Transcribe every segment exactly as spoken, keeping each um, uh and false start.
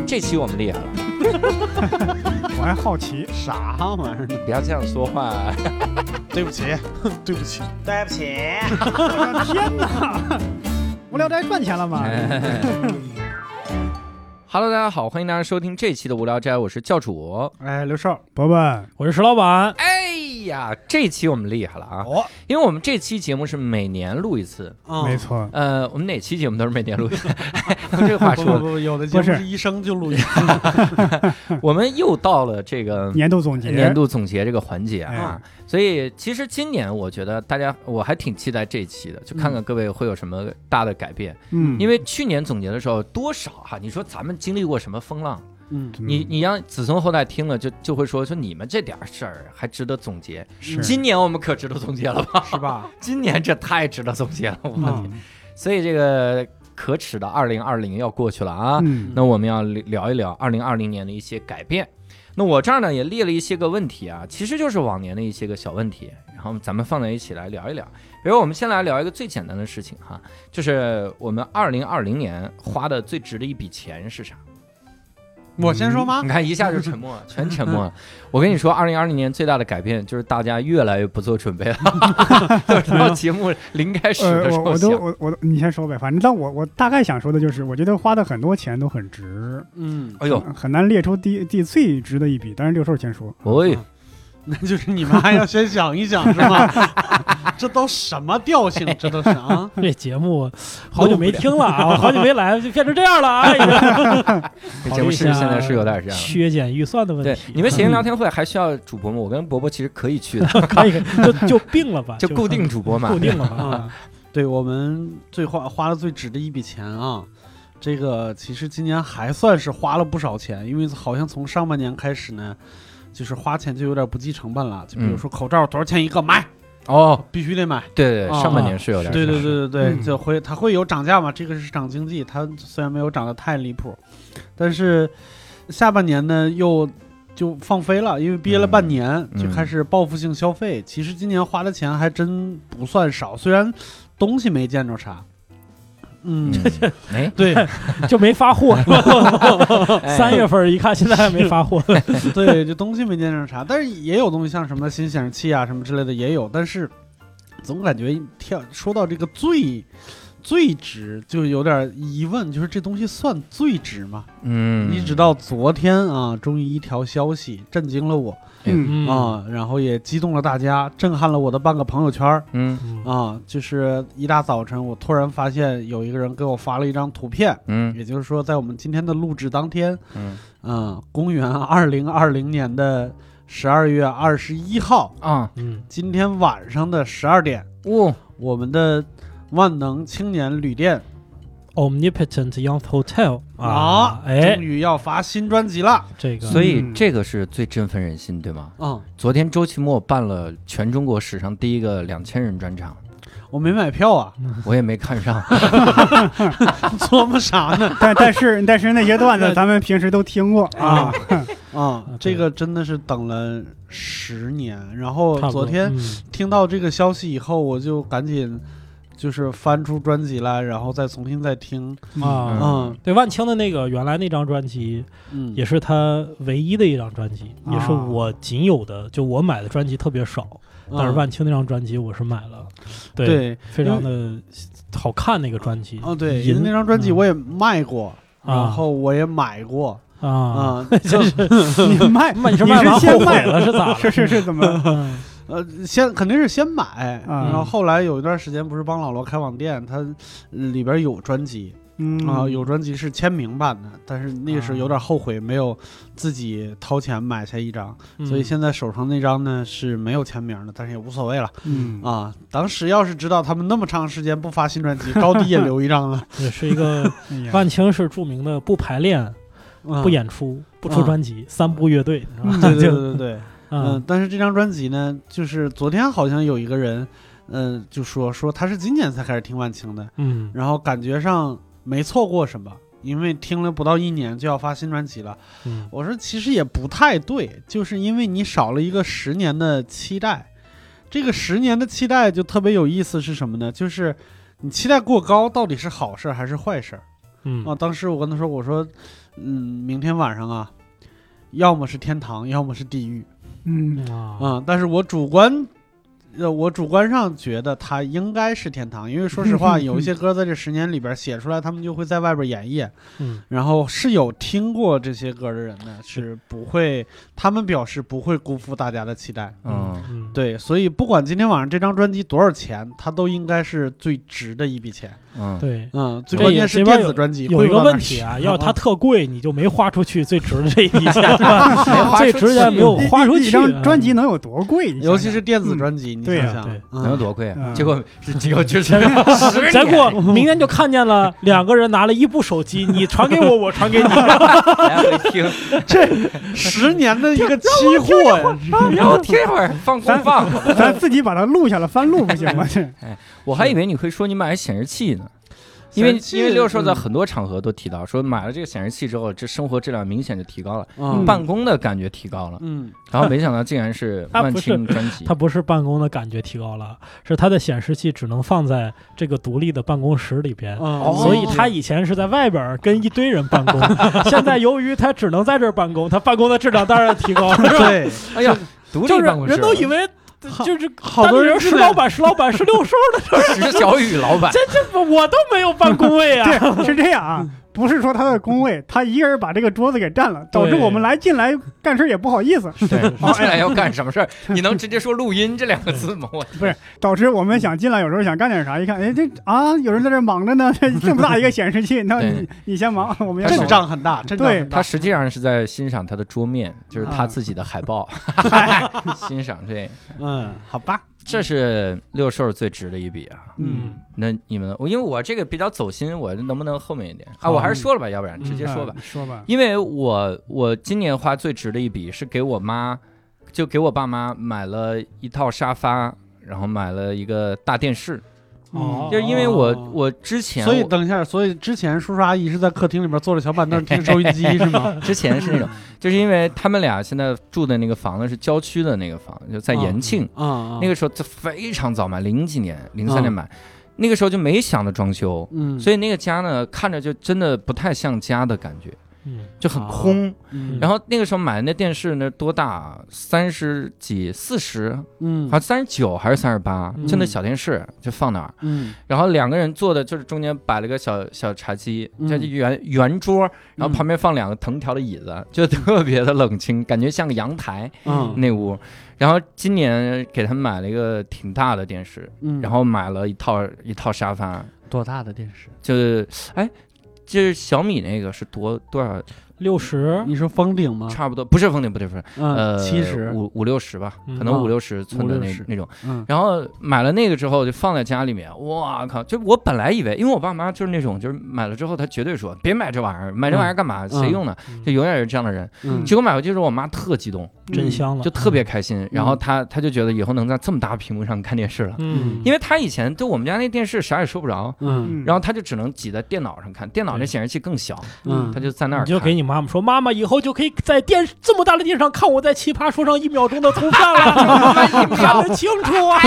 这期我们厉害了。 我还好奇啥玩意儿？ 不要这样说话。 对不起，对不起， 对不起。 我的天哪！无聊斋赚钱了吗 ？Hello， 大家好，欢迎大家收听这期的无聊斋，我是教主。 哎，刘少， 伯伯， 我是石老板。 哎呀，这期我们厉害了啊！ 哦， 因为我们这期节目是每年录一次， 嗯、 没错。 呃，我们哪期节目都是每年录一次。这个话说， 不不不，有的节目是一生就录一次。 我们又到了这个年度总结、 年度总结这个环节啊。 哎所以其实今年我觉得大家我还挺期待这一期的，就看看各位会有什么大的改变。 嗯， 因为去年总结的时候多少哈、啊，你说咱们经历过什么风浪？ 嗯， 你你让子孙后代听了就就会说说你们这点事儿还值得总结。 是今年我们可值得总结了吧？ 是吧？ 今年这太值得总结了，我的天！ 嗯、 所以这个可耻的二零二零要过去了啊， 嗯、 那我们要聊一聊二零二零年的一些改变。那我这儿呢也列了一些个问题啊，其实就是往年的一些个小问题，然后咱们放在一起来聊一聊。比如我们先来聊一个最简单的事情哈，就是我们二零二零年花的最值的一笔钱是啥？ 我先说吗？ 你看一下就沉默了，全沉默了。我跟你说，二零二零年最大的改变就是大家越来越不做准备了，就是到节目临开始的时候、 呃、我我都我我你先说呗，反正但我我大概想说的就是，我觉得花的很多钱都很值。 嗯， 哎呦， 很难列出第第最值的一笔，但是六兽先说。 哎。 那就是你们还要先想一想是吗？这都什么调性？这都是啊！ 这节目好久没听了啊，我好久没来，就变成这样了。哎呀， 这节目是现在是有点这样， 削减预算的问题。 对，你们闲聊天会还需要主播吗？我跟伯伯其实可以去的， 可以，就就并了吧， 就固定主播嘛， 固定了吧。 啊，对我们最花花了最值的一笔钱啊！这个其实今年还算是花了不少钱，因为好像从上半年开始呢。就是花钱就有点不计成本了，就比如说口罩多少钱一个买， 哦， 必须得买。 对对，上半年是有点。 对对对对对， 嗯、 就会它会有涨价嘛，这个是市场经济，它虽然没有涨得太离谱，但是下半年呢又就放飞了，因为憋了半年、嗯、就开始报复性消费。嗯、其实今年花的钱还真不算少，虽然东西没见着啥。嗯， 哎， 对， 就没发货。三月份一看，现在还没发货。 对，就东西没见着啥，但是也有东西，像什么新显示器啊什么之类的也有，但是总感觉跳说到这个最最值，就有点疑问，就是这东西算最值吗？ 嗯， 一直到昨天啊，终于一条消息震惊了我。 嗯啊，然后也激动了大家，震撼了我的半个朋友圈。 嗯啊，就是一大早晨，我突然发现有一个人给我发了一张图片。 嗯， 也就是说，在我们今天的录制当天， 嗯啊，公元二零二零年的十二月二十一号啊， 嗯， 今天晚上的十二点， 哦， 我们的万能青年旅店 Omnipotent Youth Hotel 啊， 哎， 终于要发新专辑了。 这个， 所以这个是最振奋人心，对吗？ 嗯， 昨天周奇墨办了全中国史上第一个两千人专场， 我没买票啊， 我也没看上， 琢磨啥呢？ 但但是但是那些段子咱们平时都听过啊啊，这个真的是等了十年，然后昨天听到这个消息以后，我就赶紧。就是翻出专辑来，然后再重新再听啊， 嗯， 对，万青的那个原来那张专辑，嗯，也是他唯一的一张专辑， 啊、 也是我仅有的，就我买的专辑特别少， 啊、 但是万青那张专辑我是买了，对， 对非常的好看那个专辑。 哦，对，因为那张专辑我也卖过，嗯、然后我也买过。 啊啊， 就是你卖， 你是卖完后悔了是咋？ 是是是怎么？ 呃，先肯定是先买， 嗯、 然后后来有一段时间不是帮老罗开网店，它里边有专辑， 嗯啊，有专辑是签名版的，但是那个时候有点后悔没有自己掏钱买下一张， 嗯、 所以现在手上那张呢是没有签名的，但是也无所谓了。 嗯啊，当时要是知道他们那么长时间不发新专辑，高低也留一张了。 也是一个万青是著名的不排练、 嗯、 不演出、不出专辑、嗯、三部乐队， 对对对对对。 嗯， 但是这张专辑呢，就是昨天好像有一个人，嗯、呃，就说说他是今年才开始听万青的， 嗯， 然后感觉上没错过什么，因为听了不到一年就要发新专辑了。 嗯， 我说其实也不太对，就是因为你少了一个十年的期待，这个十年的期待就特别有意思是什么呢？就是你期待过高到底是好事还是坏事？ 嗯啊，当时我跟他说，我说，嗯，明天晚上啊，要么是天堂，要么是地狱， 嗯啊啊，但是我主观。呃，我主观上觉得它应该是天堂，因为说实话，有一些歌在这十年里边写出来，他们就会在外边演绎， 嗯， 然后是有听过这些歌的人呢，是不会，他们表示不会辜负大家的期待， 嗯嗯， 对，所以不管今天晚上这张专辑多少钱，它都应该是最值的一笔钱， 嗯， 对。 嗯，最关键是电子专辑有一个问题啊，要它特贵，你就没花出去最值的这一笔钱，最值钱没有花出去。 一张专辑能有多贵？ 尤其是电子专辑，你想想， 能有多贵啊？ 嗯结果结果就是结果明天就看见了两个人拿了一部手机，你传给我，我传给你。 来回听， 这十年的一个期货呀！ 让我听一会儿，放空放。 咱自己把它录下来，翻录不行吗？这哎，我还以为你会说你买显示器呢。因为因为六兽在很多场合都提到说买了这个显示器之后，这生活质量明显就提高了， 嗯办公的感觉提高了， 嗯， 然后没想到竟然是万青专辑， 它不是办公的感觉提高了，是它的显示器只能放在这个独立的办公室里边， 哦所以他以前是在外边跟一堆人办公，现在由于他只能在这儿办公，他办公的质量当然提高了。 对， 哎呀，独立办公室人都以为。就是好多人是老板，是老板，是六兽的， 石小雨老板， 这这我都没有办工位啊。 对，是这样啊，不是说他的工位，他一个人把这个桌子给占了，导致我们来进来干事也不好意思。 对，进来要干什么事儿？你能直接说录音这两个字吗？我不是，导致我们想进来，有时候想干点啥，一看，哎，这啊，有人在这忙着呢，这么大一个显示器，那你你先忙，我们要阵仗很大，阵仗很大。 他实际上是在欣赏他的桌面，就是他自己的海报，欣赏这。 嗯，好吧。 这是六兽最值的一笔啊， 嗯， 那你们，因为我这个比较走心，我能不能后面一点啊？我还是说了吧，要不然直接说吧， 嗯、说吧， 因为我我今年花最值的一笔是给我妈，就给我爸妈买了一套沙发，然后买了一个大电视。 哦， 就是因为我我之前， 所以等一下，所以之前叔叔阿姨是在客厅里面坐着小板凳听收音机是吗？ 之前是那种，就是因为他们俩现在住的那个房子是郊区的那个房，就在延庆啊，啊那个时候就非常早买，零几年、零三年买，那个时候就没想着装修， 嗯， 所以那个家呢看着就真的不太像家的感觉。 嗯， 就很空、 啊嗯、 然后那个时候买的那电视呢多大，三十几四十， 嗯， 好像三十九还是三十八，就那小电视就放那儿， 嗯， 然后两个人坐的就是中间摆了个小小茶几，就圆圆桌，然后旁边放两个藤条的椅子，嗯、就特别的冷清，感觉像个阳台， 嗯， 那屋。然后今年给他们买了一个挺大的电视， 嗯， 然后买了一套一套沙发， 多大的电视？ 就是哎。就是小米那个是多多少？ 六十？ 你说封顶吗？ 差不多，不是封顶，不是不是， 嗯、 呃， 七十五五六十吧， 嗯、 可能五六十寸的那、 嗯、 那种。 嗯， 然后买了那个之后就放在家里面，哇靠！就我本来以为，因为我爸妈就是那种，就是买了之后他绝对说别买这玩意儿，买这玩意儿干嘛？ 嗯、 谁用呢？ 嗯、 就永远是这样的人。 嗯， 结果买回去之后，我妈特激动， 真香了， 就特别开心。然后她她就觉得以后能在这么大屏幕上看电视了。 嗯， 因为她以前就我们家那电视啥也收不着， 嗯， 然后她就只能挤在电脑上看，电脑那显示器更小， 嗯， 她就在那儿。 你就给你妈妈说，妈妈以后就可以在电视这么大的电视上看我在奇葩说上一秒钟的粗饭了，看得清楚啊！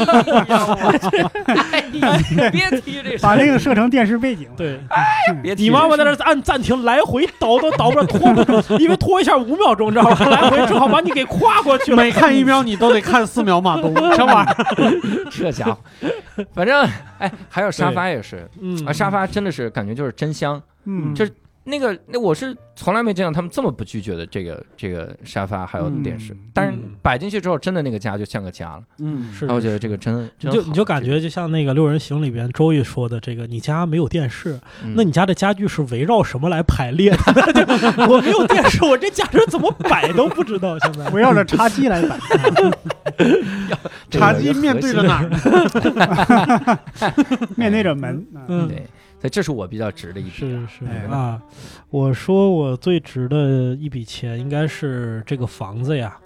别提这， 把那个设成电视背景。 对， 别提。 你妈妈在那按暂停，来回倒都倒不了，拖，因为拖一下五秒钟，知道吧？来回正好把你给跨过去了。 每看一秒你都得看四秒马东，这玩意儿， 这家伙，反正哎，还有沙发也是， 嗯啊，沙发真的是感觉就是真香， 嗯， 就是。那个，那我是从来没见到他们这么不拒绝的这个这个沙发还有电视， 嗯、 但是摆进去之后，真的那个家就像个家了。 嗯， 是。 然后我觉得这个真真你就你就感觉就像那个六人行里边周易说的，这个你家没有电视， 嗯、 那你家的家具是围绕什么来排列的？我没有电视，我这家是怎么摆都不知道。现在围绕着茶几来摆， 茶几面对着哪儿？ 面对着门。 嗯， 对。所以这是我比较值的一笔， 是是啊，我说我最值的一笔钱应该是这个房子呀，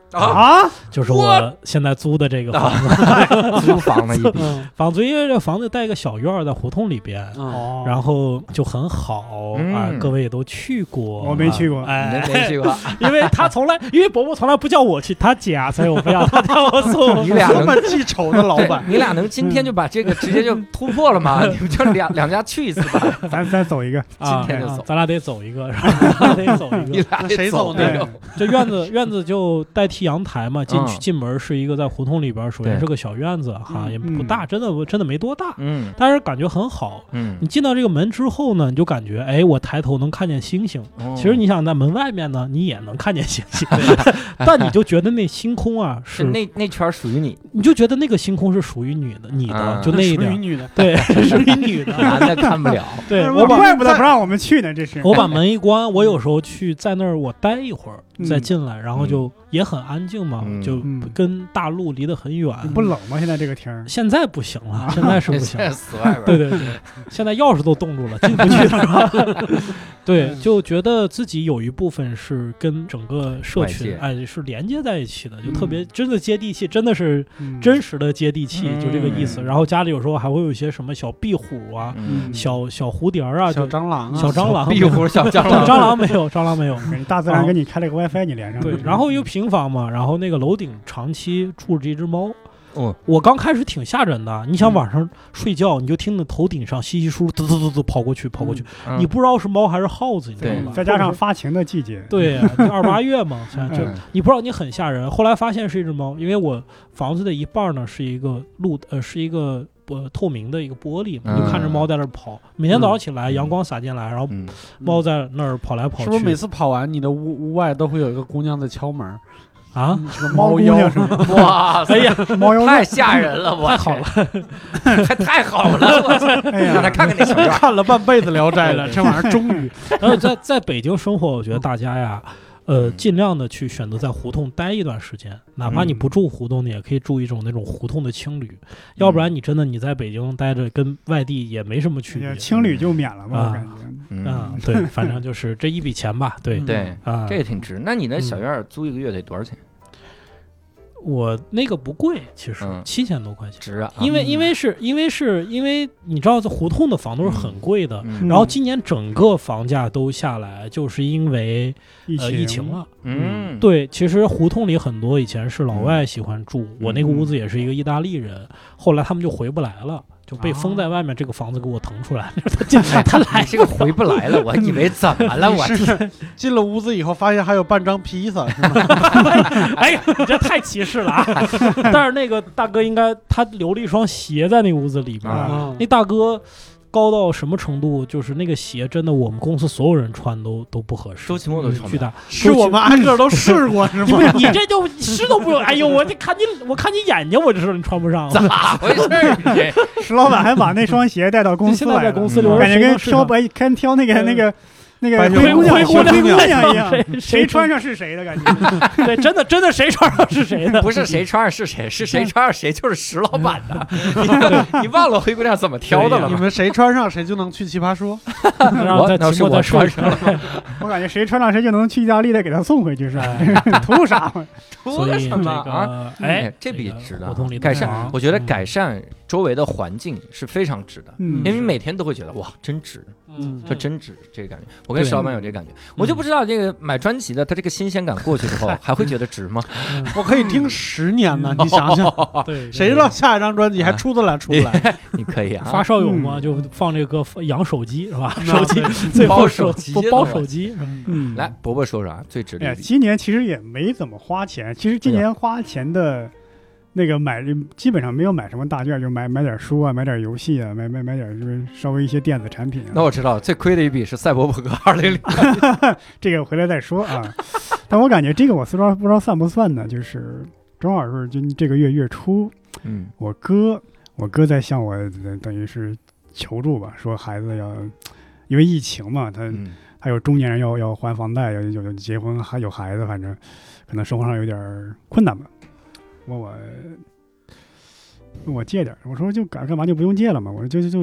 啊， 就是我现在租的这个房子， 租房的一笔， 嗯，房租因为这房子带个小院儿在胡同里边， 哦， 然后就很好啊，各位也都去过， 我没去过， 哎， 没去过， 因为他从来，因为伯伯从来不叫我去他家，所以我不要他叫我送。 你俩这么能记仇的老板， 你俩能今天就把这个直接就突破了吗？你们就两两家去一次吧， 咱咱走一个， 啊， 今天就走咱俩得走一个，是吧？咱俩得走一个。 你俩那谁走那呢？ 这院子院子就代替阳台嘛，进去嗯进门是一个在胡同里边，首先对是个小院子哈， 嗯也不大，真的真的没多大， 嗯但是感觉很好。 嗯你进到这个门之后呢，你就感觉，哎，我抬头能看见星星。 哦其实你想在门外面呢，你也能看见星星，但你就觉得那星空啊是， 是那那圈属于你， 你就觉得那个星空是属于女的，你的啊就那一属于点， 女的， 对，属于女的。 男的看不了。 对我我把怪不得不让我们去呢，这是我把门一关，我有时候去在那儿我待一会儿嗯再进来，然后就也很安静嘛， 嗯就嗯跟大陆离得很远。 不冷吗？现在这个天儿， 现在不行了，现在是不行现在了。 死外边儿， 对对对，现在钥匙都冻住了，进不去了。对，就觉得自己有一部分是跟整个社外界群哎是连接在一起的，就特别嗯真的接地气，真的是嗯真实的接地气， 嗯就这个意思。然后家里有时候还会有一些什么小壁虎啊、 嗯， 小小蝴蝶啊、 小就蟑螂啊， 小蟑螂、 壁虎、小蟑蟑螂， 螂没有，蟑螂没有。 大自然给你开了个 WiFi，你连上对，然后又平房嘛，然后那个楼顶长期住着一只猫。 哦， 我刚开始挺吓人的，你想晚上睡觉，你就听着头顶上稀稀疏疏，嘟嘟嘟嘟跑过去，跑过去， 嗯你不知道是猫还是耗子，你知道对吗？ 再加上或者发情的季节， 是对呀，就二八月嘛，现在就嗯你不知道，你很吓人。后来发现是一只猫，因为我房子的一半呢是一个路，呃，是一个呃透明的一个玻璃， 嗯你就看着猫在那儿跑。每天早上起来，阳光洒进来，然后嗯， 猫在那儿跑来跑去。 是不是每次跑完，你的屋屋外都会有一个姑娘在敲门？ 啊？ 是个猫姑猫妖娘是吗？ 哇塞， 哎呀， 猫妖太吓人了，我太好了， 太太好了，我操！ 哎呀， 让他看看那小院儿， 看了半辈子《聊斋》了，这玩意儿终于然后在在北京生活，我觉得大家呀，呃， 嗯尽量的去选择在胡同待一段时间，哪怕你不住胡同，你也可以住一种那种胡同的青旅，要不然你真的你在北京待着，跟外地也没什么区别。 青旅就免了吧， 啊我感觉。 嗯， 啊，对，反正就是这一笔钱吧，对嗯对， 啊， 这也挺值。那你那小院儿租一个月得多少钱？ 我那个不贵，其实嗯七千多块钱。 值啊， 因为因为是因为是因为你知道，这胡同的房都是很贵的， 嗯然后今年整个房价都下来，就是因为疫情呃疫情了。 嗯， 对，其实胡同里很多以前是老外喜欢住，我那个屋子也是一个意大利人，后来他们就回不来了，就被封在外面，这个房子给我腾出来，他进他来你这个回不来了，我以为怎么了？我是进了屋子以后，发现还有半张披萨，是吗？ 哎呀，你这太歧视了啊！但是那个大哥应该他留了一双鞋在那个屋子里边， 啊那大哥高到什么程度？就是那个鞋真的，我们公司所有人穿都都不合适。 周奇墨都穿不了巨大， 是我们挨个都试过，是吗？ 你这就试都不用。哎呦，我这看你，我看你眼睛，我就知道你穿不上了。 咋回事儿？你石老板还把那双鞋带到公司现在在来了， 公司留着感觉跟谁能试上挑白跟挑那个对那个那个白灰姑娘灰灰灰姑娘娘一样， 谁谁穿上是谁的感觉。 对，真的真的谁穿上是谁的？ 不是谁穿上是谁，是谁穿上谁就是石老板的。你你忘了灰姑娘怎么挑的了吗？ 你们谁穿上谁就能去奇葩说。 然后在那是我期末再说穿上了， 我感觉谁穿上谁就能去意大利再给他送回去是吧？图啥嘛？ 所以这图个什么啊？ 个哎， 这笔个值的胡同里的改善房， 我觉得嗯改善周围的环境是非常值的， 嗯因为你每天都会觉得哇，真值， 嗯就真值这个感觉。我跟对石老板有这个感觉，我就不知道这个买专辑的，他这个新鲜感过去之后还会觉得值吗？ 我可以听十年呢，你想想， 对， 谁知道下一张专辑还出得来出不来？ 你可以啊， 发烧友嘛， 嗯就放这个养手机是吧？ 嗯手机对最后包手机不呢我包手机，嗯嗯， 来，伯伯说说啊，最值哎呀， 的一笔。 今年其实也没怎么花钱。其实今年花钱的，那个买基本上没有买什么大件，就买买点书啊，买点游戏啊，买买买点就是稍微一些电子产品啊。 那我知道最亏的一笔是赛博朋克二零零， 这个回来再说啊。但我感觉这个我不知道不知道算不算呢？就是正好是就这个月月初， 嗯我哥我哥在向我呃等于是求助吧，说孩子要因为疫情嘛，他嗯还有中年人要要还房贷，要有有结婚还有孩子，反正可能生活上有点困难吧。问我问我借点，我说就干干嘛就不用借了嘛，我说就就就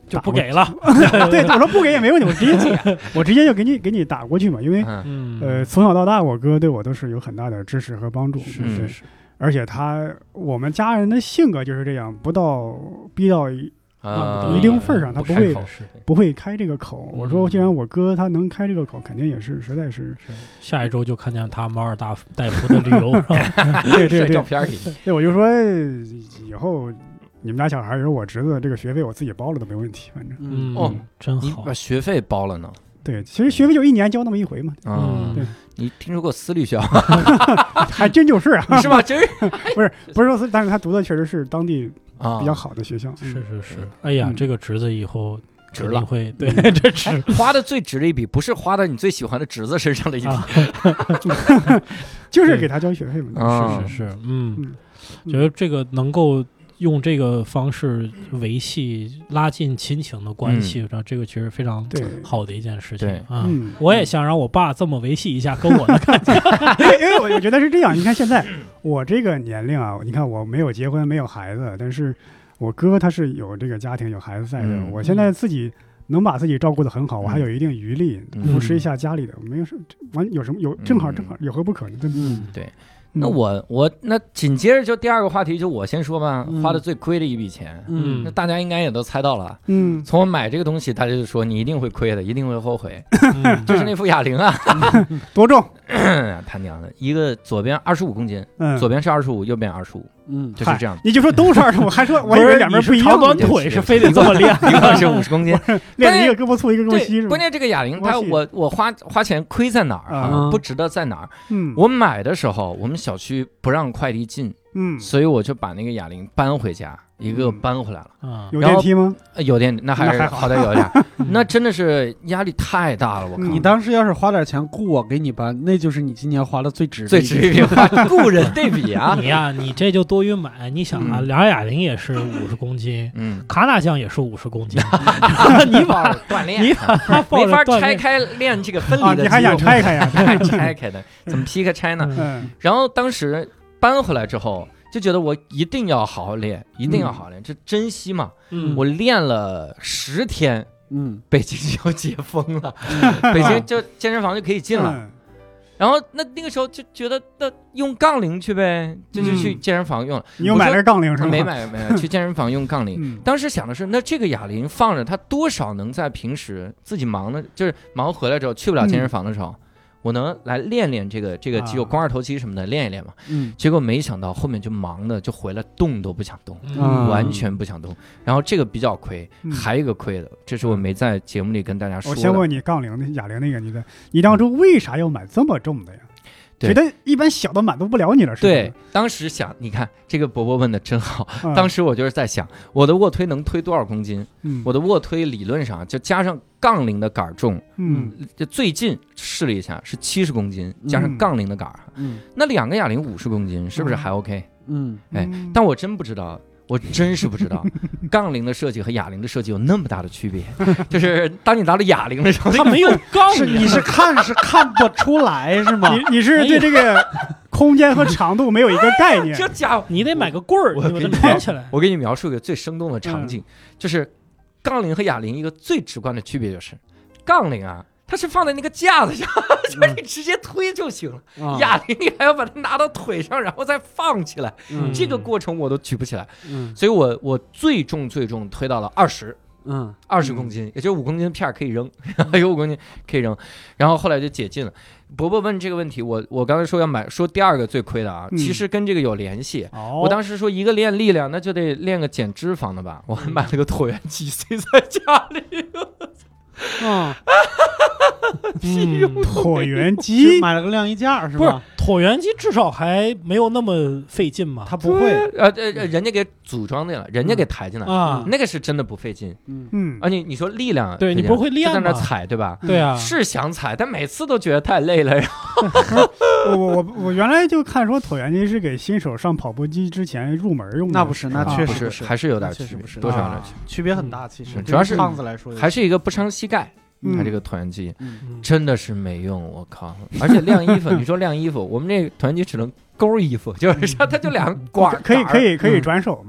就不给了。 对，我说不给也没问题，我直接借，我直接就给你给你打过去嘛。因为嗯呃，从小到大，我哥对我都是有很大的支持和帮助。 是对， 是是， 而且他我们家人的性格就是这样，不到逼到一啊一定份儿上，他不会是不会开这个口。 嗯我说，既然我哥他能开这个口，肯定也是实在是下一周就看见他马尔大戴夫的旅游， 对对晒照对片给你。 对，我就说以后你们家小孩有我侄子这个学费我自己包了都没问题，反正嗯嗯哦， 真好你把。学费包了呢？ 对，其实学费就一年交那么一回嘛， 嗯对你听说过私立学校还真就是啊， 是吧？真是不是不是说是，但是他读的确实是当地啊比较好的学校， 是是是嗯， 哎呀嗯， 这个侄子以后值了肯定会对这值哎花的最值的一笔，不是花在你最喜欢的侄子身上的一笔啊， 就是给他交学费嘛。 啊是是是，嗯， 嗯觉得这个能够用这个方式维系、拉近亲情的关系，然后这个其实非常对好的一件事情对啊。 嗯， 我也想让我爸这么维系一下跟我的感情。 因为因为我我觉得是这样，你看现在我这个年龄啊，你看我没有结婚，没有孩子，但是我哥他是有这个家庭有孩子在的， 嗯我现在自己能把自己照顾得很好，我还有一定余力嗯扶持一下家里的，没有什完有什么有正好正好有何不可呢？对不对？ 嗯对。 嗯那我我那紧接着就第二个话题，就我先说吧， 嗯花的最亏的一笔钱， 嗯那大家应该也都猜到了。 嗯从我买这个东西，大家就说你一定会亏的，一定会后悔。 嗯就是那副哑铃啊， 多重？ 他娘的，一个左边二十五公斤， 嗯， 左边是二十五，右边二十五， 嗯就是这样的。 你就说都是二十五，还说我以为两边不一样长短呢， 腿是非得这么练。 一个是五十公斤， 练一个胳膊粗一个胳膊细对， 是吧关？键这个哑铃，它我细我我花花钱亏在哪儿啊？ 啊不值得在哪儿？ 嗯， 我买的时候，我们小区不让快递进， 嗯所以我就把那个哑铃搬回家，一个个嗯搬回来了。 啊， 有然后电梯吗？ 呃有点，那还是那还好好歹有点儿， 嗯那真的是压力太大了，我靠！ 嗯你当时要是花点钱雇我给你搬，那就是你今年花的最值的最一笔值一笔花雇人对比啊， 你呀，你这就多余买。你想啊， 嗯俩哑铃也是五十公斤， 嗯， 卡纳酱也是五十公斤，你把锻炼， 你把它抱没法着锻炼， 拆开练这个分啊， 离的， 你还想拆？开呀？ 还拆开的，怎么劈开拆呢？ 嗯嗯然后当时搬回来之后，就觉得我一定要好好练，一定要好好练，这珍惜嘛。 嗯， 我练了十天， 嗯北京就解封了，北京就健身房就可以进了。 嗯然后那那个时候就觉得那用杠铃去呗，就就去嗯健身房用了。 你又买了杠铃是吗？ 没。买没买，去健身房用杠铃。 嗯当时想的是，那这个哑铃放着，它多少能在平时自己忙的，就是忙回来之后去不了健身房的时候，我能来练练这个这个肌肉， 啊肱二头肌什么的练一练嘛。 嗯结果没想到后面就忙的就回来动都不想动， 嗯完全不想动。然后这个比较亏， 嗯还有一个亏的，这是我没在节目里跟大家说的。 我先问你杠铃的哑铃那个，你的你当初为啥要买这么重的呀？ 对觉得一般小的满足不了你了，是吧？ 对，当时想，你看这个伯伯问的真好。 嗯当时我就是在想，我的卧推能推多少公斤？ 嗯我的卧推理论上就加上杠铃的杆重， 嗯就最近试了一下是七十公斤，加上嗯杠铃的杆儿， 嗯那两个哑铃五十公斤，是不是还 OK？ 嗯哎嗯但我真不知道。我真是不知道，杠铃的设计和哑铃的设计有那么大的区别。就是当你拿着哑铃的时候， 它没有杠是你是看是看不出来是吗？ 你你是对这个空间和长度没有一个概念， 这家伙， 你得买个棍儿， 我你把它跟你穿起来。 我给你描述一个最生动的场景，就是杠铃和哑铃一个最直观的区别就是，杠铃啊，它是放在那个架子上，就是你直接推就行了。 啊哑铃你还要把它拿到腿上，然后再放起来， 嗯这个过程我都举不起来。 嗯所以我我最重最重推到了二十。 嗯二十公斤，也就是五公斤的片儿可以扔，还有五公斤可以扔，然后后来就解禁了。伯伯问这个问题，我我刚才说要买，说第二个最亏的啊， 嗯其实跟这个有联系。 哦， 我当时说一个练力量，那就得练个减脂肪的吧，我还买了个椭圆机塞在家里， 嗯， 屁用嗯椭圆是机， 买了个晾衣架是不是吧？ 椭圆机，至少还没有那么费劲嘛。 他不会， 呃呃，呃人家给组装进了，人家给抬进来， 啊， 那个是真的不费劲嗯嗯啊。你你说力量， 对你费劲不会练就在那吗踩对吧？ 对啊， 是想踩，但每次都觉得太累了。然后我我我我原来就看说椭圆机是给新手上跑步机之前入门用的， 那不是，那啊不是， 确实不是， 还是有点区别， 那确实不是多少有点啊区区别很大。其实是主要是对于胖子来说， 别，还是一个不伤膝盖。 嗯它这个椭圆机嗯嗯真的是没用，我靠！而且晾衣服，你说晾衣服，我们这个椭圆机只能勾衣服，就是说它就两个管儿， 可以可以可以嗯转手嘛？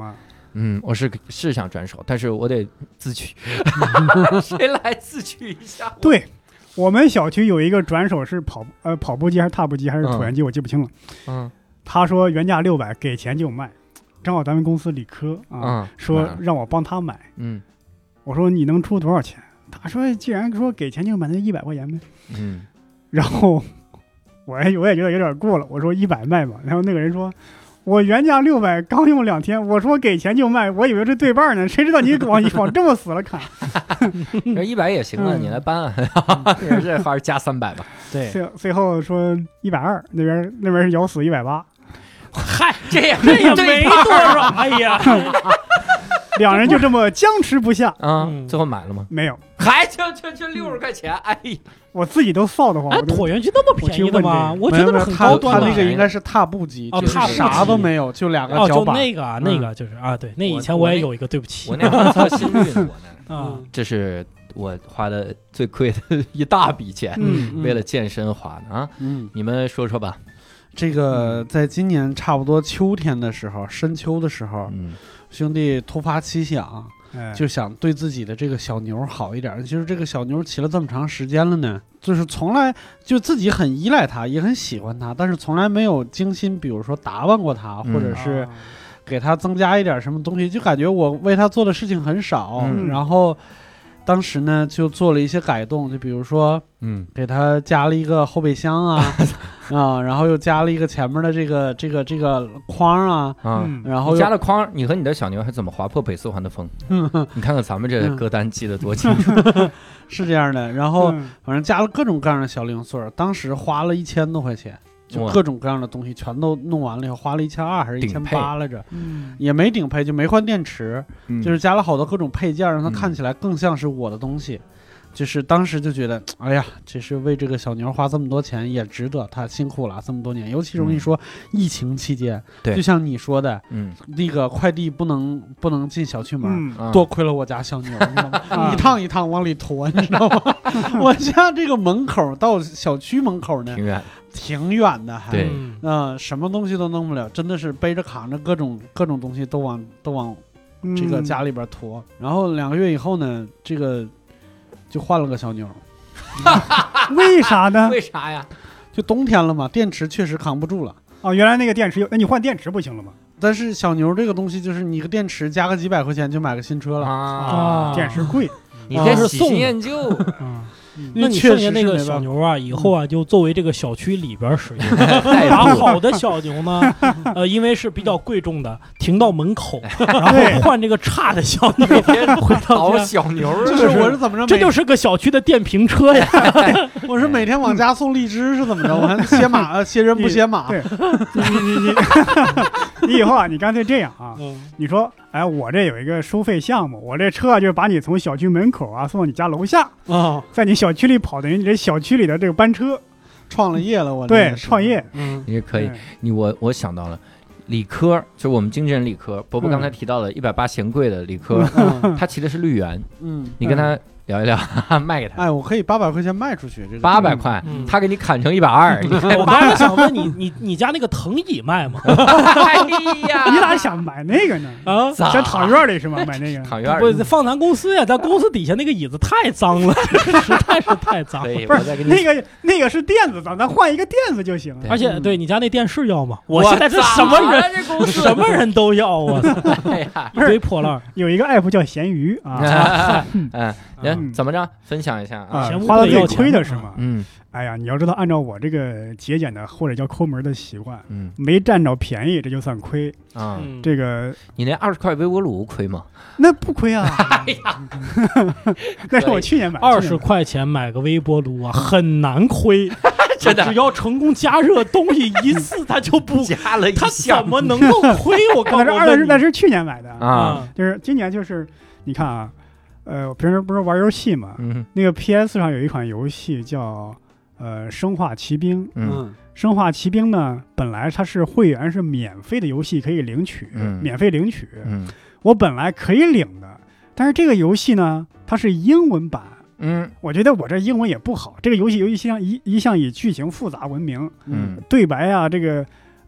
嗯，我是是想转手，但是我得自取，谁来自取一下？ 对，我们小区有一个转手是跑呃跑步机还是踏步机还是椭圆机，我记不清了。 嗯， 他说原价六百，给钱就卖。正好咱们公司理科啊， 嗯、 说让我帮他买。 嗯， 我说你能出多少钱？他说既然说给钱就买，那一百块钱呗。 嗯， 然后我也我也觉得有点过了，我说一百卖吧。然后那个人说，我原价六百，刚用两天。我说给钱就卖，我以为是对半呢，谁知道你往往这么死了看。 这一百也行了， 嗯、 你来搬啊，这还是加三百吧。 对， 最最后说一百二，那边那边是咬死一百八。 嗨， 这也这也没多少，哎呀， 两人就这么僵持不下啊、 嗯。 最后买了吗？ 没有， 还就就就六十块钱，哎呀， 我自己都臊得慌。 哎，椭圆机那么便宜的吗？我觉得是很高端的。 他那个应该是踏步机， 哦， 就是啥都没有，就两个脚板。 哦，就那个啊，那个就是啊，对，那以前我也有一个，对不起， 我那会测心率呢，我那啊， 这是我花的最贵的一大笔钱， 嗯， 为了健身花的啊。嗯，你们说说吧。 这个在今年差不多秋天的时候，深秋的时候， 嗯， 兄弟突发奇想， 哎、 就想对自己的这个小牛好一点。其实这个小牛骑了这么长时间了呢，就是从来就自己很依赖它，也很喜欢它，但是从来没有精心，比如说打扮过它， 嗯、 或者是给它增加一点什么东西，就感觉我为它做的事情很少。 嗯、 然后当时呢就做了一些改动，就比如说， 嗯， 给它加了一个后备箱啊。啊，然后又加了一个前面的这个这个这个框啊， 啊， 嗯、 然后加了框，你和你的小牛还怎么划破北四环的风？你看看咱们这歌单记得多清楚， 嗯、是这样的。然后反正加了各种各样的小零碎，当时花了一千多块钱，就各种各样的东西全都弄完了以后，花了一千二还是一千八来着， 嗯， 也没顶配，就没换电池， 嗯、 就是加了好多各种配件，让它看起来更像是我的东西。就是当时就觉得，哎呀，这是为这个小牛花这么多钱也值得，他辛苦了这么多年。尤其是我跟你说，嗯、疫情期间， 对， 就像你说的， 嗯， 那个快递不能不能进小区门， 嗯、 多亏了我家小牛，你知道吗？啊、一趟一趟往里拖，你知道吗？我家这个门口到小区门口呢， 挺远， 挺远的还， 对， 嗯、呃，什么东西都弄不了，真的是背着扛着各种各种东西都往都往这个家里边拖。嗯、然后两个月以后呢，这个。就换了个小牛， 为啥呢？ 为啥呀？ 就冬天了嘛，电池确实扛不住了。 哦，原来那个电池有，那你换电池不行了吗？ 但是小牛这个东西，就是你个电池加个几百块钱就买个新车了啊，电池贵， 你这是喜新厌旧。 嗯那你剩下那个小牛啊，以后啊就作为这个小区里边使用。把好的小牛呢，呃，因为是比较贵重的，停到门口，然后换这个差的小牛，回到家。 小牛， 就是我是怎么着？ 这就是个小区的电瓶车呀！ 我是每天往家送荔枝是怎么着？我还歇马，歇人不歇马。 对，你你你，你以后啊，你干脆这样啊，你说，哎，我这有一个收费项目，我这车就是把你从小区门口啊送到你家楼下啊，在你小区里跑，等于你这小区里的这个班车， 创了业了，我对创业， 嗯， 也可以。你我我想到了，理科就是我们经纪人理科，伯伯刚才提到了一百八嫌贵的理科，他骑的是绿源，嗯，你跟他聊一聊，卖给他。 哎，我可以八百块钱卖出去，这八百块，他给你砍成一百二。 我刚才想问你，你你家那个藤椅卖吗？ 哎呀， 你咋想买那个呢？啊，在躺院里是吗？买那个躺院不放咱公司呀，咱公司底下那个椅子太脏了，实在是太脏了。 不是那个那个是垫子脏，咱换一个垫子就行了。 而且对你家那电视要吗？我现在这什么人，什么人都要啊！一堆破烂。 有一个 app 叫闲鱼啊， 嗯。嗯，怎么着？分享一下啊！花了最亏的是吗？ 嗯， 哎呀，你要知道，按照我这个节俭的或者叫抠门的习惯， 嗯， 没占着便宜，这就算亏啊。 这个你那二十块微波炉亏吗？ 那不亏啊！哎呀，那是我去年买， 二十块钱买个微波炉啊，很难亏。 真的， 只要成功加热东西一次，它就不加了一它怎么能够亏？我告诉你， 那是那是去年买的啊， 就是今年就是你看啊。呃，我平时不是玩游戏嘛， 嗯， 那个 P S 上有一款游戏叫呃《生化奇兵》， 嗯， 生化奇兵呢，本来它是会员是免费的游戏可以领取， 嗯， 免费领取， 嗯， 我本来可以领的，但是这个游戏呢，它是英文版， 嗯， 我觉得我这英文也不好，这个游戏游戏一向一一向以剧情复杂闻名， 嗯， 对白啊，这个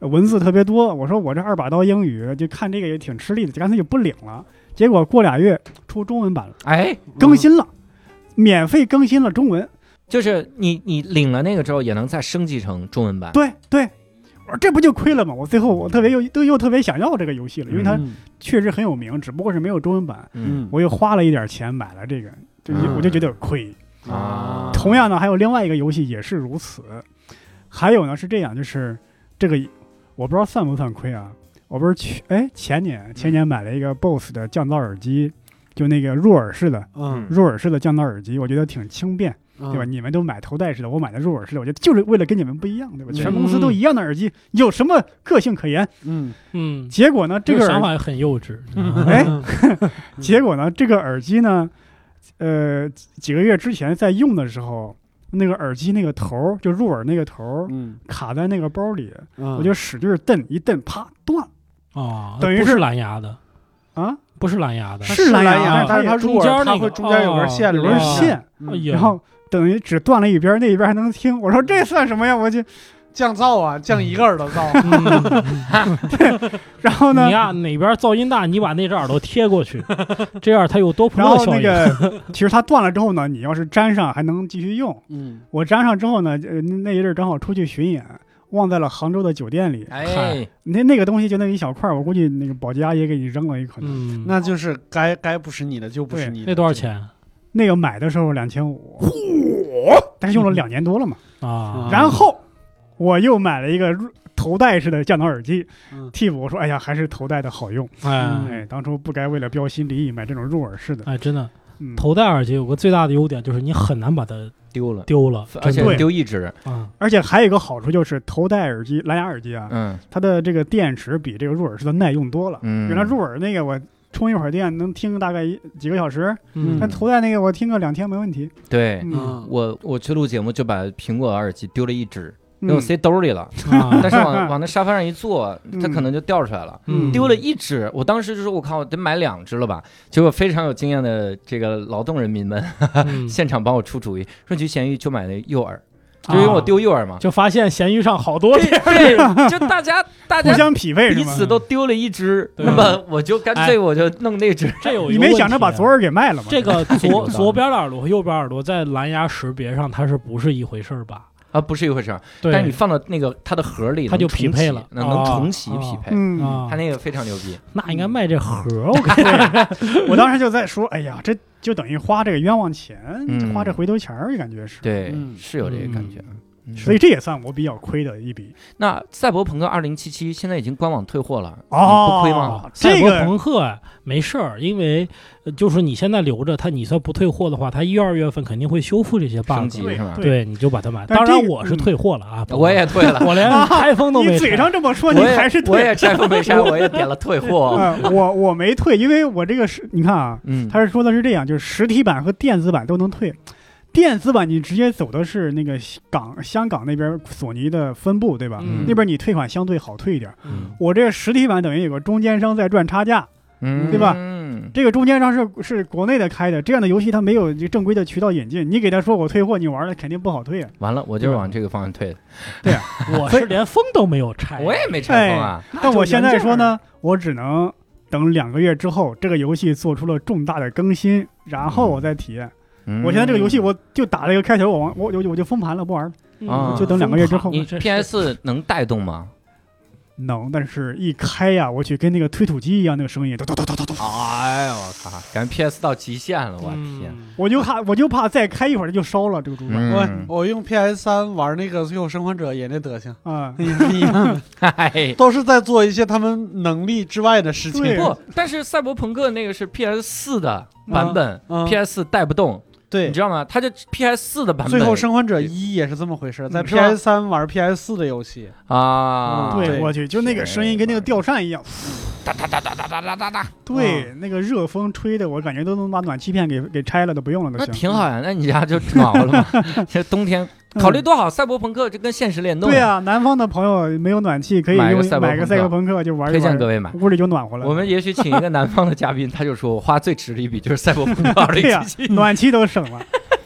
文字特别多。我说我这二把刀英语就看这个也挺吃力的，就干脆就不领了。结果过俩月出中文版了， 哎， 更新了，免费更新了中文。 就是你你领了那个之后，也能再升级成中文版。 对对，我说这不就亏了吗？我最后我特别又都又特别想要这个游戏了，因为它确实很有名，只不过是没有中文版。嗯，我又花了一点钱买了这个，就我就觉得亏啊。同样呢，还有另外一个游戏也是如此。还有呢是这样，就是这个我不知道算不算亏啊？我不是去哎前年前年买了一个 B O S S 的降噪耳机，就那个入耳式的，嗯，入耳式的降噪耳机，我觉得挺轻便。对吧？你们都买头戴式的，我买的入耳式的，我觉得就是为了跟你们不一样，对吧？全公司都一样的耳机，有什么个性可言？ 嗯嗯。 结果呢，这个想法很幼稚。 哎，结果呢，这个耳机呢，呃，几个月之前在用的时候，那个耳机那个头就入耳那个头，嗯，卡在那个包里，嗯、我就使劲蹬，一蹬，啪断了。 啊， 等于是蓝牙的啊。 不是蓝牙的， 是蓝牙， 但是它中间那个中间有根线， 有根线，然后等于只断了一边，那一边还能听。我说这算什么呀？我就降噪啊，降一个耳朵噪。 对，然后呢？ 你呀，哪边噪音大，你把那只耳朵贴过去，这样它有多然后那个，其实它断了之后呢，你要是粘上还能继续用。嗯，我粘上之后呢，呃，那一阵正好出去巡演。忘在了杭州的酒店里， 哎， 那那个东西就那一小块，我估计那个保洁阿姨给你扔了一可能， 嗯，那就是该该不是你的就不是你的。 那多少钱？ 那个买的时候两千五，但是用了两年多了嘛， 啊， 然后我又买了一个头戴式的降噪耳机，嗯、替补我说，哎呀，还是头戴的好用，哎，哎，当初不该为了标新立异买这种入耳式的， 哎，真的，嗯、头戴耳机有个最大的优点就是你很难把它。 丢了， 丢了， 而且丢一只啊！而且还有一个好处就是头戴耳机、蓝牙耳机啊，嗯，它的这个电池比这个入耳式的耐用多了。嗯，原来入耳那个我充一会儿电能听大概几个小时，嗯，但头戴那个我听个两天没问题。 对，嗯、我我去录节目就把苹果耳机丢了一只。给我塞兜里了，嗯、但是往往那沙发上一坐，它可能就掉出来了。嗯、丢了一只，我当时就说：“我靠，我得买两只了吧？”结果非常有经验的这个劳动人民们，嗯、现场帮我出主意，说去闲鱼就买那诱饵，就因为我丢诱饵嘛， 就发现闲鱼上好多对，就大家大家互相匹配， 彼此都丢了一只，那么我就干脆我就弄那只。 这有你没想着把左耳给卖了吗？ 这个左左边的耳朵和右边耳朵在蓝牙识别上它是不是一回事吧？ 啊，不是一回事儿，但是你放到那个它的盒里， 它就匹配了， 能能重启匹配，它那个非常牛逼。 那应该卖这盒，我感觉。我当时就在说，哎呀，这就等于花这个冤枉钱，花这回头钱儿，感觉是。 对，是有这个感觉。 所以这也算我比较亏的一笔。 那赛博朋克二零七七现在已经官网退货了，哦，不亏吗？ 赛博朋克啊，没事儿，因为就是你现在留着它，你算不退货的话，它一二月份肯定会修复这些 bug， 升级是吧？ 对，你就把它买。当然我是退货了啊， 我也退了， 我连拆封都没。 你嘴上这么说，你还是退？ 我也拆封没拆，我也点了退货。 我我没退，因为我这个是，你看啊，他是说的是这样，就是实体版和电子版都能退。电子版你直接走的是那个港香港那边索尼的分部，对吧？嗯、那边你退款相对好退一点。嗯、我这实体版等于有个中间商在赚差价，嗯、对吧？嗯、这个中间商是是国内的开的，这样的游戏它没有正规的渠道引进，你给他说我退货，你玩了肯定不好退啊。 完了，我就是往这个方向退的。 对啊， 我是连封都没有拆， 我也没拆封啊。 哎、但我现在说呢，我只能等两个月之后，这个游戏做出了重大的更新，然后我再体验。嗯、我现在这个游戏我就打了一个开头，我玩我我我就封盘了，不玩了，嗯、就等两个月之后。 你 P S 能带动吗？ 能，但是一开呀，我去跟那个推土机一样，那个声音，咚咚咚咚咚。 哎呦我靠，感觉 P S 到极限了，我天！ 嗯、我就怕我就怕再开一会儿就烧了这个主板。 嗯、我我用 P S 三玩那个《最后生还者》也那德行啊，一样的，都是在做一些他们能力之外的事情。 不，但是赛博朋克那个是 P S 四的版本，嗯、P S 四带不动。 对， 你知道吗？它就 P S 四的版本， 最后生还者一也是这么回事，在 P S 三玩 P S 四的游戏啊。 对，我去，就那个声音跟那个吊扇一样， 哒哒哒哒哒哒哒哒哒。 对，那个热风吹的，我感觉都能把暖气片给给拆了，都不用了都行。 那挺好呀，那你家就暖和了嘛。这冬天考虑多好，赛博朋克就跟现实联动。 对啊，南方的朋友没有暖气，可以买个赛博朋克就玩一玩， 推荐各位买， 屋里就暖和了。 我们也许请一个南方的嘉宾，他就说我花最值的一笔就是赛博朋克二零七七， 暖气都省了。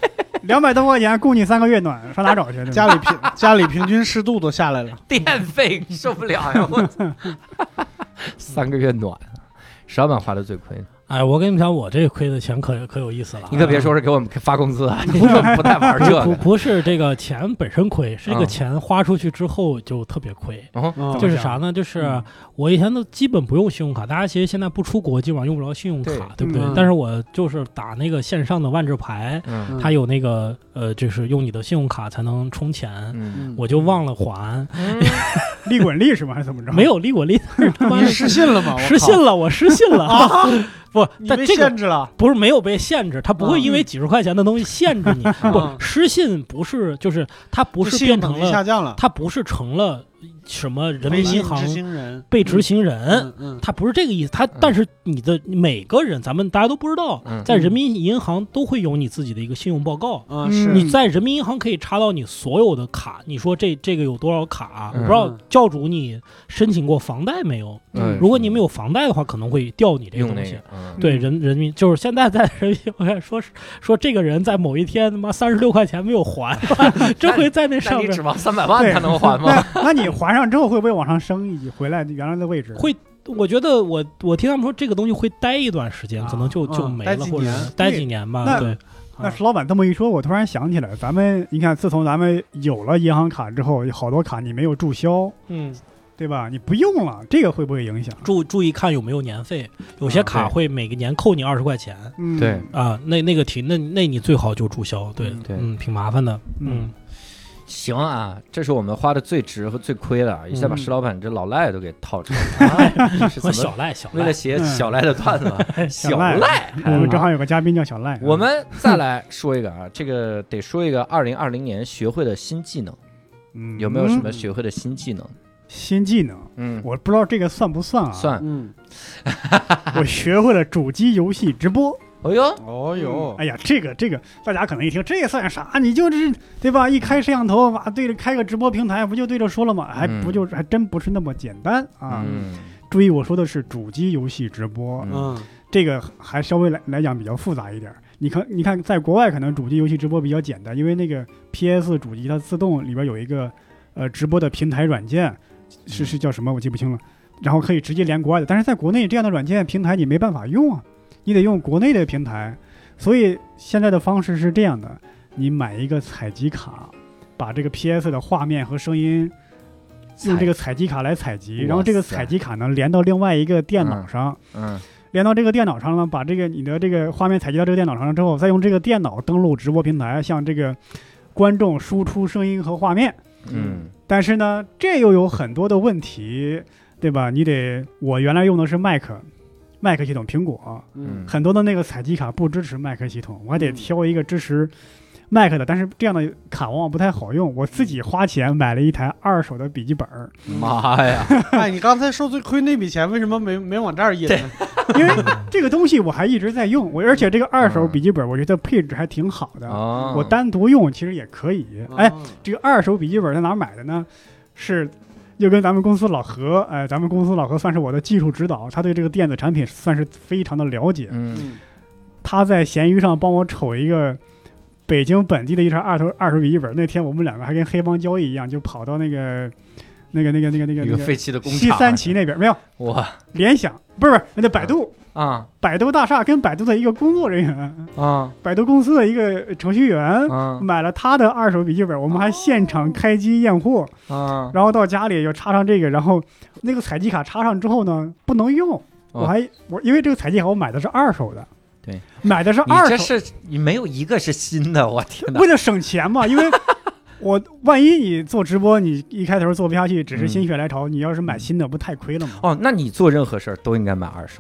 两百多块钱供你三个月暖，上哪找去？ 家里平家里平均湿度都下来了， 电费受不了呀！我三个月暖，石老板花的最亏。 哎，我跟你们讲，我这亏的钱可可有意思了。 你可别说是给我们发工资啊，你不不太玩这个。 不不是这个钱本身亏，是这个钱花出去之后就特别亏。 嗯、 就是啥呢？就是我以前都基本不用信用卡，大家其实现在不出国，基本上用不着信用卡， 对, 对不对、嗯？但是我就是打那个线上的万智牌，嗯、它有那个呃，就是用你的信用卡才能充钱，嗯、我就忘了还。 嗯、利滚利是吗？还是怎么着？ 没有利滚利， 你失信了吗？ 失信了，我失信了啊！不，但被限制了， 不是没有被限制，它不会因为几十块钱的东西限制你。嗯、不，失信不是，就是它不是变成了下降了， 它不是成了什么人民银行被执行人， 被执行人， 嗯嗯、 它不是这个意思。它、嗯、但是你的每个人，咱们大家都不知道，嗯、在人民银行都会有你自己的一个信用报告。 嗯、是你在人民银行可以查到你所有的卡。你说这这个有多少卡？嗯、我不知道教主你申请过房贷没有？ 嗯、 如果你没有房贷的话，可能会调你这个东西。 嗯、 对人人民就是现在在人民，我看说说这个人在某一天他妈三十六块钱没有还，这回在那上面， 你指望三百万他能还吗？ 那, 那你还上之后会不会往上升一级，回来原来的位置？ 会，我觉得我我听他们说这个东西会待一段时间，啊、可能就就没了， 嗯、 或者待几年吧。对。 那石老板这么一说，我突然想起来，咱们你看，自从咱们有了银行卡之后，好多卡你没有注销， 嗯， 对吧？你不用了，这个会不会影响？ 注注意看有没有年费，有些卡会每个年扣你二十块钱， 嗯， 对啊，那那个题，那那你最好就注销，对对， 嗯，挺麻烦的，嗯。 行啊，这是我们花的最值和最亏的，一下把石老板这老赖都给套出来了。 嗯、是小赖，小赖， 为了写小赖的段子， 嗯、 小赖， 我们正好有个嘉宾叫小赖。 我们再来说一个啊，这个得说一个二零二零年学会的新技能。嗯，有没有什么学会的新技能？ 新技能， 嗯， 我不知道这个算不算啊？ 算， 嗯， 我学会了主机游戏直播。 哦呦， 哦呦， 哎呀，这个这个，大家可能一听，这算啥？你就是对吧？一开摄像头，哇，对着开个直播平台，不就对着说了吗？还不就还真不是那么简单啊！ 嗯、 注意，我说的是主机游戏直播， 嗯， 这个还稍微来来讲比较复杂一点。你看，你看，在国外可能主机游戏直播比较简单，因为那个 P S 主机它自动里边有一个呃直播的平台软件，是是叫什么我记不清了，然后可以直接连国外的。但是在国内这样的软件平台你没办法用啊。你得用国内的平台，所以现在的方式是这样的：你买一个采集卡，把这个 P S 的画面和声音用这个采集卡来采集，然后这个采集卡呢连到另外一个电脑上， 嗯，嗯连到这个电脑上呢，把这个你的这个画面采集到这个电脑上之后，再用这个电脑登录直播平台，向这个观众输出声音和画面。 嗯， 但是呢，这又有很多的问题，对吧？你得，我原来用的是 Mac。Mac 系统，苹果， 嗯， 很多的那个采集卡不支持 Mac 系统，我还得挑一个支持 Mac 的，但是这样的卡往往不太好用。我自己花钱买了一台二手的笔记本。 妈呀！ 哎，你刚才说最亏那笔钱，为什么没没往这儿印呢？ 因为这个东西我还一直在用，我而且这个二手笔记本我觉得配置还挺好的， 哦、 我单独用其实也可以。哎，这个二手笔记本在哪儿买的呢？是。就跟咱们公司老何，哎，咱们公司老何算是我的技术指导，他对这个电子产品算是非常的了解。 嗯， 他在闲鱼上帮我瞅一个北京本地的一台二手二手笔记本。那天我们两个还跟黑帮交易一样，就跑到那个那个那个那个那个一个废弃的工厂西三旗那边，没有哇， 联想不是不是那百度啊， 百度大厦跟百度的一个工作人员啊， 百度公司的一个程序员啊， 买了他的二手笔记本，我们还现场开机验货啊， 然后到家里就插上这个，然后那个采集卡插上之后呢，不能用，我还我因为这个采集卡我买的是二手的， 对， 买的是二手， 你这是你没有一个是新的，我天哪！ 为了省钱嘛，因为。我万一你做直播，你一开头做不下去，只是心血来潮，嗯、你要是买新的，不太亏了吗？ 哦，那你做任何事儿都应该买二手，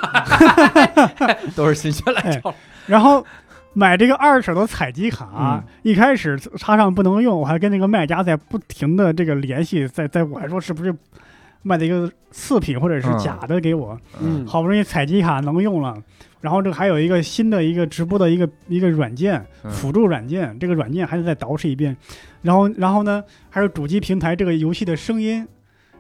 都是心血来潮。 哎、然后买这个二手的采集卡，嗯、一开始插上不能用，我还跟那个卖家在不停的这个联系，在在我还说是不是卖的一个次品或者是假的给我， 嗯， 好不容易采集卡能用了。然后这个还有一个新的一个直播的一个一个软件，辅助软件，嗯、这个软件还得再捯饬一遍，然后然后呢，还有主机平台这个游戏的声音，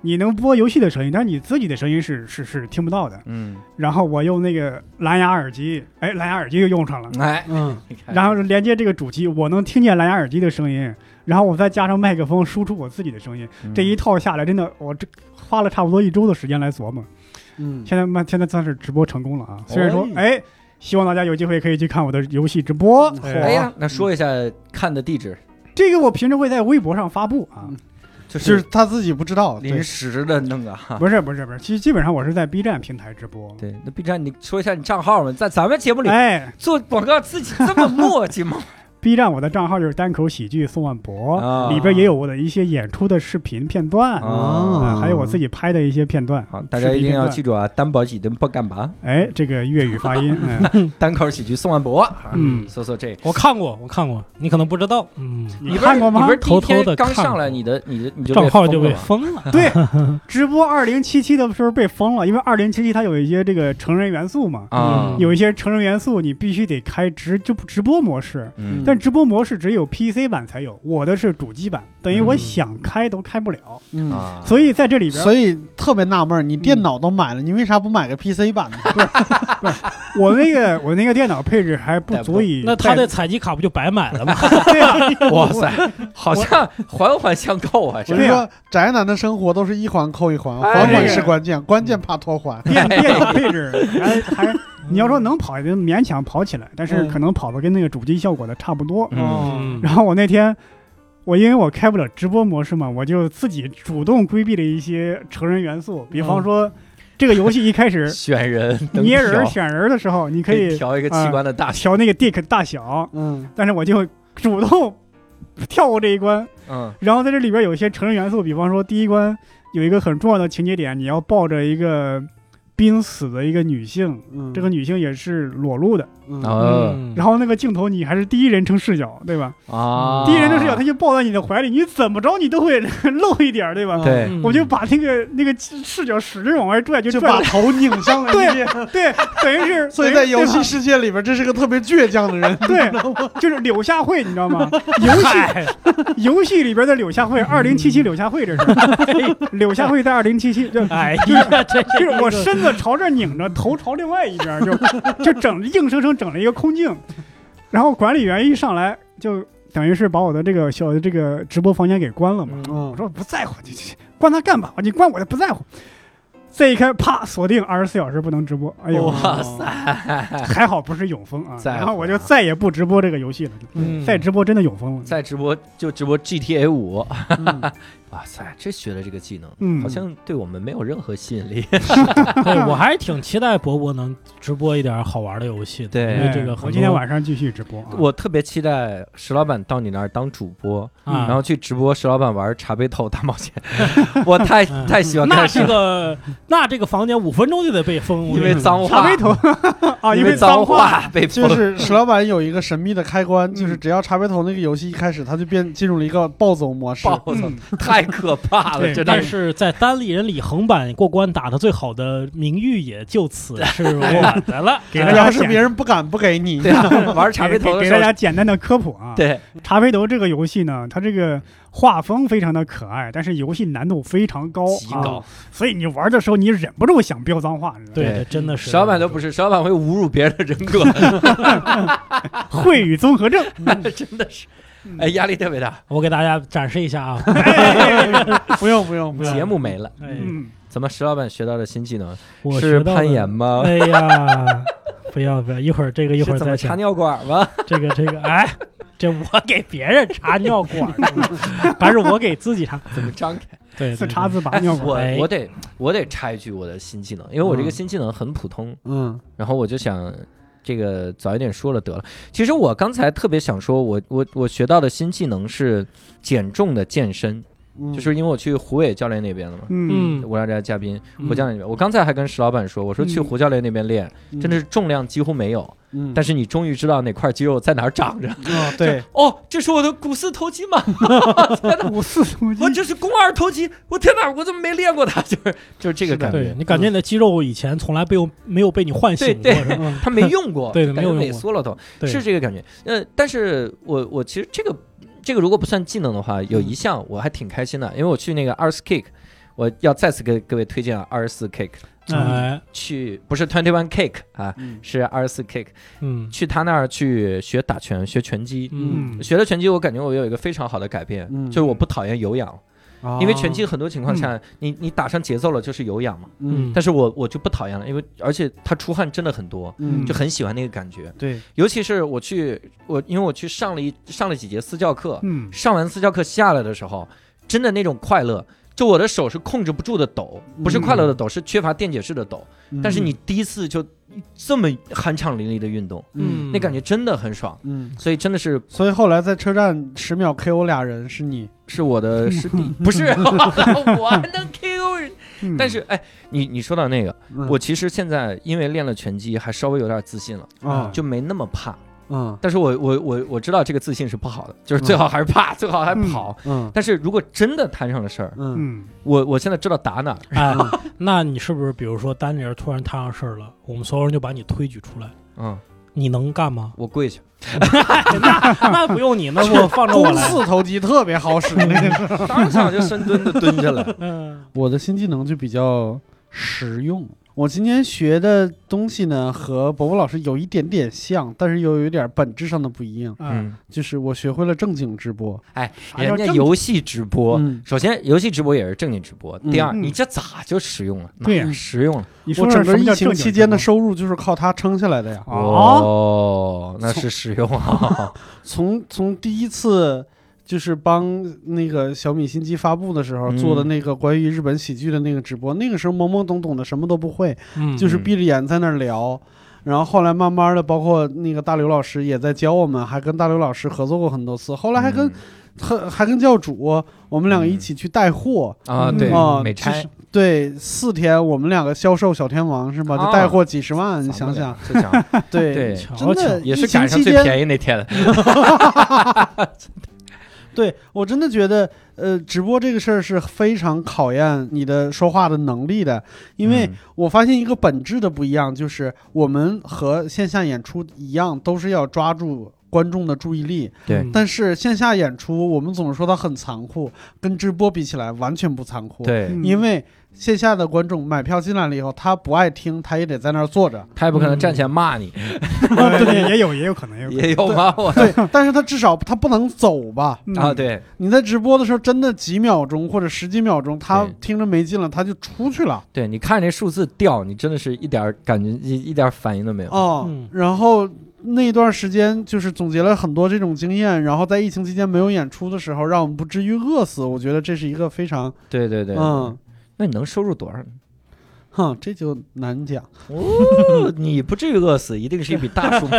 你能播游戏的声音，但是你自己的声音是是是听不到的。 嗯， 然后我用那个蓝牙耳机，哎，蓝牙耳机就用上了， 哎， 嗯， 然后连接这个主机，我能听见蓝牙耳机的声音，然后我再加上麦克风输出我自己的声音， 嗯、 这一套下来，真的我这花了差不多一周的时间来琢磨。嗯，现在嘛，现在算是直播成功了啊。虽然说，哎，希望大家有机会可以去看我的游戏直播。 哎呀，那说一下看的地址。 这个我平时会在微博上发布啊。 嗯就是他自己不知道， 临时的弄个不是不是不是，其实基本上我是在 B 站平台直播。 对，那 B 站你说一下你账号嘛，在咱们节目里哎做广告自己这么磨叽吗？ B 站我的账号就是单口喜剧宋万博、啊，里边也有我的一些演出的视频片段啊、呃，还有我自己拍的一些片段。 好，大家一定要记住啊，单口喜剧不干嘛？ 哎，这个粤语发音， 嗯、单口喜剧宋万博， 嗯， 搜搜这， 我看过，我看过，你可能不知道，嗯， 你看过吗？ 你不是偷偷的刚上来，你的你的你就账号就被封了。 对，直播二零七七的时候被封了，因为二零七七它有一些这个成人元素嘛，啊、嗯，有一些成人元素你必须得开直就直播模式，嗯，但直播模式只有有 P C 版才有，我的是主机版，等于我想开都开不了。嗯，所以在这里边， 所以特别纳闷，你电脑都买了，嗯、你为啥不买个 P C 版呢？ 不是，不是，我那个我那个电脑配置还不足以。 那他的采集卡不就白买了吗？ 对呀、 啊，哇塞，好像环环相扣啊！ 我是说，宅男的生活都是一环扣一环，环环是关键，关键怕脱环。 电电脑配置还还。你要说能跑，也勉强跑起来，但是可能跑的跟那个主机效果的差不多。 嗯， 然后我那天，我因为我开不了直播模式嘛，我就自己主动规避了一些成人元素，比方说，这个游戏一开始选人捏人选人的时候，你可以调一个器官的大小，调那个 dick 大小。嗯，但是我就主动跳过这一关。嗯，然后在这里边有一些成人元素，比方说第一关有一个很重要的情节点，你要抱着一个濒死的一个女性，嗯、这个女性也是裸露的， 嗯嗯、 然后那个镜头你还是第一人称视角，对吧？啊，第一人称视角，他就抱在你的怀里，你怎么着你都会露一点，对吧？ 对， 我就把那个那个视角使劲往外拽，就就把头拧向了对对，等于是， 所以在游戏世界里边，这是个特别倔强的人， 对，就是柳下惠，你知道吗？游戏游戏里边的柳下惠，二零七七柳下惠，这是柳下惠在二零七七，就哎呀，这就是我身子朝这拧着，头朝另外一边，就就整硬生生整了一个空镜，然后管理员一上来就等于是把我的这个小的这个直播房间给关了嘛。嗯、我说不在乎，你关他干嘛？你关我的不在乎。再一开，啪，锁定二十四小时不能直播。哎呦， 哇塞， 还好不是永封啊。然后我就再也不直播这个游戏了。嗯，再直播真的永封了。 再直播就直播 G T A 五。嗯、哇塞，这学了这个技能，嗯，好像对我们没有任何吸引力。 对，我还是挺期待伯伯能直播一点好玩的游戏的。 对， 因为这个我今天晚上继续直播、啊。 我特别期待石老板到你那儿当主播，嗯、然后去直播石老板玩茶杯头大冒险。我太太喜欢看。 那这个。那这个房间五分钟就得被封， 因为脏话。 茶杯头啊， 因为脏话被封。 就是石老板有一个神秘的开关，嗯、就是只要茶杯头那个游戏一开始，他就变进入了一个暴走模式。 暴走、嗯、太可怕了，真的。 但是在单立人里横版过关打的最好的名誉也就此是我的了。 给大家是别人不敢不给你。 对啊，玩茶杯头的时候给大家简单的科普啊。 对， 茶杯头这个游戏呢，它这个画风非常的可爱，但是游戏难度非常高， 极高、啊， 所以你玩的时候你忍不住想飙脏话。 对，真的是。 石老板都不是，石老板会侮辱别人的人格， 秽语综合症， 真的是。哎，压力特别大。 我给大家展示一下啊， 不用不用不用， 节目没了。 嗯， 怎么石老板学到的新技能？ 我是攀岩吗？ 哎呀，不要不要，一会儿这个一会儿再插尿管吗？ 这个这个，哎。这我给别人插尿管，还是我给自己插？ 怎么张开？ 对， 自插自拔尿管。我我得我得插一句我的新技能，因为我这个新技能很普通，嗯，然后我就想这个早一点说了得了。其实我刚才特别想说，我我我学到的新技能是减重的健身。嗯、就是因为我去胡伟教练那边了嘛，嗯，无聊斋嘉宾胡教练那边，我刚才还跟石老板说，我说去胡教练那边练，嗯、真的是重量几乎没有，嗯，但是你终于知道哪块肌肉在哪儿长着， 哦，对， 哦，这是我的股四头肌吗？ 股四头肌， 我这是肱二头肌，我天哪，我怎么没练过它？就是就是这个感觉， 对你感觉你的肌肉以前从来被没有被你唤醒过， 对对，嗯、他没用过， 对，没有萎缩了都，是这个感觉。呃，但是我我其实这个。这个如果不算技能的话，有一项我还挺开心的，因为我去那个 Ars Kick， 我要再次给各位推荐二十四 Cake。 哎， 去不是 twenty one cake 啊， 嗯、 是二十四 cake。 嗯， 去他那儿去学打拳，学拳击。 嗯， 学了拳击，我感觉我有一个非常好的改变， 嗯、 就是我不讨厌有氧。 哦、 因为拳击很多情况下，嗯、你你打上节奏了就是有氧嘛。 嗯， 但是我我就不讨厌了，因为而且他出汗真的很多， 嗯， 就很喜欢那个感觉。 对， 尤其是我去我因为我去上了一上了几节私教课， 嗯， 上完私教课下来的时候，真的那种快乐。就我的手是控制不住的抖，不是快乐的抖，嗯、是缺乏电解质的抖。嗯、但是你第一次就这么酣畅淋漓的运动，嗯，那感觉真的很爽，嗯，所以真的是， 所以后来在车站十秒 K O 俩人是你， 是我的师弟，不是我还能 K O 人，嗯、但是哎，你你说到那个，嗯、我其实现在因为练了拳击，还稍微有点自信了，啊、嗯，就没那么怕。嗯，但是我我我我知道这个自信是不好的，就是最好还是怕，嗯、最好还跑。嗯，但是如果真的摊上了事儿，嗯，我我现在知道打哪儿。 哎，那你是不是比如说丹尼尔突然摊上事儿了，我们所有人就把你推举出来？嗯，你能干吗？ 我跪下。 那那不用你，那我放着我来。 四头肌特别好使，那个是当场就深蹲的蹲着了。 嗯，我的新技能就比较实用。我今天学的东西呢，和伯伯老师有一点点像，但是又有点本质上的不一样。嗯，就是我学会了正经直播。 哎，人家游戏直播，嗯、首先游戏直播也是正经直播。嗯、第二，你这咋就实用了？ 对呀， 实用了。 你说我整个疫情期间的收入就是靠它撑下来的呀。 哦，那是实用啊。 从从第一次。就是帮那个小米新机发布的时候、嗯、做的那个关于日本喜剧的那个直播，那个时候懵懵懂懂的，什么都不会，嗯、就是闭着眼在那儿聊。然后后来慢慢的，包括那个大刘老师也在教我们，还跟大刘老师合作过很多次。后来还跟、嗯、还还跟教主，我们两个一起去带货、 嗯、啊，对啊，美差。 对，四天我们两个销售小天王是吧？就带货几十万，你、啊、想想，对对， 真的也是赶上最便宜那天了。 对，我真的觉得，呃，直播这个事儿是非常考验你的说话的能力的，因为我发现一个本质的不一样，就是我们和线下演出一样，都是要抓住观众的注意力。 对， 但是线下演出，我们总是说它很残酷，跟直播比起来完全不残酷。 对， 因为线下的观众买票进来了以后，他不爱听，他也得在那儿坐着， 他也不可能站起来骂你。 嗯、对，也有也有可能， 也有吗？ 对，但是他至少他不能走吧？ 嗯、啊，对， 你在直播的时候，真的几秒钟或者十几秒钟，他听着没劲了，他就出去了。 对，你看这数字掉，你真的是一点感觉一一点反应都没有。 哦，嗯、然后那段时间就是总结了很多这种经验，然后在疫情期间没有演出的时候，让我们不至于饿死。我觉得这是一个非常对对对，嗯。那你能收入多少呢？ 哼，这就难讲哦。 你不至于饿死，一定是一笔大数目。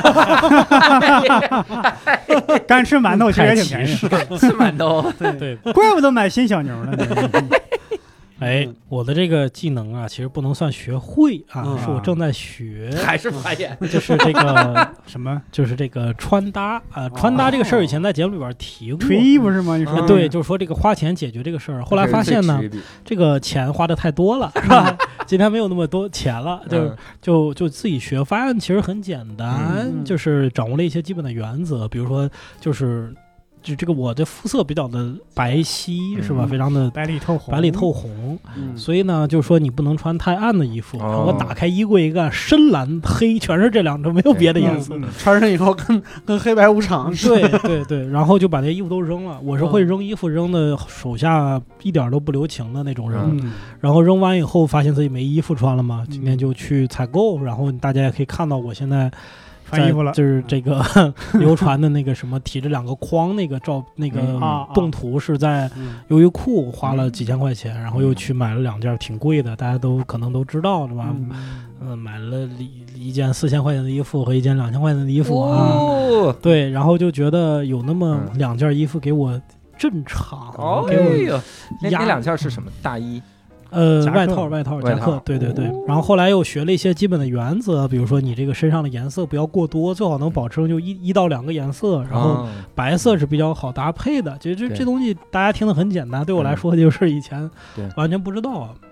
干吃馒头其实也挺便宜， 吃馒头， 对对， 怪不得买新小牛呢。 哎，我的这个技能啊，其实不能算学会啊，嗯、是我正在学， 还是发现就是这个什么，就是这个穿搭啊，穿搭这个事儿，以前在节目里边提过， 锤衣服是吗？你说、 嗯、对，就是说这个花钱解决这个事儿，后来发现呢，这个钱花的太多了，是吧？今天没有那么多钱了，就就就自己学，发现其实很简单，嗯、就是掌握了一些基本的原则，比如说就是。就这个我的肤色比较的白皙、嗯、是吧？非常的白里透红， 白里透红、嗯，所以呢，就是说你不能穿太暗的衣服。哦、我打开衣柜一看，深蓝黑全是这两种，没有别的颜色。 嗯嗯、穿上以后跟跟黑白无常似的。对对对，然后就把那衣服都扔了。我是会扔衣服扔的手下一点都不留情的那种人。嗯、然后扔完以后发现自己没衣服穿了嘛，今天就去采购，然后大家也可以看到我现在。 穿衣服了， 就是这个流传的那个什么提着两个筐那个照那个动图是在优衣库花了几千块钱，然后又去买了两件挺贵的，大家都可能都知道是吧？嗯，买了一件四千块钱的衣服和一件两千块钱的衣服啊，哦、对，然后就觉得有那么两件衣服给我镇场， 哦、 给我那那两件是什么？大衣。 呃，外套、外套、夹克，对对对。然后后来又学了一些基本的原则，比如说你这个身上的颜色不要过多，最好能保持就一一到两个颜色，然后白色是比较好搭配的。其实这这东西大家听得很简单，对我来说就是以前完全不知道。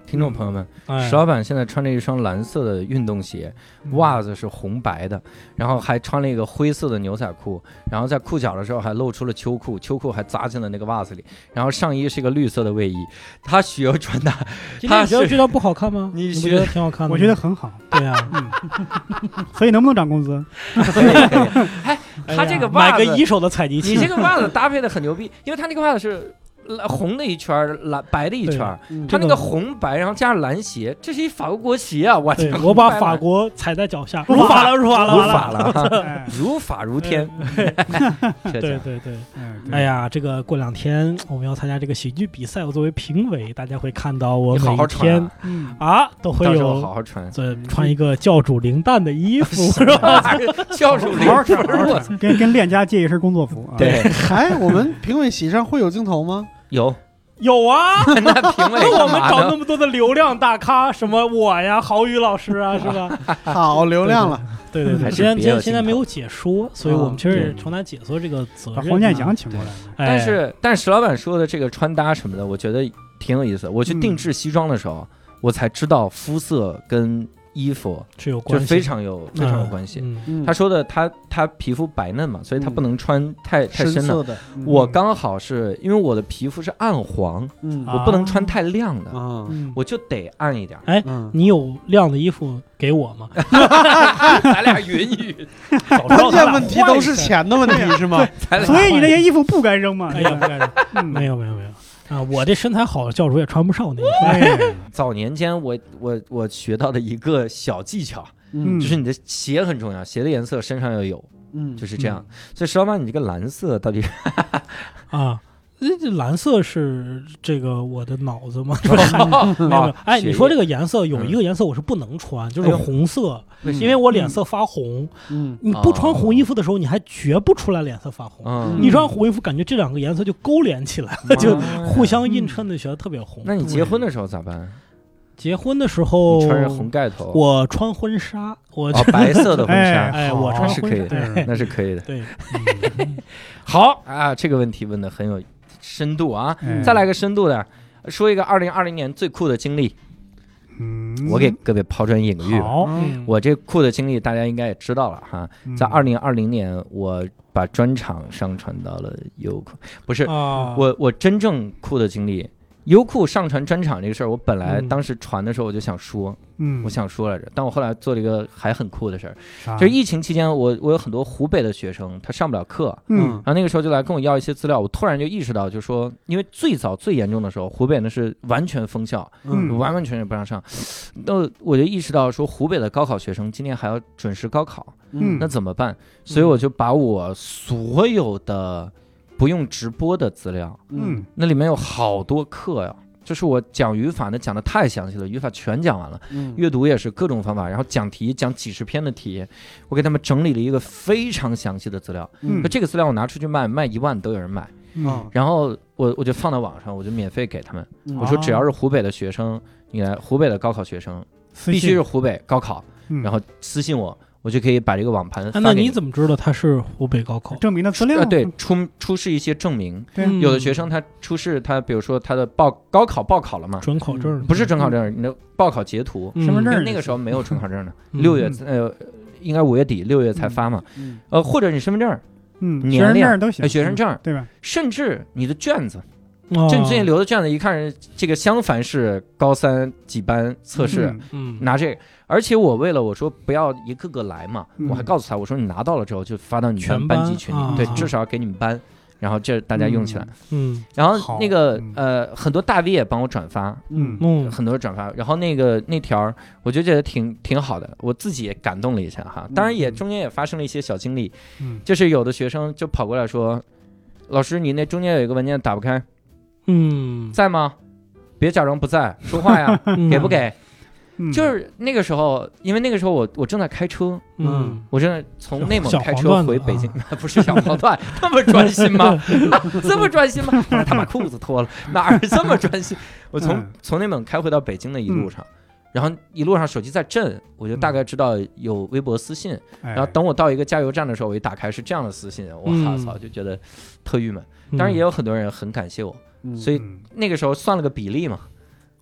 听众朋友们，石老板现在穿着一双蓝色的运动鞋，袜子是红白的，然后还穿了一个灰色的牛仔裤，然后在裤脚的时候还露出了秋裤，秋裤还扎进了那个袜子里，然后上衣是一个绿色的卫衣。他许由穿搭， 他觉得这条不好看吗？ 你觉得挺好看的？ 我觉得很好。 对呀， 嗯，所以能不能涨工资？ 可以可以。哎，他这个袜子买个一手的采集器， 你这个袜子搭配的很牛逼，因为他那个袜子是。红的一圈，蓝白的一圈，他那个红白，然后加上蓝鞋，这是一法国国旗啊！我我把法国踩在脚下，如法了，如法了， 如法了，如法如天。 对对对，哎呀，这个过两天我们要参加这个喜剧比赛，我作为评委，大家会看到我每天啊都会有好好穿， 穿一个教主零蛋的衣服，是吧？ 教主零蛋， 跟跟链家借一身工作服。 对， 哎，我们评委席上会有镜头吗？ 有有啊， 那评委那我们找那么多的流量大咖，什么我呀，郝宇老师啊，是吧？ 好流量了， 对对对，现在现在没有解说，所以我们其实承担解说这个责任。 把黄健翔请过来， 但是但石老板说的这个穿搭什么的，我觉得挺有意思。我去定制西装的时候，我才知道肤色跟衣服是有关系， 就非常有非常有关系。他说的，他他皮肤白嫩嘛，所以他不能穿太太深的。我刚好是因为我的皮肤是暗黄，我不能穿太亮的，我就得暗一点。 哎，你有亮的衣服给我吗？ 咱俩云云， 关键问题都是钱的问题是吗？ 所以你那些衣服不该扔吗？ 哎呀，不该扔，没有没有没有。啊，我这身材好，教主也穿不上那个。 早年间我，我我我学到的一个小技巧，嗯，就是你的鞋很重要，鞋的颜色身上要有，嗯，就是这样。嗯、所以石老板，你这个蓝色到底啊？这蓝色是这个我的脑子吗？没有没有。哎，你说这个颜色有一个颜色我是不能穿，就是红色，因为我脸色发红。嗯，你不穿红衣服的时候，你还觉不出来脸色发红。嗯，你穿红衣服，感觉这两个颜色就勾连起来了，就互相映衬的，觉得特别红。 那你结婚的时候咋办？ 结婚的时候穿着红盖头， 我穿婚纱，我白色的婚纱， 哎，我穿是可以的，那是可以的。 对， 好啊，这个问题问的很有深度啊，嗯、再来个深度的，说一个二零二零年最酷的经历。嗯，我给各位抛砖引玉吧。嗯、我这酷的经历大家应该也知道了哈，嗯、在二零二零年我把专场上传到了优酷，不是、哦、我我真正酷的经历。优酷上传专场这个事儿，我本来当时传的时候我就想说，嗯，我想说来着，但我后来做了一个还很酷的事儿，就是疫情期间我我有很多湖北的学生他上不了课，嗯，然后那个时候就来跟我要一些资料，我突然就意识到，就说因为最早最严重的时候，湖北那是完全封校，嗯，完完全全不让上，那我就意识到说湖北的高考学生今年还要准时高考，嗯，那怎么办？所以我就把我所有的不用直播的资料，嗯，那里面有好多课呀，就是我讲语法呢讲的太详细了，语法全讲完了，嗯，阅读也是各种方法，然后讲题讲几十篇的题，我给他们整理了一个非常详细的资料，嗯，那这个资料我拿出去卖，卖一万都有人买，嗯，然后我我就放到网上，我就免费给他们，嗯、我说只要是湖北的学生，你来湖北的高考学生，必须是湖北高考，嗯、然后私信我。我就可以把这个网盘发给你。 那你怎么知道他是湖北高考证明的资料？ 呃，对，出出示一些证明。对，有的学生他出示他，比如说他的报高考报考了嘛， 准考证不是准考证，你的报考截图， 身份证。 那个时候没有准考证呢，六月呃，应该五月底六月才发嘛。呃，或者你身份证， 嗯， 年龄都行， 学生证对吧？ 甚至你的卷子。就你最近留的卷子，一看这个襄樊市高三几班测试，嗯，拿这个，而且我为了我说不要一个个来嘛，嗯、我还告诉他我说你拿到了之后就发到你们班级群里，对，至少要给你们班，然后这大家用起来，嗯，然后那个呃很多大 V 也帮我转发，嗯，很多转发，然后那个那条我就觉得挺挺好的，我自己也感动了一下哈，当然也中间也发生了一些小经历，嗯，就是有的学生就跑过来说，老师你那中间有一个文件打不开。嗯，在吗？别假装不在，说话呀，给不给？嗯、就是那个时候，因为那个时候我我正在开车，嗯，我正在从内蒙开车回北京，啊、不是小黄段，那么专心吗？啊、这么专心吗？他把裤子脱了，哪儿这么专心？我从、嗯、从内蒙开回到北京的一路上。嗯，然后一路上手机在震，我就大概知道有微博私信。嗯、然后等我到一个加油站的时候，我一打开是这样的私信，我操，就觉得特郁闷。当然也有很多人很感谢我，嗯、所以那个时候算了个比例嘛，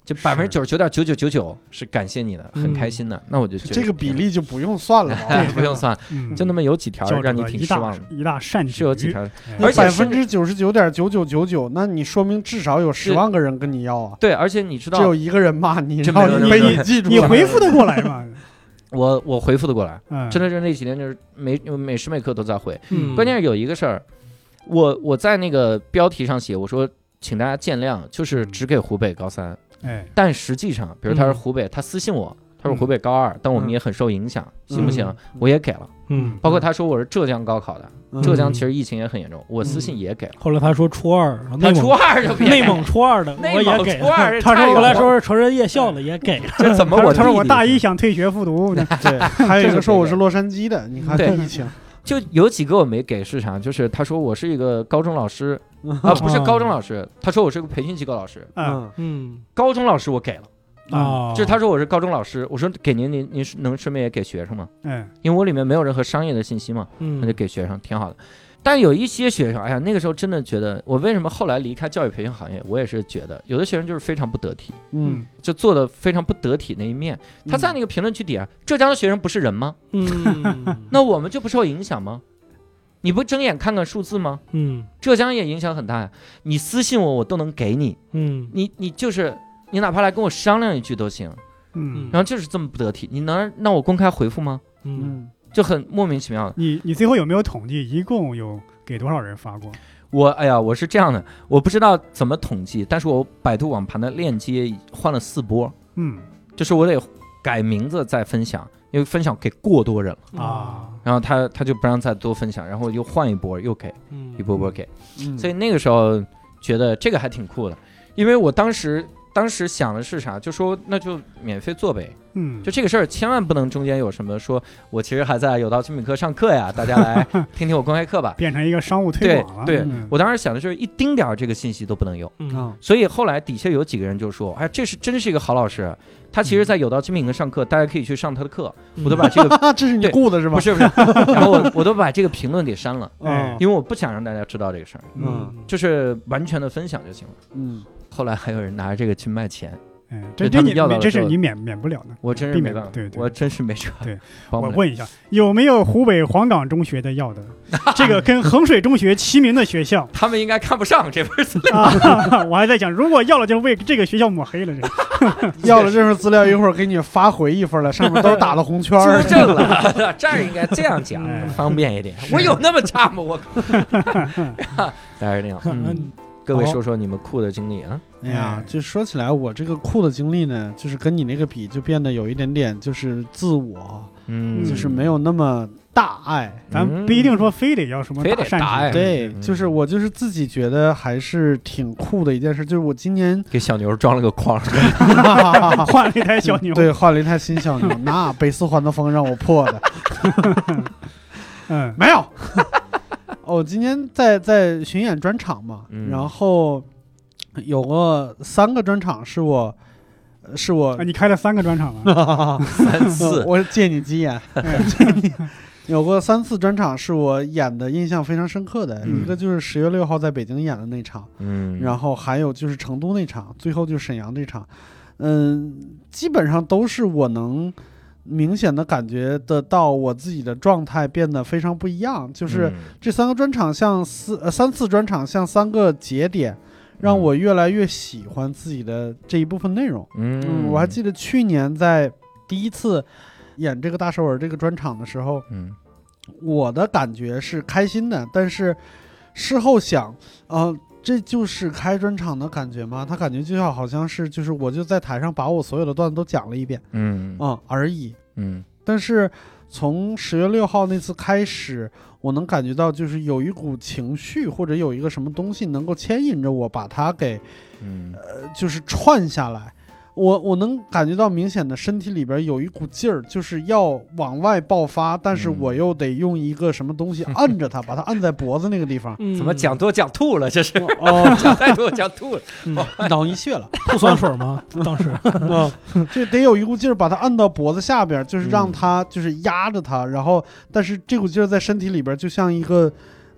就百分之九十九点九九九九是感谢你的，很开心的。那我就觉得这个比例就不用算了吧， 不用算，就那么有几条让你挺失望的， 一大善举是有几条， 而且百分之九十九点九九九九，那你说明至少有十万个人跟你要啊。 对，而且你知道， 只有一个人骂你， 然后你被你记住， 你回复得过来吗？ 我我回复得过来， 嗯、 真的是那几天就是每每时每刻都在回。嗯、关键是有一个事儿，我我在那个标题上写，我说请大家见谅，就是只给湖北高三。 哎， 但实际上，比如他是湖北，嗯、他私信我，他说湖北高二，但我们也很受影响，嗯、行不行？嗯、我也给了。 嗯， 包括他说我是浙江高考的，嗯、浙江其实疫情也很严重，我私信也给了。 后来他说初二， 他初二就内蒙初二的，我也给了。他说后来说是成人夜校的也给了。 这怎么我他说我大一想退学复读？ 对，还有一个说我是洛杉矶的，你看这疫情。 就有几个我没给市场，就是他说我是一个高中老师啊，不是高中老师，他说我是个培训机构老师， 嗯嗯， 高中老师我给了啊， 就是他说我是高中老师，我说给您您您能顺便也给学生吗？ 嗯， 因为我里面没有任何商业的信息嘛， 嗯， 那就给学生挺好的。但有一些学生，哎呀，那个时候真的觉得，我为什么后来离开教育培训行业，我也是觉得有的学生就是非常不得体， 嗯， 就做的非常不得体那一面。他在那个评论区底下，浙江的学生不是人吗？ 嗯， 那我们就不受影响吗？你不睁眼看看数字吗？ 嗯， 浙江也影响很大呀。你私信我，我都能给你。 嗯， 你你就是你哪怕来跟我商量一句都行。 嗯， 然后就是这么不得体，你能让我公开回复吗？ 嗯， 就很莫名其妙的。 你你最后有没有统计，一共有给多少人发过？ 我哎呀，我是这样的，我不知道怎么统计，但是我百度网盘的链接换了四波。 嗯， 就是我得改名字再分享，因为分享给过多人了啊。 然后他他就不让再多分享，然后又换一波，又给， 嗯、 一波波给， 嗯、 所以那个时候觉得这个还挺酷的，因为我当时当时想的是啥，就说那就免费做呗， 嗯， 就这个事儿千万不能中间有什么说我其实还在有道精品课上课呀，大家来听听我公开课吧， 变成一个商务推广了。 对，对嗯、 我当时想的就是一丁点儿这个信息都不能有， 嗯， 所以后来底下有几个人就说，哎，这是真是一个好老师。他其实，在有道精品课上课，大家可以去上他的课。我都把这个， 这是你雇的是吗？ 不是不是，然后我我都把这个评论给删了， 嗯， 因为我不想让大家知道这个事儿， 嗯， 就是完全的分享就行了。 嗯， 后来还有人拿着这个去卖钱， 哎，这这你这是你免免不了的， 我真是没办法， 对对， 我真是没辙。 对，我问一下，有没有湖北黄冈中学的要的？这个跟衡水中学齐名的学校， 他们应该看不上这份资料。 啊、我还在想，如果要了，就为这个学校抹黑了。这要了这份资料，一会儿给你发回一份了，上面都打了红圈。 纠正了，这儿应该这样讲，方便一点。我有那么差吗？我大概是那样。嗯，各位说说你们酷的经历啊。 哎呀，就说起来，我这个酷的经历呢，就是跟你那个比，就变得有一点点就是自我， 嗯， 就是没有那么大爱。 咱不一定说非得要什么大善举， 对，就是我就是自己觉得还是挺酷的一件事，就是我今年给小牛装了个框， 换了一台小牛， 对，换了一台新小牛，那贝斯环的风让我破的， 嗯， 没有。哦，今天在在巡演专场嘛， 嗯、 然后有个三个专场是我，是我， 啊、你开了三个专场了， 三次， 我借你吉言，借你。有过三次专场是我演的印象非常深刻的， 嗯、 一个就是十月六号在北京演的那场， 嗯， 然后还有就是成都那场，最后就是沈阳这场，嗯，基本上都是我能明显的感觉得到我自己的状态变得非常不一样，就是这三个专场像四呃三次专场像三个节点，让我越来越喜欢自己的这一部分内容。 嗯， 嗯我还记得去年在第一次演这个大首尔这个专场的时候， 嗯， 我的感觉是开心的，但是事后想，呃，这就是开专场的感觉吗？他感觉就像好像是就是我就在台上把我所有的段子都讲了一遍， 嗯啊、嗯、而已， 嗯。 但是从十月六号那次开始，我能感觉到就是有一股情绪或者有一个什么东西能够牵引着我，把它给， 嗯， 呃，就是串下来。我我能感觉到明显的身体里边有一股劲儿，就是要往外爆发，但是我又得用一个什么东西按着它，把它按在脖子那个地方。 嗯、怎么讲多讲吐了？这是哦， 讲太多讲吐了， 嗯、脑溢血了， 吐酸水吗？当时啊，这得有一股劲儿把它按到脖子下边，就是让它就是压着它，然后但是这股劲儿在身体里边就像一个。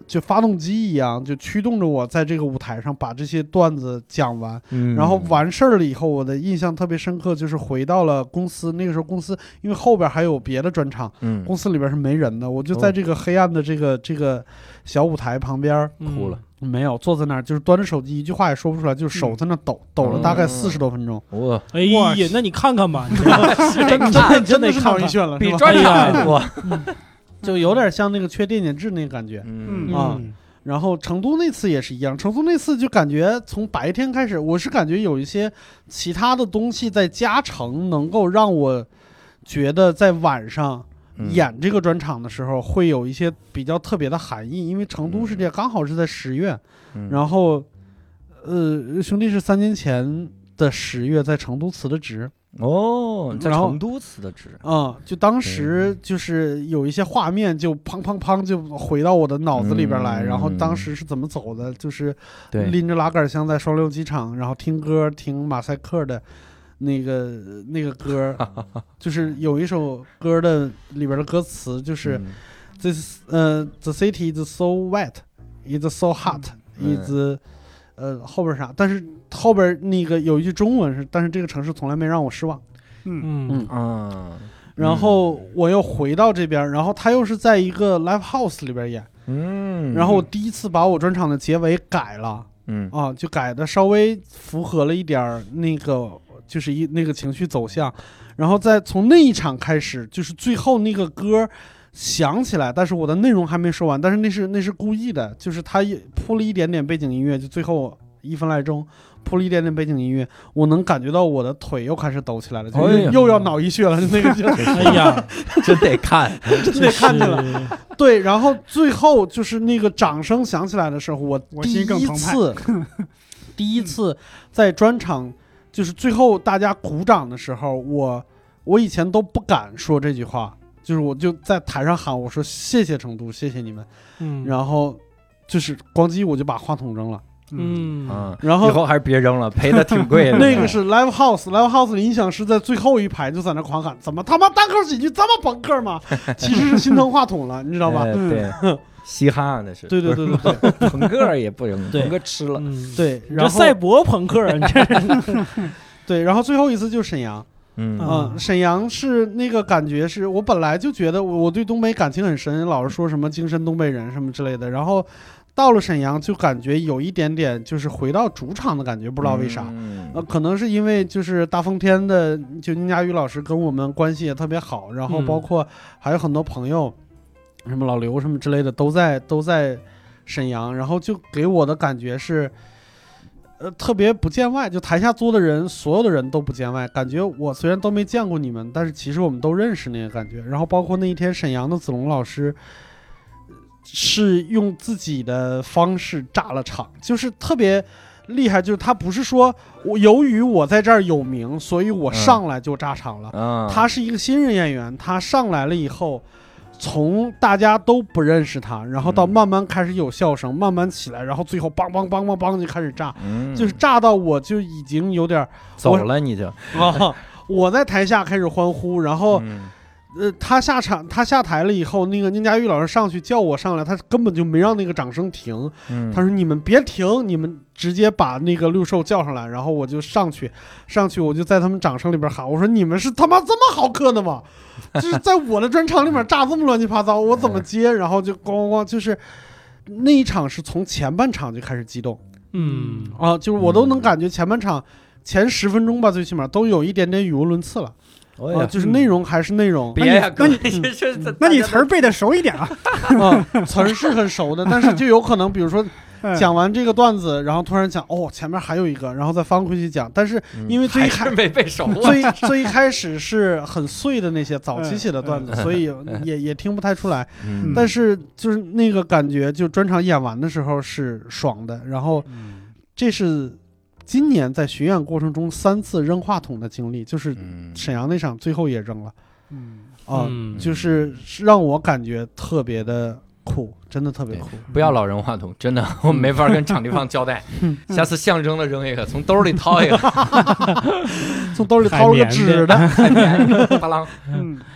就发动机一样，就驱动着我在这个舞台上把这些段子讲完。 嗯、 然后完事儿了以后，我的印象特别深刻，就是回到了公司。那个时候公司因为后边还有别的专场， 嗯， 公司里边是没人的，我就在这个黑暗的这个、哦、这个小舞台旁边哭了。 没有，坐在那儿就是端着手机，一句话也说不出来，就是手在那抖，嗯、抖了大概四十多分钟。 哇、 嗯！哎呀，那你看看吧， 真的真的是脑溢血了， 比专场还多， 就有点像那个缺电解质那个感觉。 嗯啊。然后成都那次也是一样，成都那次就感觉从白天开始，我是感觉有一些其他的东西在加成，能够让我觉得在晚上演这个专场的时候会有一些比较特别的含义。因为成都是这样，刚好是在十月，然后呃，兄弟是三年前的十月在成都辞的职。 哦，在成都辞的职啊、嗯，就当时就是有一些画面就砰砰砰就回到我的脑子里边来、嗯、然后当时是怎么走的，就是拎着拉杆箱在双流机场，然后听歌，听马赛克的那个那个歌就是有一首歌的里边的歌词就是、嗯、this 呃 the city is so wet it's so hot、嗯、it's呃，后边啥？但是后边那个有一句中文是，但是这个城市从来没让我失望。 嗯嗯啊， 然后我又回到这边，然后他又是在一个 live house 里边演。 嗯， 然后我第一次把我专场的结尾改了。 嗯啊，就改的稍微符合了一点那个，就是一那个情绪走向。然后再从那一场开始，就是最后那个歌想起来，但是我的内容还没说完，但是那是那是故意的，就是他铺了一点点背景音乐，就最后一分来钟铺了一点点背景音乐，我能感觉到我的腿又开始抖起来了，就又、哎、又要脑溢血了，那个就哎呀， 真得看， 真得看去了。对，然后最后就是那个掌声响起来的时候，我第一次第一次在专场，就是最后大家鼓掌的时候，我我以前都不敢说这句话。就是我就在台上喊，我说谢谢成都，谢谢你们， 嗯， 然后就是咣叽我就把话筒扔了， 嗯啊， 然后以后还是别扔了，赔的挺贵的。 那个是 live house，live house 的音响师在最后一排就在那狂喊，怎么他妈单口喜剧这么朋克吗？其实是心疼话筒了，你知道吧？ 哎、对，嘻哈那是， 对对对对对， 朋克也不扔，朋克吃了， 嗯、 对，然后这赛博朋克，你这对，然后最后一次就是沈阳。 嗯啊、呃，沈阳是那个感觉，是我本来就觉得我我对东北感情很深，老是说什么精神东北人什么之类的，然后到了沈阳就感觉有一点点就是回到主场的感觉，不知道为啥， 嗯、 呃，可能是因为就是大风天的就宁佳宇老师跟我们关系也特别好，然后包括还有很多朋友，嗯、什么老刘什么之类的都在都在沈阳，然后就给我的感觉是。呃，特别不见外，就台下坐的人，所有的人都不见外，感觉我虽然都没见过你们，但是其实我们都认识那个感觉。然后包括那一天沈阳的子龙老师，是用自己的方式炸了场，就是特别厉害，就是他不是说我由于我在这儿有名，所以我上来就炸场了。 嗯， 他是一个新人演员，他上来了以后。从大家都不认识他，然后到慢慢开始有笑声，嗯、慢慢起来，然后最后梆梆梆梆梆就开始炸， 嗯、 就是炸到我就已经有点走了，你就啊！我在台下开始欢呼，然后、 嗯、 呃，他下场，他下台了以后，那个宁佳宇老师上去叫我上来，他根本就没让那个掌声停， 嗯、 他说你们别停，你们直接把那个六兽叫上来，然后我就上去，上去我就在他们掌声里边喊，我说你们是他妈这么好客的吗？就是在我的专场里面炸这么乱七八糟，我怎么接？然后就咣咣咣，就是那一场是从前半场就开始激动， 嗯啊，就是我都能感觉前半场前十分钟吧，最起码都有一点点语无伦次了。 哦、 啊，就是内容还是内容。 别呀， 那你嗯、 那你词儿背的熟一点啊？ 啊，词儿是很熟的，但是就有可能，比如说讲完这个段子，然后突然讲哦，前面还有一个，然后再翻回去讲。但是因为最一开始、 嗯、没背熟、啊， 最最一开始是很碎的那些早期写的段子， 嗯、 所以也也听不太出来。 嗯、 但是就是那个感觉，就专场演完的时候是爽的。然后这是。今年在巡演过程中三次扔话筒的经历，就是沈阳那场最后也扔了， 嗯啊，就是让我感觉特别的酷，真的特别酷。 不要老扔话筒，真的我没法跟场地方交代。下次象征的扔一个，从兜里掏一个， 从兜里掏了个纸的， 巴郎。 嗯，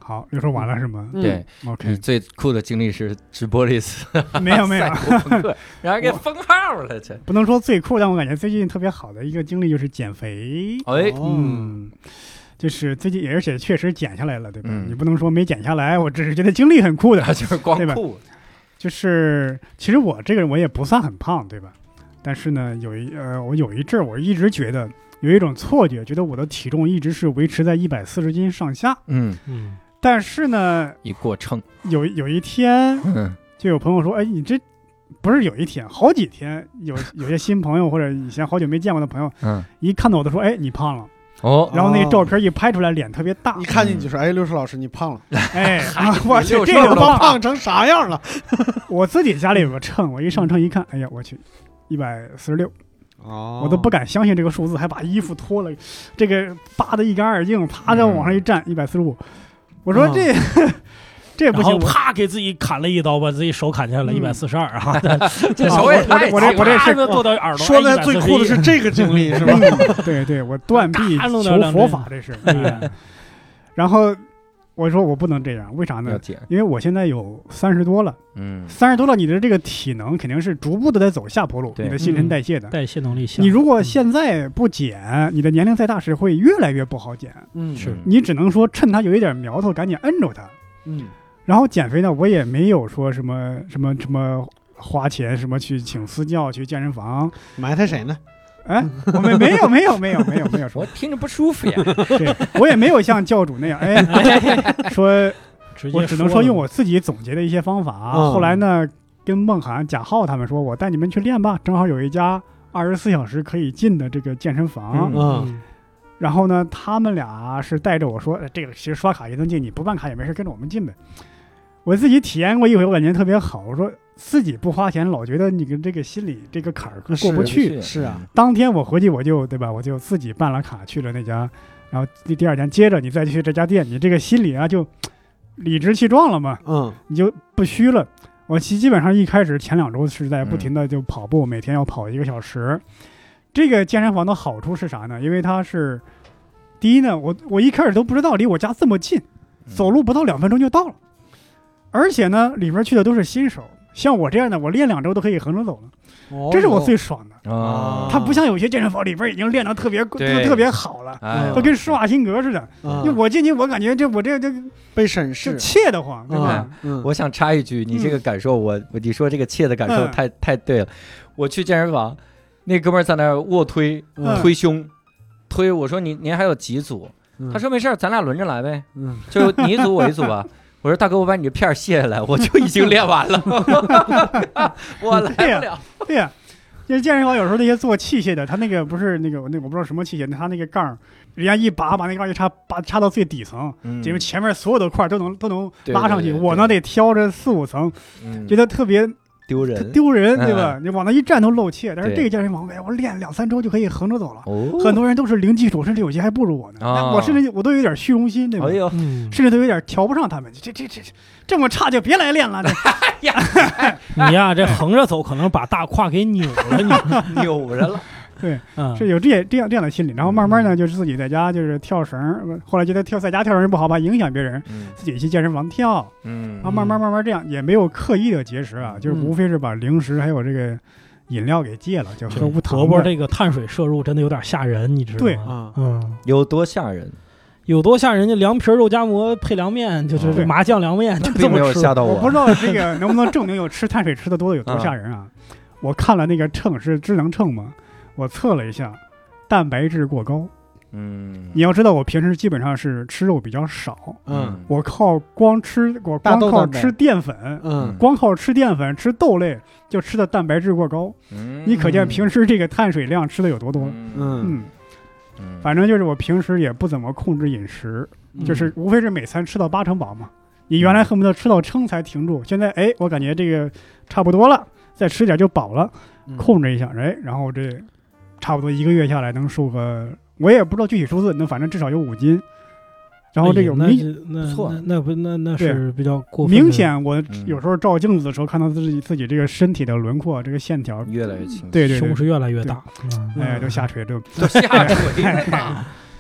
好，又说完了是吗？ 对 ，OK。 最酷的经历是直播了一次， 没有没有， 然后给封号了，这不能说最酷，但我感觉最近特别好的一个经历就是减肥。 哎， 嗯。就是最近，而且确实减下来了，对吧？ 嗯、 你不能说没减下来，我只是觉得经历很酷的， 就是光酷。 就是其实我这个人我也不算很胖，对吧？但是呢，有一呃，我有一阵儿我一直觉得有一种错觉，觉得我的体重一直是维持在一百四十斤上下。 嗯嗯。但是呢， 一过秤， 有有一天，嗯，就有朋友说：“哎，你这不是有一天，好几天，有有些新朋友或者以前好久没见过的朋友，嗯，一看到我都说：‘哎，你胖了。’ 哦， 然后那个照片一拍出来，脸特别大， 一看见你就说：‘哎，六叔老师，你胖了。’ 哎，我去，这个都胖成啥样了？ 我自己家里有个秤，我一上秤一看，哎呀，我去，一百四十六。哦，我都不敢相信这个数字，还把衣服脱了，这个扒得一干二净，啪着往上一站，一百四十五。我说这。哦这不行， 啪给自己砍了一刀，把自己手砍下来一百四十二啊！ 这手也太我这我这是做到耳朵。 说的最酷的是这个经历是吧？ 对对，我断臂求佛法，这是。然后我说我不能这样，为啥呢？因为我现在有三十多了，嗯，三十多了，你的这个体能肯定是逐步的在走下坡路，你的新陈代谢的代谢能力下。 你如果现在不减，你的年龄再大时会越来越不好减。 嗯，是你只能说趁它有一点苗头，赶紧摁住它。嗯。然后减肥呢，我也没有说什么什么什么花钱什么去请私教去健身房埋汰谁呢？ 哎，我们没有没有没有没有没有说， 我听着不舒服呀。 对，我也没有像教主那样，哎，说，我只能说用我自己总结的一些方法。嗯、后来呢，跟孟涵、贾浩他们说，我带你们去练吧，正好有一家二十四小时可以进的这个健身房。嗯。嗯然后呢，他们俩是带着我说，这个其实刷卡也能进，你不办卡也没事，跟着我们进呗。我自己体验过一回，我感觉特别好。我说自己不花钱，老觉得你跟这个心里这个坎儿过不去。 是, 是啊， 当天我回去我就对吧，我就自己办了卡去了那家，然后第第二天接着你再去这家店，你这个心里啊就理直气壮了嘛，嗯，你就不虚了。我其基本上一开始前两周是在不停的就跑步，嗯、每天要跑一个小时。这个健身房的好处是啥呢？因为它是第一呢，我我一开始都不知道离我家这么近，走路不到两分钟就到了。而且呢，里面去的都是新手，像我这样的，我练两周都可以横着走了，哦、这是我最爽的。哦，它不像有些健身房里边已经练得特别特别好了，哎、都跟施瓦辛格似的。因为我进去，我感觉这我这这被审视， 切得慌，对吧？ 嗯，我想插一句，你这个感受，我我你说这个切的感受太、嗯、太对了。我去健身房，那哥们儿在那儿卧推、嗯、推胸，推我说你您还有几组？嗯、他说没事，咱俩轮着来呗，嗯，就你一组我一组吧。我说大哥，我把你这片卸下来，我就已经练完了，我来不了。 对呀，就是健身房有时候那些做器械的，他那个不是那个那我不知道什么器械，他那个杠，人家一拔把那杠一插，拔插到最底层，嗯、因为前面所有的块都能都能拉上去， 对对对对， 我呢得挑着四五层，嗯、觉得特别丢人， 丢人，对吧？嗯、你往那一站都露怯。但是这个健身房，哎，我练两三周就可以横着走了。哦、很多人都是零基础，甚至有些还不如我呢。哦、我甚至我都有点虚荣心，对吧？哎呦，甚至都有点瞧不上他们。这这这这么差就别来练了。 你呀，这横着走可能把大胯给扭了， 你扭着了。 对，嗯，是有这样这样这样的心理，然后慢慢呢，就是自己在家就是跳绳，后来觉得跳在家跳绳不好，怕影响别人，嗯、自己去健身房跳，嗯，然后慢慢慢慢这样，也没有刻意的节食啊，就是无非是把零食还有这个饮料给戒了，就喝无糖的。 萝卜这个碳水摄入真的有点吓人，你知道吗？ 对啊，嗯， 有多吓人？ 有多吓人？就凉皮肉夹馍配凉面，就是麻酱凉面，就这么吃。 吓到我， 我不知道这个能不能证明有吃碳水吃的多的有多吓人啊？我看了那个秤是智能秤嘛，我测了一下。蛋白质过高，嗯，你要知道我平时基本上是吃肉比较少，嗯，我靠光吃我光靠吃淀粉，嗯，光靠吃淀粉吃豆类就吃的蛋白质过高，嗯，你可见平时这个碳水量吃的有多多，嗯嗯，反正就是我平时也不怎么控制饮食，嗯、就是无非是每餐吃到八成饱嘛。你原来恨不得吃到撑才停住，现在哎，我感觉这个差不多了，再吃点就饱了，控制一下，哎，然后这。差不多一个月下来能瘦个，我也不知道具体数字，那反正至少有五斤。然后这个明那错，那不那那是比较过分。 明显我有时候照镜子的时候，看到自己自己这个身体的轮廓，这个线条越来越清晰， 对对， 胸是越来越大， 哎，都下垂，都都下垂大。嗯，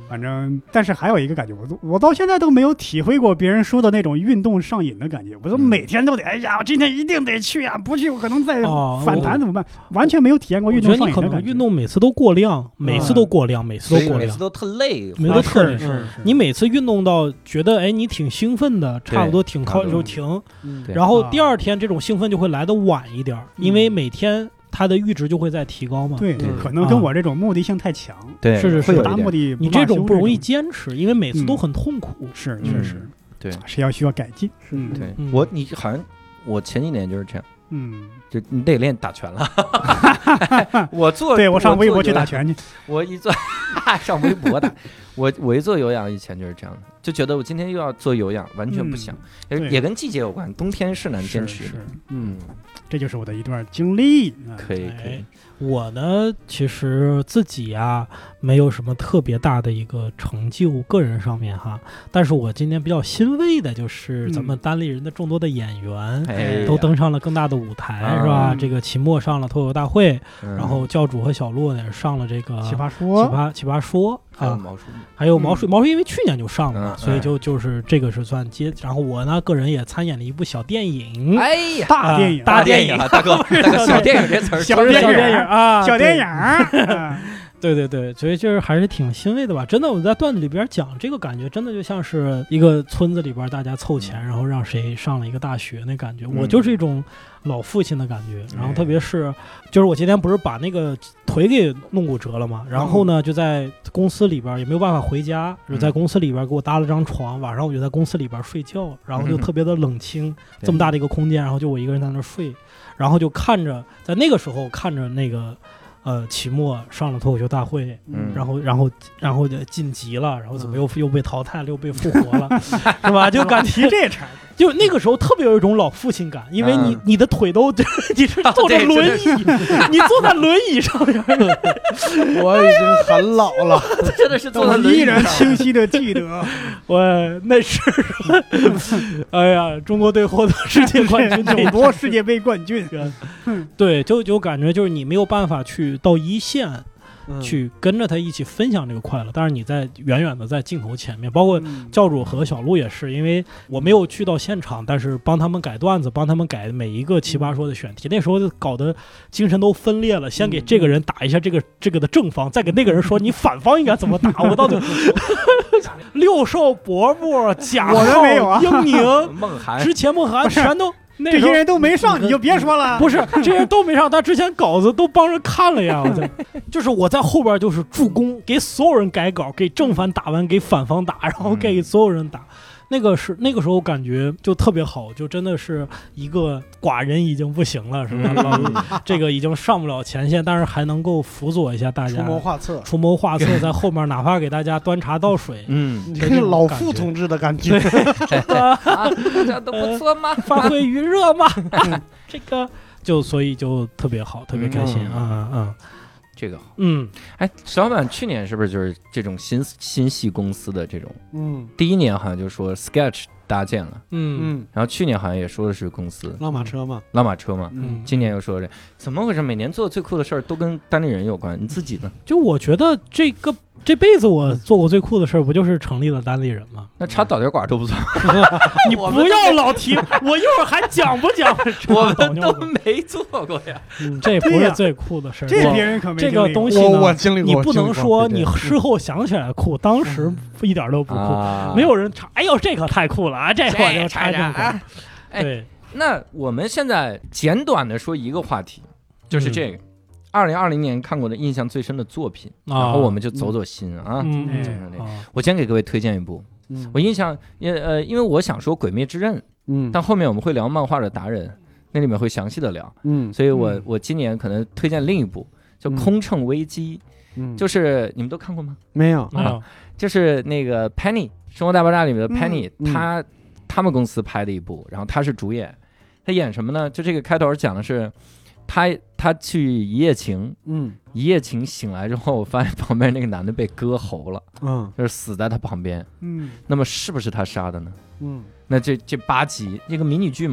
反正，但是还有一个感觉，我都我到现在都没有体会过别人说的那种运动上瘾的感觉。我都每天都得，哎呀，我今天一定得去啊，不去我可能再反弹怎么办？完全没有体验过运动上瘾的感觉。 我觉得你可能运动每次都过量，每次都过量，每次都过量， 每次都特累， 每次都特累。 是你每次运动到觉得哎你挺兴奋的，差不多挺靠就停，然后第二天这种兴奋就会来得晚一点，因为每天。它的阈值就会在提高嘛？ 对，可能跟我这种目的性太强。 对， 是是是， 达目的你这种不容易坚持，因为每次都很痛苦。 是是是， 对， 是要需要改进。嗯， 对我你好像我前几年就是这样。 嗯， 就你得练打拳了。我做， 对我上微博去打拳去。 我一做上微博打，我我一做有氧以前就是这样的，就觉得我今天又要做有氧，完全不想，也跟季节有关，冬天是难坚持的。 嗯。这就是我的一段经历， 可以可以。 我呢，其实自己啊，没有什么特别大的一个成就，个人上面哈。但是我今天比较欣慰的就是，咱们单立人的众多的演员、嗯、都登上了更大的舞台，哎、是吧？这个期末上了脱口大会，嗯、然后教主和小鹿呢上了这个奇葩说， 奇葩奇葩说。 还有毛叔， 还有毛叔，毛叔因为去年就上了，所以就就是这个是算接。然后我呢，个人也参演了一部小电影， 哎呀， 大电影， 大电影，大哥，大哥，小电影这词儿， 小电影啊，小电影。 对对对，所以就是还是挺欣慰的吧。真的，我在段子里边讲这个感觉，真的就像是一个村子里边大家凑钱，然后让谁上了一个大学那感觉。我就是一种老父亲的感觉。然后特别是，就是我今天不是把那个腿给弄骨折了嘛，然后呢就在公司里边也没有办法回家，就在公司里边给我搭了张床，晚上我就在公司里边睡觉，然后就特别的冷清，这么大的一个空间，然后就我一个人在那睡，然后就看着在那个时候看着那个。呃，期末上了脱口秀大会，嗯、然后，然后，然后就晋级了，然后怎么又、嗯、又被淘汰了，又被复活了，是吧？就感觉这茬， 就那个时候特别有一种老父亲感，因为你、嗯、你的腿都你是坐着轮椅，你坐在轮椅上面， 我已经很老了， 真的是坐在轮椅上， 依然清晰的记得， 我那是，哎呀，中国队获得世界冠军， 勇夺世界杯冠军， 对，就就感觉就是你没有办法去。到一线去跟着他一起分享这个快乐，但是你在远远的在镜头前面，包括教主和小鹿也是，因为我没有去到现场，但是帮他们改段子，帮他们改每一个奇葩说的选题，那时候搞得精神都分裂了，先给这个人打一下这个这个的正方，再给那个人说你反方应该怎么打，我到底六兽伯伯贾浩英宁孟涵之前孟涵全都这些人都没上，你就别说了。 不是，这些人都没上，但之前稿子都帮人看了呀。我在，就是我在后边就是助攻，给所有人改稿，给正反打完，给反方打，然后给所有人打。那个是那个时候感觉就特别好，就真的是一个寡人已经不行了，是吧？这个已经上不了前线，但是还能够辅佐一下大家， 出谋划策， 出谋划策，在后面哪怕给大家端茶倒水， 嗯，这是老傅同志的感觉， 啊，这都不错嘛， 发挥余热嘛，这个就所以就特别好，特别开心啊啊！嗯这个好， 嗯， 哎，石老板去年是不是就是这种新新系公司的这种， 嗯， 第一年好像就说 Sketch 搭建了， 嗯嗯， 然后去年好像也说的是公司浪马车嘛， 浪马车嘛， 嗯， 今年又说这怎么回事？每年做的最酷的事儿都跟单立人有关，你自己呢？ 就我觉得这个这辈子我做过最酷的事儿，不就是成立了单立人吗？ 那插导电管都不错， 你不要老提，我一会儿还讲不讲？ 我们都没做过呀， 嗯、这不是最酷的事儿， 这别人可没这个东西呢， 我我经历过， 你不能说你事后想起来酷，当时一点都不酷， 啊、 没有人插。哎呦，这可太酷了啊！这我就插上去。对， 那我们现在简短的说一个话题，就是这个。嗯二零二零年看过的印象最深的作品，然后我们就走走心啊。 嗯嗯、我先给各位推荐一部，嗯、我印象也呃，因为我想说《鬼灭之刃》，嗯，但后面我们会聊漫画的达人，那里面会详细的聊，嗯，所以我、嗯、我今年可能推荐另一部叫《空乘危机》，嗯，就是你们都看过吗？ 没有啊，就是那个 Penny《生活大爆炸》里面的 Penny，、嗯、他他们公司拍的一部，然后他是主演，他演什么呢？就这个开头讲的是。他他去一夜情，嗯，一夜情醒来之后，发现旁边那个男的被割喉了，嗯，就是死在他旁边，嗯，那么是不是他杀的呢？嗯，那这这八集这个迷你剧嘛，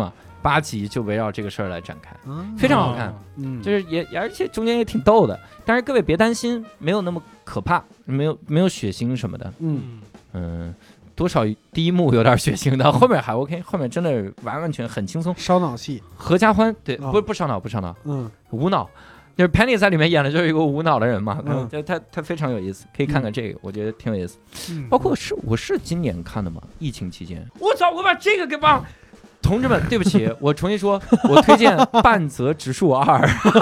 八集就围绕这个事儿来展开，非常好看，嗯，就是也而且中间也挺逗的，但是各位别担心，没有那么可怕，没有没有血腥什么的，嗯嗯，多少第一幕有点血腥的，后面还 OK， 后面真的完完全很轻松， 烧脑戏， 合家欢，对，不不烧脑不烧脑，嗯，无脑。就是 Penny 在里面演的就是一个无脑的人嘛，嗯，就他他非常有意思，可以看看这个，嗯、我觉得挺有意思。嗯、包括是我是今年看的嘛，疫情期间，我操，我把这个给忘。同志们，对不起，我重新说，我推荐《半泽直树二》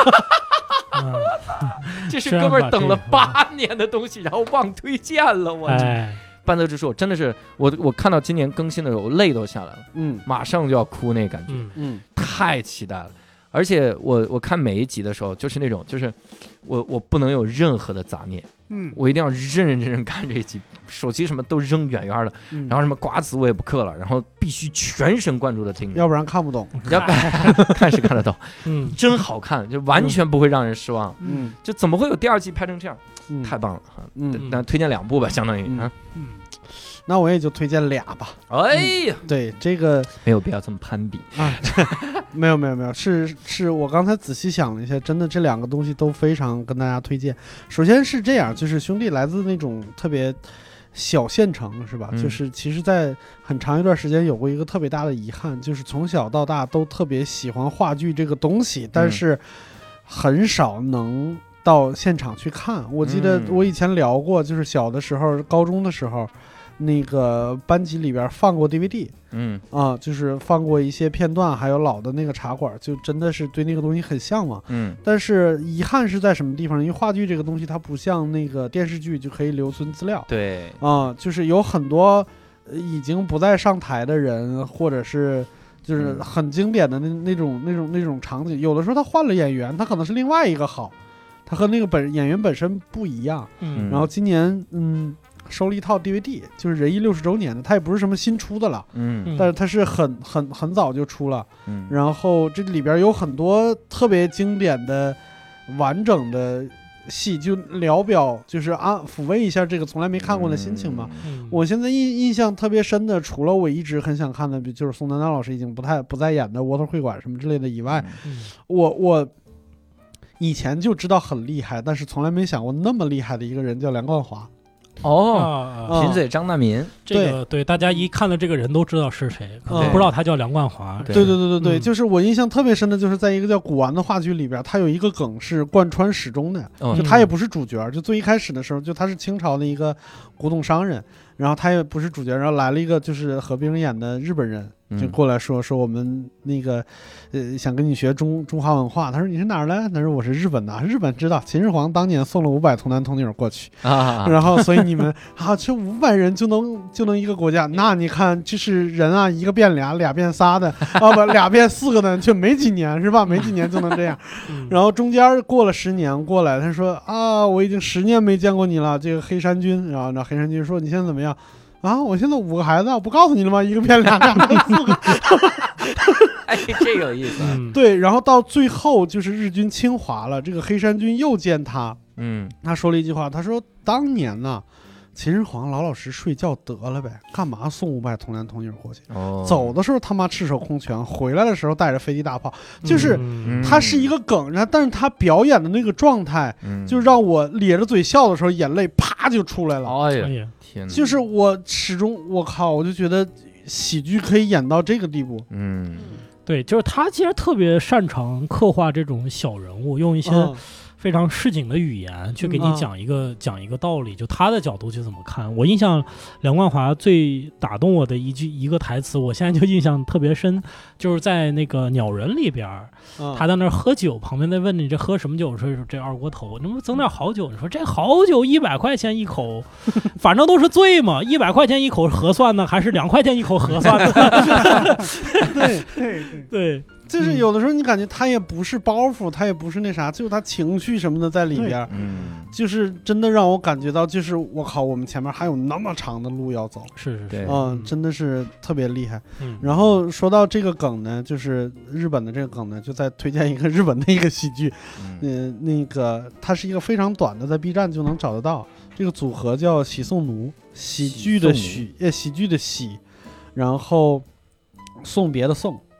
这是哥们儿等了八年的东西，然后忘推荐了，我。哎半泽直树真的是我，我看到今年更新的时候，我泪都下来了，嗯，马上就要哭那感觉，嗯，嗯太期待了。而且我我看每一集的时候，就是那种，就是我我不能有任何的杂念，嗯，我一定要认认真真看这一集，手机什么都扔远远的，嗯、然后什么瓜子我也不嗑了，然后必须全神贯注的听， 要不然看不懂， 要不然看是看得懂，嗯，真好看，就完全不会让人失望，嗯，就怎么会有第二季拍成这样，嗯、太棒了哈，嗯，但推荐两部吧，相当于啊，嗯。 那我也就推荐俩吧。 哎呀， 嗯、对这个没有必要这么攀比啊， 没有没有没有，是是我刚才仔细想了一下，真的这两个东西都非常跟大家推荐。首先是这样，就是兄弟来自那种特别小县城，是吧？嗯、就是其实，在很长一段时间有过一个特别大的遗憾，就是从小到大都特别喜欢话剧这个东西，但是很少能到现场去看。我记得我以前聊过，就是小的时候，高中的时候。那个班级里边放过 D V D， 嗯啊，就是放过一些片段，还有老的那个茶馆，就真的是对那个东西很向往，嗯。但是遗憾是在什么地方？因为话剧这个东西，它不像那个电视剧就可以留存资料， 对啊，就是有很多已经不再上台的人，或者是就是很经典的那那种那种那种场景，有的时候他换了演员，他可能是另外一个好，他和那个本演员本身不一样，嗯。然后今年，嗯。收了一套 D V D， 就是仁义六十周年的，它也不是什么新出的了，嗯，但是它是很很很早就出了，嗯，然后这里边有很多特别经典的完整的戏，就聊表就是啊抚慰一下这个从来没看过的心情嘛。嗯、我现在印印象特别深的，除了我一直很想看的，就是宋丹丹老师已经不太不再演的窝头会馆什么之类的以外，嗯、我我以前就知道很厉害，但是从来没想过那么厉害的一个人叫梁冠华。 哦，贫嘴张大民， 这个对大家一看到这个人都知道是谁，可能不知道他叫梁冠华。 对对对对对，就是我印象特别深的，就是在一个叫古玩的话剧里边，他有一个梗是贯穿始终的，就他也不是主角，就最一开始的时候，就他是清朝的一个古董商人，然后他也不是主角，然后来了一个就是何冰演的日本人。就过来说说我们那个，呃，想跟你学中中华文化。他说你是哪儿的？他说我是日本的。日本知道秦始皇当年送了五百童男童女过去啊，然后所以你们啊，这五百人就能就能一个国家。那你看，就是人啊，一个变俩，俩变仨的啊，不，俩变四个的，就没几年是吧？没几年就能这样。然后中间过了十年过来，他说啊，我已经十年没见过你了，这个黑山君。然后那黑山君说你现在怎么样？啊！我现在五个孩子，我不告诉你了吗？一个变俩，俩变四个。 哎，这有意思。 嗯、对，然后到最后就是日军侵华了，这个黑山军又见他，嗯，他说了一句话，他说：“当年呢，秦始皇老老实睡觉得了呗，干嘛送五百童男童女过去？哦、走的时候他妈赤手空拳，回来的时候带着飞机大炮，就是他是一个梗，然后但是他表演的那个状态，嗯、就让我咧着嘴笑的时候，眼泪啪就出来了。 哎呀！ 就是我始终我靠，我就觉得喜剧可以演到这个地步。 嗯，对，就是他其实特别擅长刻画这种小人物，用一些非常市井的语言去给你讲一个、嗯、讲一个道理，就他的角度去怎么看。我印象梁冠华最打动我的一句一个台词，我现在就印象特别深，就是在那个鸟人里边，嗯、他在那儿喝酒，旁边在问你这喝什么酒，说这二锅头，能不能整点好酒？你说这好酒一百块钱一口，反正都是醉嘛，一百块钱一口合算呢，还是两块钱一口合算呢？ 对对对对。就是有的时候你感觉他也不是包袱，他也不是那啥，就是他情绪什么的在里边，嗯，就是真的让我感觉到，就是我靠，我们前面还有那么长的路要走， 是是是，嗯，真的是特别厉害。嗯、然后说到这个梗呢，就是日本的这个梗呢，就再推荐一个日本的一个喜剧，嗯、呃，那个它是一个非常短的，在 B 站就能找得到，这个组合叫喜送奴，喜剧的喜，呃，喜剧的喜，然后送别的送。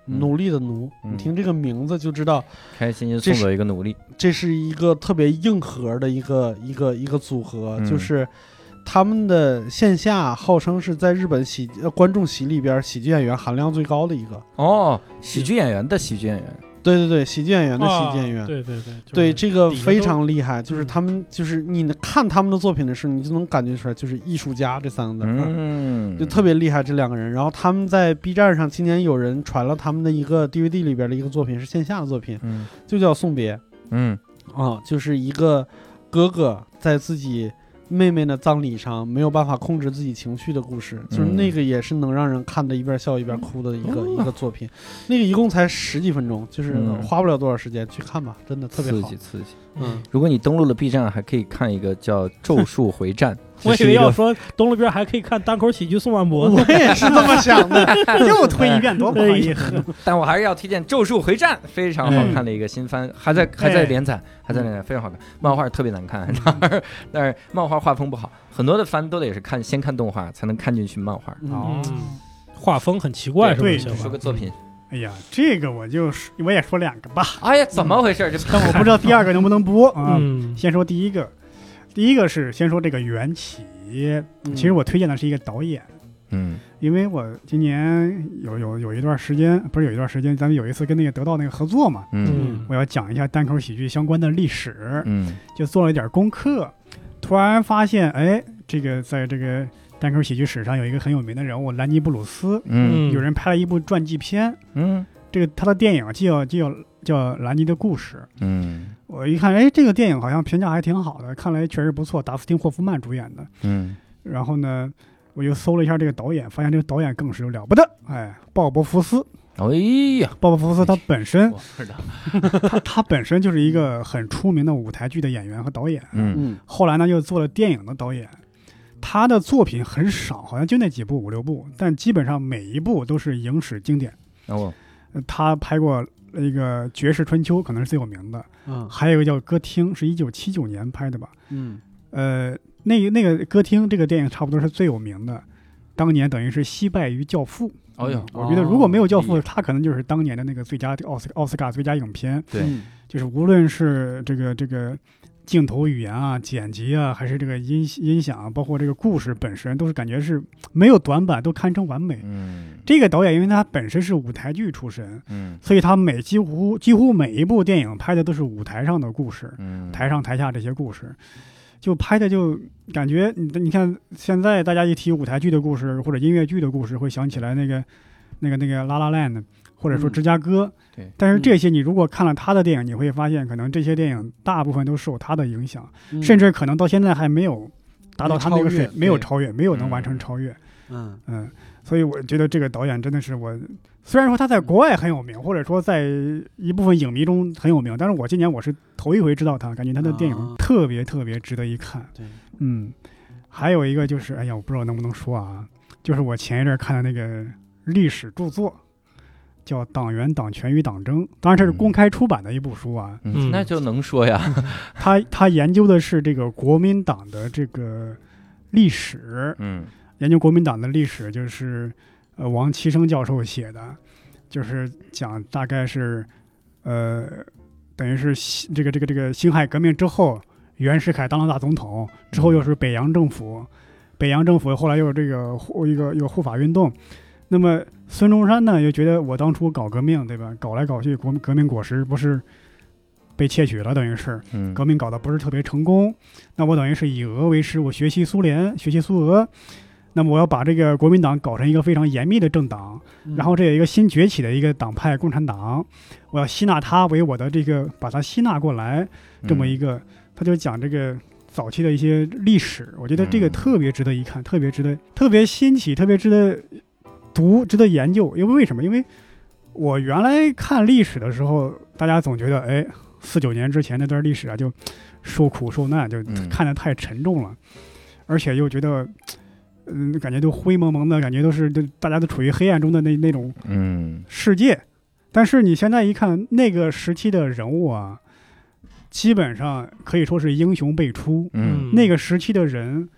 奴隶的奴， 嗯、 你听这个名字就知道， 开心心送走一个奴隶， 这是一个特别硬核的一个一个一个组合， 嗯、 就是他们的线下号称是在日本喜呃观众席里边喜剧演员含量最高的一个哦，喜剧演员的喜剧演员。 对对对，喜剧演员的喜剧演员， 啊、对对对， 对这个非常厉害，就是他们就是你看他们的作品的时候，你就能感觉出来，就是艺术家这三个字， 嗯， 就特别厉害这两个人。然后他们在 B 站上，今年有人传了他们的一个 D V D 里边的一个作品，是线下的作品， 嗯， 就叫《送别》， 嗯， 啊，就是一个哥哥在自己妹妹的葬礼上没有办法控制自己情绪的故事，就是那个也是能让人看的一边笑一边哭的一个、嗯、一个作品。那个一共才十几分钟，就是花不了多少时间，去看吧，真的特别好， 刺激刺激。 嗯， 如果你登录了 B 站，还可以看一个叫《咒术回战》。 我以为要说登录边还可以看单口喜剧宋万博， 我也是这么想的， 又推一遍多不好意思。 但我还是要推荐《咒术回战》，非常好看的一个新番，还在还在连载，还在连载，非常好看。漫画特别难看，但是漫画画风不好，很多的番都得是看先看动画才能看进去漫画。 哦，画风很奇怪，是不是？ 说个作品。 哎呀，这个我就我也说两个吧。 哎呀，怎么回事？这但我不知道第二个能不能播啊。 嗯， 先说第一个，第一个是先说这个缘起。其实我推荐的是一个导演， 嗯， 因为我今年有有有一段时间，不是有一段时间，咱们有一次跟那个得到那个合作嘛， 嗯， 我要讲一下单口喜剧相关的历史， 嗯， 就做了一点功课，突然发现，哎，这个在这个单口喜剧史上有一个很有名的人物兰尼布鲁斯， 嗯， 有人拍了一部传记片， 嗯， 这个他的电影就叫就叫叫兰尼的故事， 嗯。 我一看，哎，这个电影好像评价还挺好的，看来确实不错，达斯汀·霍夫曼主演的。 嗯，然后呢，我又搜了一下这个导演，发现这个导演更是了不得，哎，鲍勃·福斯。 哎呀， 鲍勃·福斯他本身，他他本身就是一个很出名的舞台剧的演员和导演。 嗯， 后来呢，又做了电影的导演。他的作品很少，好像就那几部五六部，但基本上每一部都是影史经典。 哦， 他拍过一个《绝世春秋》，可能是最有名的。 嗯， 还有一个叫《歌厅》，是一九七九年拍的吧？ 嗯， 呃，那那个《歌厅》这个电影差不多是最有名的，当年等于是惜败于《教父》。 哦哟， 我觉得如果没有《教父》，他可能就是当年的那个最佳奥斯奥斯卡最佳影片。 对， 就是无论是这个这个镜头语言啊、剪辑啊，还是这个音音响，包括这个故事本身，都是感觉是没有短板，都堪称完美。 嗯， 这个导演因为他本身是舞台剧出身， 嗯， 所以他每几乎几乎每一部电影拍的都是舞台上的故事， 嗯， 台上台下这些故事，就拍的就感觉你你看现在大家一提舞台剧的故事或者音乐剧的故事，会想起来那个那个那个La La Land，或者说芝加哥。 嗯，对， 但是这些你如果看了他的电影，你会发现可能这些电影大部分都受他的影响， 嗯， 甚至可能到现在还没有达到他那个水，没有超越，没有能完成嗯超越。 嗯嗯，所以我觉得这个导演真的是我，虽然说他在国外很有名，或者说在一部分影迷中很有名，但是我今年我是头一回知道他，感觉他的电影特别特别值得一看。 对， 嗯，还有一个就是，哎呀，我不知道能不能说啊，就是我前一阵看的那个历史著作。叫《党员、党权与党争》，当然这是公开出版的一部书啊。 嗯，那就能说呀。 他他研究的是这个国民党的这个历史， 嗯， 研究国民党的历史就是呃王岐生教授写的，就是讲大概是呃等于是这个这个这个辛亥革命之后，袁世凯当了大总统之后，又是北洋政府，北洋政府后来又有这个一个一个护法运动。那么孙中山呢，又觉得我当初搞革命，对吧？搞来搞去，国革命果实不是被窃取了，等于是革命搞得不是特别成功。嗯、那我等于是以俄为师，我学习苏联，学习苏俄。那么我要把这个国民党搞成一个非常严密的政党， 嗯、 然后这有一个新崛起的一个党派共产党，我要吸纳他为我的这个，把他吸纳过来，这么一个，嗯、他就讲这个早期的一些历史，我觉得这个特别值得一看，嗯、特别值得，特别新奇，特别值得。读值得研究，因为为什么？因为我原来看历史的时候，大家总觉得，哎，四九年之前那段历史啊，就受苦受难，就看得太沉重了，嗯、而且又觉得，嗯，感觉都灰蒙蒙的，感觉都是，大家都处于黑暗中的那那种嗯世界。但是你现在一看，那个时期的人物啊，基本上可以说是英雄辈出。 嗯， 那个时期的人。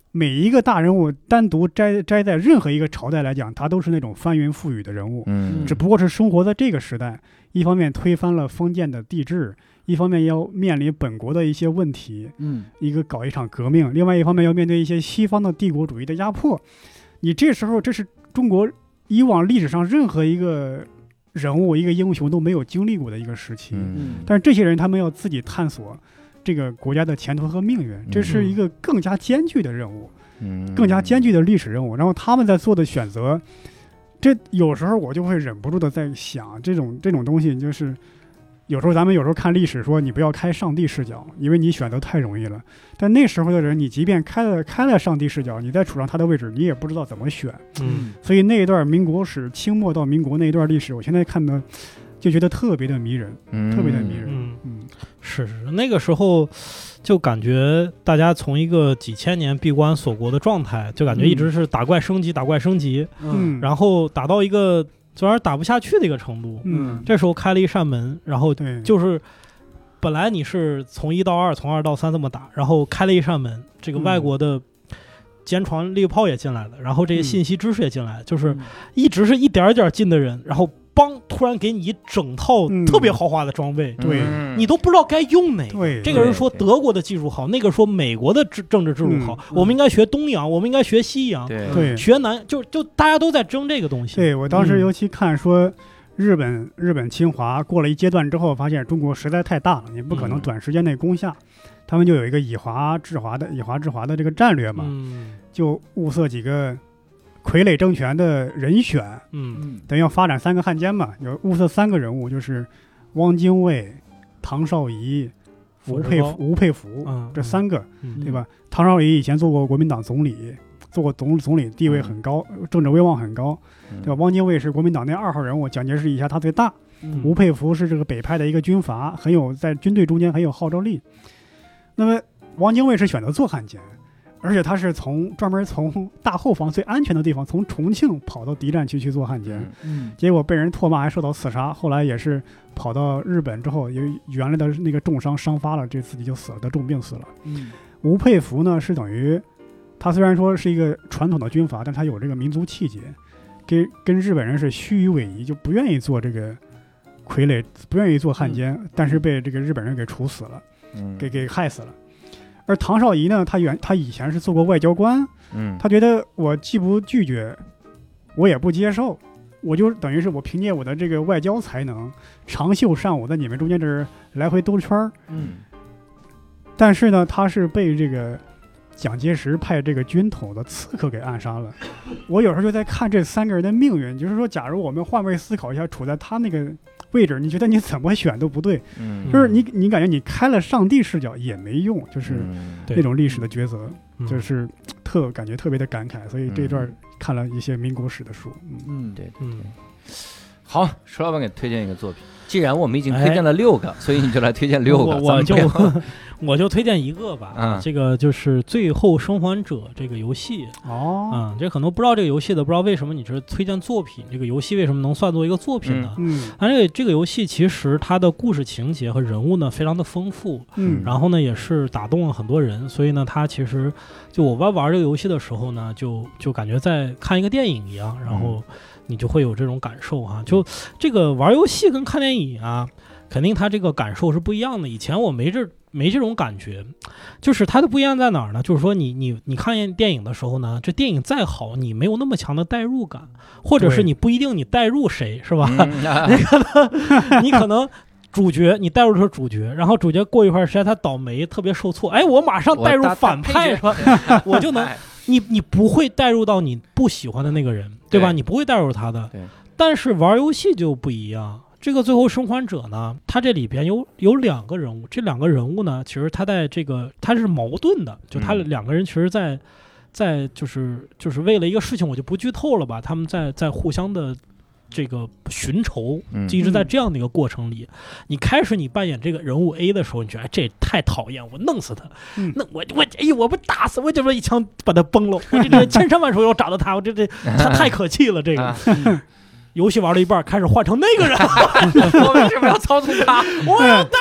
每一个大人物单独摘摘在任何一个朝代来讲，他都是那种翻云覆雨的人物， 嗯， 只不过是生活在这个时代，一方面推翻了封建的帝制，一方面要面临本国的一些问题， 嗯， 一个搞一场革命，另外一方面要面对一些西方的帝国主义的压迫。你这时候，这是中国以往历史上任何一个人物、一个英雄都没有经历过的一个时期。 嗯， 但是这些人他们要自己探索这个国家的前途和命运，这是一个更加艰巨的任务，嗯，更加艰巨的历史任务。然后他们在做的选择，这有时候我就会忍不住的在想，这种这种东西就是。有时候咱们有时候看历史说你不要开上帝视角，因为你选择太容易了。但那时候的人，你即便开了开了上帝视角，你再处上他的位置，你也不知道怎么选。 嗯， 所以那一段民国史，清末到民国那一段历史，我现在看的就觉得特别的迷人，嗯、特别的迷人。 嗯嗯，是是，那个时候就感觉大家从一个几千年闭关锁国的状态，就感觉一直是打怪升级，打怪升级，嗯，然后打到一个。虽然打不下去的一个程度， 嗯， 这时候开了一扇门，然后就是本来你是从一到二，从二到三这么打，然后开了一扇门，这个外国的坚船利炮也进来了，然后这些信息知识也进来了，就是一直是一点一点进的人，然后帮突然给你一整套特别豪华的装备， 嗯、对， 你都不知道该用哪个。 对， 这个人说德国的技术好，那个说美国的政治制度好，嗯、我们应该学东洋，我们应该学西洋， 对， 学南，就就大家都在争这个东西。 对，我当时尤其看说日本、嗯、日本侵华过了一阶段之后，发现中国实在太大了，你不可能短时间内攻下，嗯、他们就有一个以华制华的以华制华的这个战略嘛， 嗯、 就物色几个。傀儡政权的人选， 嗯， 等于要发展三个汉奸嘛，有物色三个人物，就是汪精卫、唐绍仪、吴佩吴佩孚， 嗯， 这三个， 嗯、 对吧？唐绍仪以前做过国民党总理，做过总总理，地位很高，嗯、政治威望很高，对吧？汪精卫是国民党内二号人物，蒋介石以下他最大。 嗯、 吴佩孚是这个北派的一个军阀，很有在军队中间很有号召力。那么汪精卫是选择做汉奸。而且他是从专门从大后方最安全的地方，从重庆跑到敌占区去做汉奸， 嗯， 结果被人唾骂，还受到刺杀。后来也是跑到日本之后，由于原来的那个重伤伤发了，这自己就死了，得重病死了。 嗯， 吴佩孚呢是等于他虽然说是一个传统的军阀，但他有这个民族气节，跟跟日本人是虚与委蛇，就不愿意做这个傀儡，不愿意做汉奸，嗯、但是被这个日本人给处死了， 嗯， 给给害死了。而唐绍仪呢，他原他以前是做过外交官， 嗯， 他觉得我既不拒绝，我也不接受，我就等于是我凭借我的这个外交才能，长袖善舞，在你们中间这儿来回兜圈儿， 嗯。 但是呢，他是被这个蒋介石派这个军统的刺客给暗杀了。我有时候就在看这三个人的命运，就是说，假如我们换位思考一下，处在他那个位置，你觉得你怎么选都不对， 嗯， 就是你你感觉你开了上帝视角也没用，就是那种历史的抉择， 嗯、 就是特感觉特别的感慨。所以这段看了一些民国史的书， 嗯，嗯对， 嗯， 好，石老板给推荐一个作品。既然我们已经推荐了六个，哎、所以你就来推荐六个， 我, 我就我就推荐一个吧。 嗯、 这个就是《最后生还者》这个游戏。 哦， 嗯，这很多不知道这个游戏的，不知道为什么你是推荐作品，这个游戏为什么能算作一个作品呢？ 嗯， 而且这个游戏其实它的故事情节和人物呢非常的丰富， 嗯， 然后呢也是打动了很多人，所以呢它其实就我玩玩这个游戏的时候呢，就就感觉在看一个电影一样，然后你就会有这种感受哈。就这个玩游戏跟看电影啊。肯定他这个感受是不一样的。以前我没这没这种感觉，就是它的不一样在哪儿呢？就是说你你你看电影的时候呢，这电影再好，你没有那么强的代入感，或者是你不一定你代入谁，是吧？ 嗯啊、 你可能你可能主角你代入的是主角，然后主角过一会儿时间他倒霉特别受挫，哎，我马上代入反派是吧？我就能你你不会代入到你不喜欢的那个人，对吧？ 对你不会代入他的。 对， 但是玩游戏就不一样。这个最后生还者呢，他这里边有有两个人物，这两个人物呢，其实他在这个他是矛盾的，就他两个人其实在、嗯、在就是就是为了一个事情，我就不剧透了吧，他们在在互相的这个寻仇，就一直在这样的一个过程里。嗯、你开始你扮演这个人物 A 的时候，你觉得、哎、这太讨厌，我弄死他， 嗯、 那我我哎呦我不打死我就说一枪把他崩了，我这个千山万水要找到他，我这这他太可气了这个。嗯游戏玩了一半，开始换成那个人。 我为什么要操纵他？ 我要打打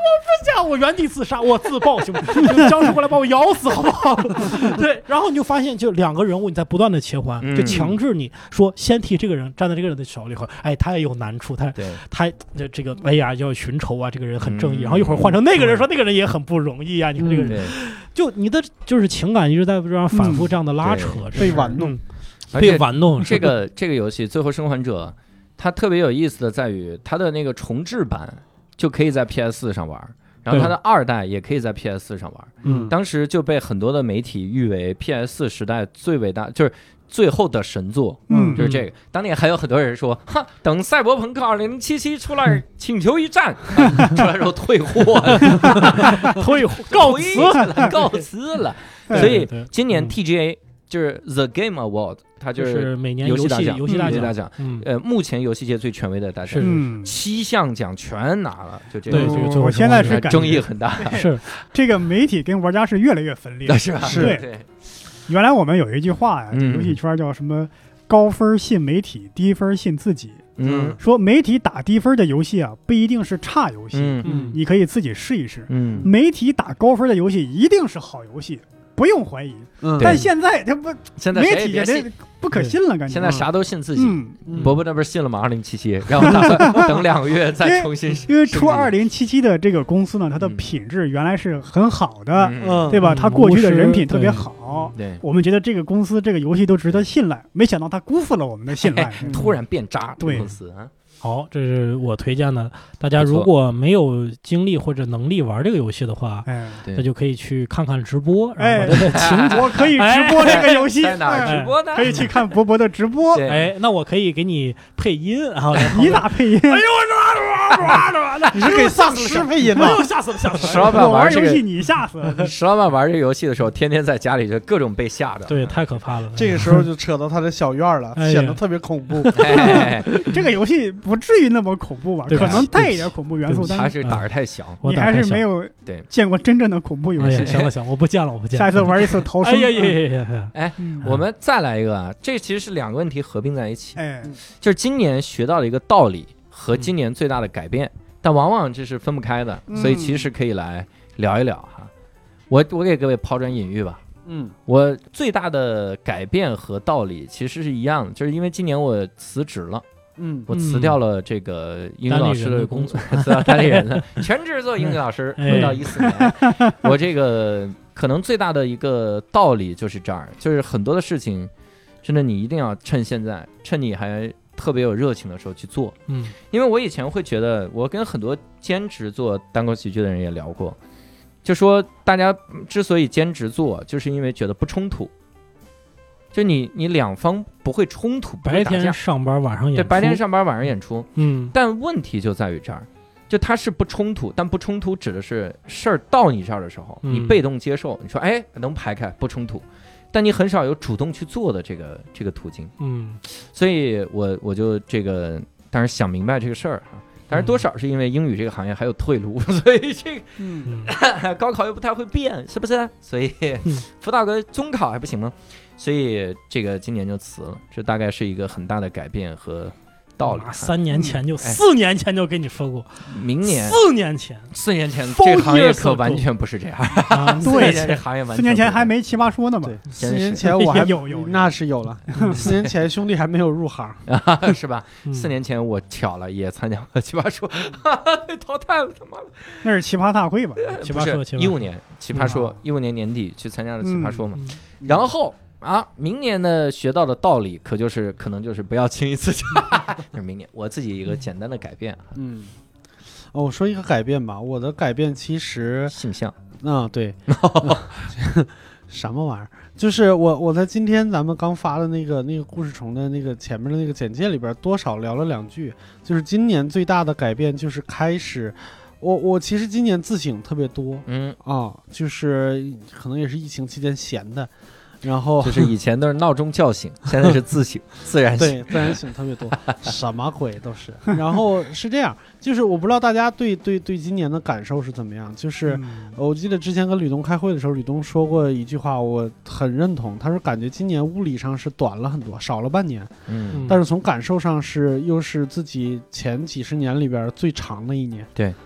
不想，我原地自杀，我自爆，行不行？僵尸过来把我咬死，好不好？对，然后你就发现，就两个人物你在不断的切换，就强制你说先替这个人站在这个人的角里头，哎，他也有难处，他他这这个哎呀要寻仇啊，这个人很正义，然后一会儿换成那个人说那个人也很不容易啊，你看这个人，就你的就是情感一直在这样反复这样的拉扯， 被玩弄。 被玩弄。 这个这个游戏《最后生还者》，它特别有意思的在于它的那个重置版就可以在 P S 四 上玩，然后它的二代也可以在 P S 四 上玩。嗯，当时就被很多的媒体誉为 P S 四 时代最伟大，就是最后的神作。嗯，就是这个。当年还有很多人说，哈，等赛博朋克二零七七出来，请求一战，啊、出来之后退货了， 退货告辞了，告辞了。所以今年 T G A。就是 The Game Award， 它就是每年游戏大奖， 游戏大奖，大奖， 嗯， 呃，目前游戏界最权威的大奖， 是七项奖全拿了，就这个。对， 我我现在是争议很大， 是这个媒体跟玩家是越来越分裂， 是吧？ 对对。原来我们有一句话呀，游戏圈叫什么？高分信媒体，低分信自己。 嗯， 说媒体打低分的游戏啊，不一定是差游戏， 嗯， 你可以自己试一试。 嗯， 媒体打高分的游戏一定是好游戏。不用怀疑， 嗯， 但现在他不， 现在媒体也得不可信了，感觉现在啥都信自己。 嗯， 伯伯那不是信了吗？二零七七，然后打算等两个月再重新。 因为出二零七七的这个公司呢，它的品质原来是很好的， 嗯， 对吧？它过去的人品特别好， 对， 我们觉得这个公司这个游戏都值得信赖，没想到它辜负了我们的信赖， 突然变渣， 对公司啊。 好，这是我推荐的。大家如果没有精力或者能力玩这个游戏的话， 哎， 那就可以去看看直播。 哎，情我可以直播这个游戏， 在哪儿直播呢？ 可以去看博博的直播。 哎，那我可以给你配音，然后你咋配音？ 哎呦我你是给丧尸配音吗？ 吓死了，吓死了！ 石老板玩游戏，你吓死了。 石老板玩这个游戏的时候，天天在家里就各种被吓着， 对，太可怕了。 这个时候就扯到他的小院了，显得特别恐怖。 这个游戏不至于那么恐怖吧？可能带一点恐怖元素，但还是胆儿太小。 你还是没有对见过真正的恐怖游戏。 行了行，我不见了，我不见了。 下次玩一次逃生。 哎呀呀呀呀！ 哎，我们再来一个啊，这其实是两个问题合并在一起。 哎， 就是今年学到了一个道理和今年最大的改变，但往往这是分不开的，所以其实可以来聊一聊哈。我我给各位抛砖引玉吧。 嗯， 我最大的改变和道理其实是一样的，就是因为今年我辞职了。 嗯， 我辞掉了这个英语老师的工作，辞掉代理人了，全职做英语老师。回到一四年，我这个可能最大的一个道理就是这儿，就是很多的事情，真的你一定要趁现在，趁你还特别有热情的时候去做。 嗯， 因为我以前会觉得，我跟很多兼职做单口喜剧的人也聊过，就说大家之所以兼职做，就是因为觉得不冲突。就你你两方不会冲突， 白天上班晚上演出， 对，白天上班晚上演出， 嗯， 但问题就在于这儿，就它是不冲突，但不冲突指的是事儿到你这儿的时候，你被动接受，你说哎能排开不冲突，但你很少有主动去做的这个这个途径， 嗯， 所以我我就这个当然想明白这个事儿哈。但是多少是因为英语这个行业还有退路，所以这个、嗯、高考又不太会变，是不是？所以辅导个中考还不行吗？所以这个今年就辞了，这大概是一个很大的改变和道理。 三年前就、嗯、四年前就跟你说过， 明年四年前四年前这个行业可完全不是这样。 啊、 对，这行业完全四年前还没奇葩说呢嘛。 四年前我还有有那是有了，四年前兄弟还没有入行， 是吧？嗯、四年前我巧了也参加了奇葩说，被淘汰了，他妈的。 那是奇葩大会吧？ 奇葩说， 一五年奇葩说，一五年年底去参加了奇葩说嘛，嗯、然后。啊，明年呢学到的道理可就是可能就是不要轻易自杀。是明年我自己一个简单的改变。 嗯，哦，我说一个改变吧，我的改变其实性向。 啊，对，什么玩意儿？就是我我在今天咱们刚发的那个那个故事虫的那个前面的那个简介里边，多少聊了两句，就是今年最大的改变就是开始。我我其实今年自省特别多， 嗯啊，就是可能也是疫情期间闲的。然后就是以前都是闹钟叫醒，现在是自省，自然醒， 对，自然醒特别多，什么鬼都是。然后是这样，就是我不知道大家对对对今年的感受是怎么样。就是、嗯、我记得之前跟吕东开会的时候，吕东说过一句话，我很认同。他说感觉今年物理上是短了很多，少了半年， 嗯， 但是从感受上是又是自己前几十年里边最长的一年。 对，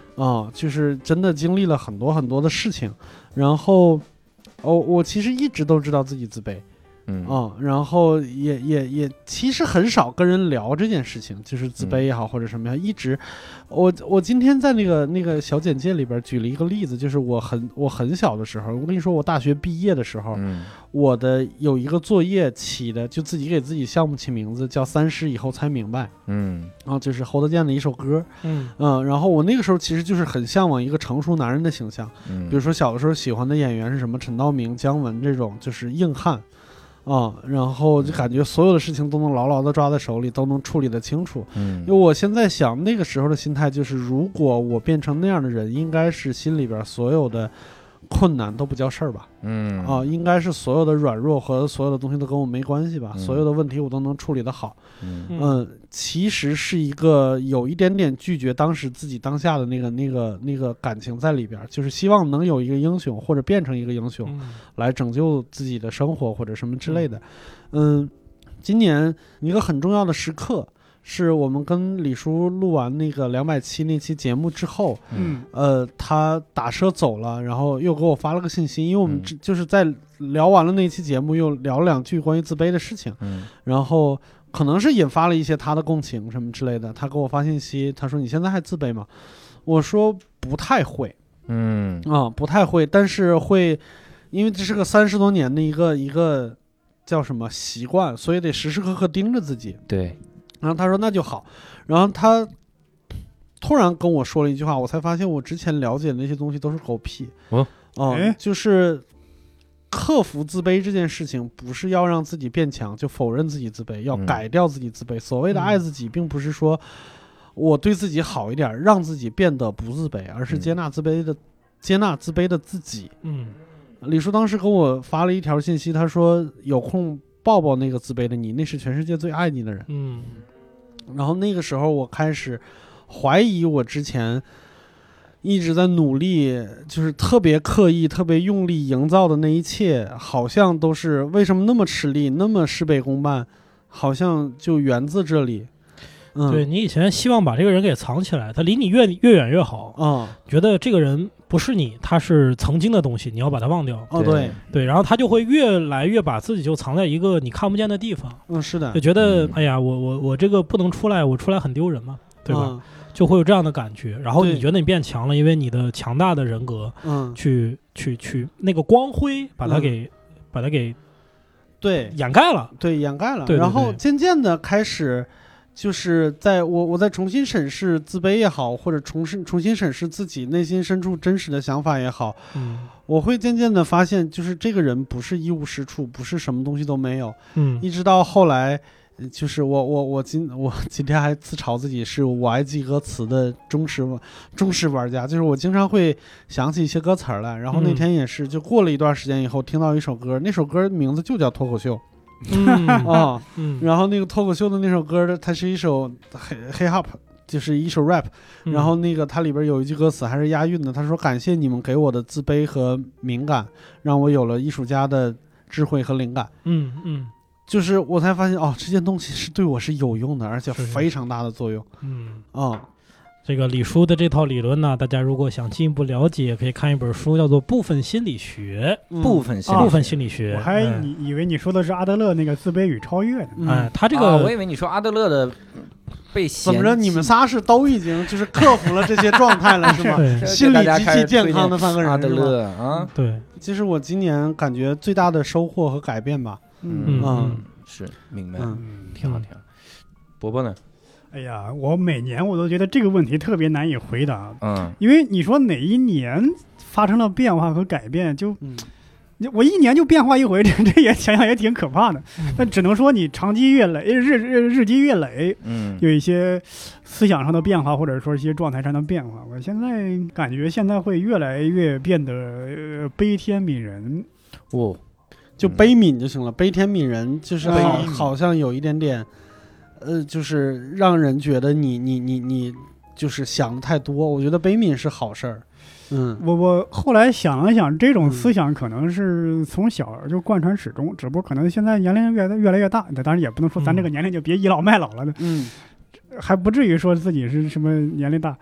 啊，就是真的经历了很多很多的事情，然后，哦，我其实一直都知道自己自卑。嗯啊，然后也也也，其实很少跟人聊这件事情，就是自卑也好、嗯、或者什么样。一直，我我今天在那个那个小简介里边举了一个例子，就是我很我很小的时候，我跟你说，我大学毕业的时候，嗯、我的有一个作业起的，就自己给自己项目起名字叫“三十以后才明白”，嗯，然后就是侯德健的一首歌，嗯嗯，然后我那个时候其实就是很向往一个成熟男人的形象，嗯，比如说小的时候喜欢的演员是什么陈道明、姜文这种，就是硬汉。啊、嗯，然后就感觉所有的事情都能牢牢的抓在手里，都能处理得清楚。嗯，因为我现在想那个时候的心态就是，如果我变成那样的人，应该是心里边所有的困难都不叫事儿吧。嗯，啊，应该是所有的软弱和所有的东西都跟我没关系吧。嗯、所有的问题我都能处理得好。嗯, 嗯，其实是一个有一点点拒绝当时自己当下的那个那个那个感情在里边，就是希望能有一个英雄或者变成一个英雄，来拯救自己的生活或者什么之类的。嗯，今年一个很重要的时刻。是我们跟李叔录完那个两百期那期节目之后，嗯，呃，他打车走了，然后又给我发了个信息，因为我们就是在聊完了那期节目，又聊了两句关于自卑的事情，嗯，然后可能是引发了一些他的共情什么之类的，他给我发信息，他说：“你现在还自卑吗？”我说：“不太会，嗯啊，不太会，但是会，因为这是个三十多年的一个一个叫什么习惯，所以得时时刻刻盯着自己。”对。然后他说那就好，然后他突然跟我说了一句话，我才发现我之前了解的那些东西都是狗屁。哦，哦、嗯，就是克服自卑这件事情，不是要让自己变强就否认自己自卑，要改掉自己自卑。嗯、所谓的爱自己，并不是说我对自己好一点，让自己变得不自卑，而是接纳自卑的、嗯、接纳自卑的自己。嗯，李叔当时跟我发了一条信息，他说有空抱抱那个自卑的你，那是全世界最爱你的人。嗯。然后那个时候我开始怀疑我之前一直在努力，就是特别刻意特别用力营造的那一切，好像都是为什么那么吃力那么事倍功半，好像就源自这里。 嗯、对，你以前希望把这个人给藏起来，他离你越越远越好啊、嗯，觉得这个人不是你，他是曾经的东西，你要把它忘掉。 哦，对对，然后他就会越来越把自己就藏在一个你看不见的地方。 嗯，是的， 就觉得、嗯、哎呀，我我我这个不能出来，我出来很丢人嘛，对吧？嗯、就会有这样的感觉。然后你觉得你变强了，因为你的强大的人格，嗯，去去去那个光辉把它给、嗯、把它给对掩盖了， 对掩盖了。 对对对， 然后渐渐的开始。就是在我我在重新审视自卑也好，或者重新重新审视自己内心深处真实的想法也好，嗯，我会渐渐的发现，就是这个人不是一无是处，不是什么东西都没有，嗯，一直到后来，就是我我我今我今天还自嘲自己是我爱记歌词的忠实忠实玩家，就是我经常会想起一些歌词来，然后那天也是，就过了一段时间以后，听到一首歌，那首歌名字就叫脱口秀。嗯啊，嗯，然后那个脱口秀的那首歌，它是一首黑黑 hop， 就是一首 rap，、嗯、然后那个它里边有一句歌词还是押韵的，他说感谢你们给我的自卑和敏感，让我有了艺术家的智慧和灵感。嗯嗯，就是我才发现哦，这件东西是对我是有用的，而且非常大的作用。嗯啊。 这个李叔的这套理论呢，大家如果想进一步了解，可以看一本书，叫做《部分心理学》。 嗯、部分心部分心理学， 我还以以为你说的是阿德勒那个自卑与超越的。 嗯、哎，他这个、 啊、我以为你说阿德勒的被嫌弃。 怎么着？你们仨是都已经就是克服了这些状态了，是吗？心理极其健康的三个人。 阿德勒啊， 对。 其实我今年感觉最大的收获和改变吧。 嗯 嗯, 嗯，是明白，嗯，挺好挺好。伯伯呢？ 哎呀，我每年我都觉得这个问题特别难以回答，嗯，因为你说哪一年发生了变化和改变，就，嗯、我一年就变化一回，这这也想想也挺可怕的。但只能说你长积月累，日日日积月累，嗯，有一些思想上的变化，或者说一些状态上的变化。我现在感觉现在会越来越变得、呃、悲天悯人， 哦，就悲悯就行了，悲天悯人就是好，好像有一点点。呃，就是让人觉得你你你你就是想的太多。我觉得悲悯是好事儿。嗯， 我我后来想了想，这种思想可能是从小就贯穿始终，嗯、只不过可能现在年龄越越来越大，当然也不能说咱这个年龄就别倚老卖老了的。嗯，还不至于说自己是什么年龄大。